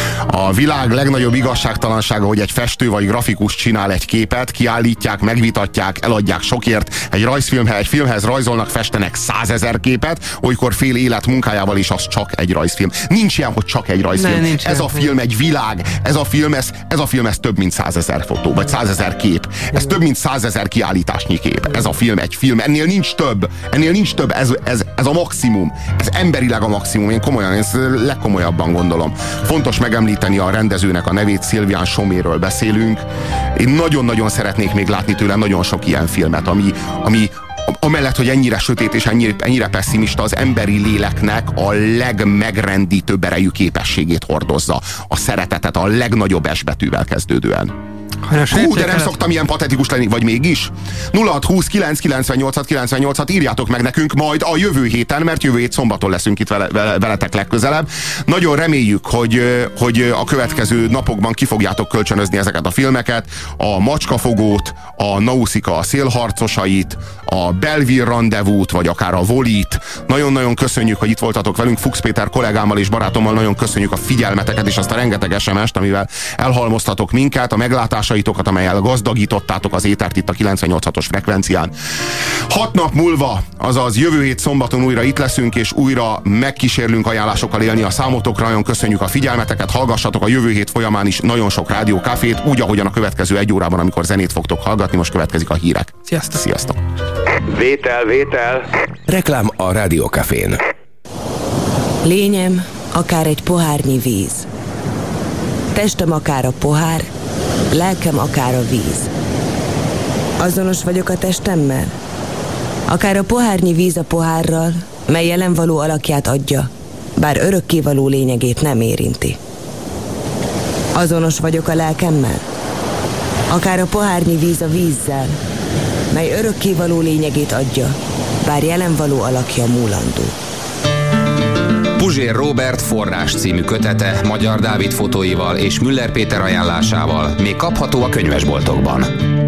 A világ legnagyobb igazságtalansága, hogy egy festő vagy grafikus csinál egy képet, kiállítják, megvitatják, eladják sokért, egy rajzfilmhez, egy filmhez rajzolnak, festenek százezer képet, olykor fél élet munkájával is az csak egy rajzfilm. Nincs ilyen, hogy csak egy rajzfilm. Ne, ez a film egy világ. Ez a film, ez, ez a film, ez több mint százezer fotó, vagy százezer kép. Ez több mint százezer kiállításnyi kép. Ez a film egy film. Ennél nincs több. Ennél nincs több. Ez, ez, ez a maximum. Ez emberileg a maximum. Én komolyan, én legkomolyabban gondolom. Fontos megemlíteni a rendezőnek a nevét, Sylviane Choméről beszélünk. Én nagyon-nagyon szeretnék még látni tőle nagyon sok ilyen filmet, ami, ami amellett, hogy ennyire sötét és ennyire, ennyire pesszimista, az emberi léleknek a legmegrendítőbb erejű képességét hordozza. A szeretetet a legnagyobb esbetűvel kezdődően. Hú, de nem szoktam ilyen patetikus lenni, vagy mégis? nulla hat húsz kilenc kilencvennyolc kilencvennyolc írjátok meg nekünk majd a jövő héten, mert jövő hét szombaton leszünk itt vele, vele, veletek legközelebb. Nagyon reméljük, hogy, hogy a következő napokban ki fogjátok kölcsönözni ezeket a filmeket, a Macskafogót, a Nausicaa szélharcosait, a Belleville Rendezvous-t, vagy akár a Volit. Nagyon-nagyon köszönjük, hogy itt voltatok velünk, Fuchs Péter kollégámmal és barátommal, nagyon köszönjük a figyelmeteket és azt a rengeteg es em est, amivel elhalmoztatok minket, a meglátásaitokat, amelyel gazdagítottátok az étert itt a kilencvennyolc hatos frekvencián. Hat nap múlva, azaz jövő hét szombaton újra itt leszünk, és újra megkísérlünk ajánlásokkal élni a számotokra. Nagyon köszönjük a figyelmeteket, hallgassatok a jövő hét folyamán is nagyon sok rádiókafét, úgy, ahogyan a következő egy órában, amikor zenét fogtok hallgatni. Most következik a hírek. Sziasztok! Sziasztok! Vétel, vétel! Reklám a Rádiókafén. Lényem, akár egy pohárnyi víz. Testem akár a pohár, lelkem akár a víz. Azonos vagyok a testemmel? Akár a pohárnyi víz a pohárral, mely jelenvaló alakját adja, bár örökkévaló lényegét nem érinti. Azonos vagyok a lelkemmel? Akár a pohárnyi víz a vízzel, mely örökkévaló lényegét adja, bár jelenvaló alakja múlandó. Puzsér Róbert forrás című kötete Magyar Dávid fotóival és Müller Péter ajánlásával még kapható a könyvesboltokban.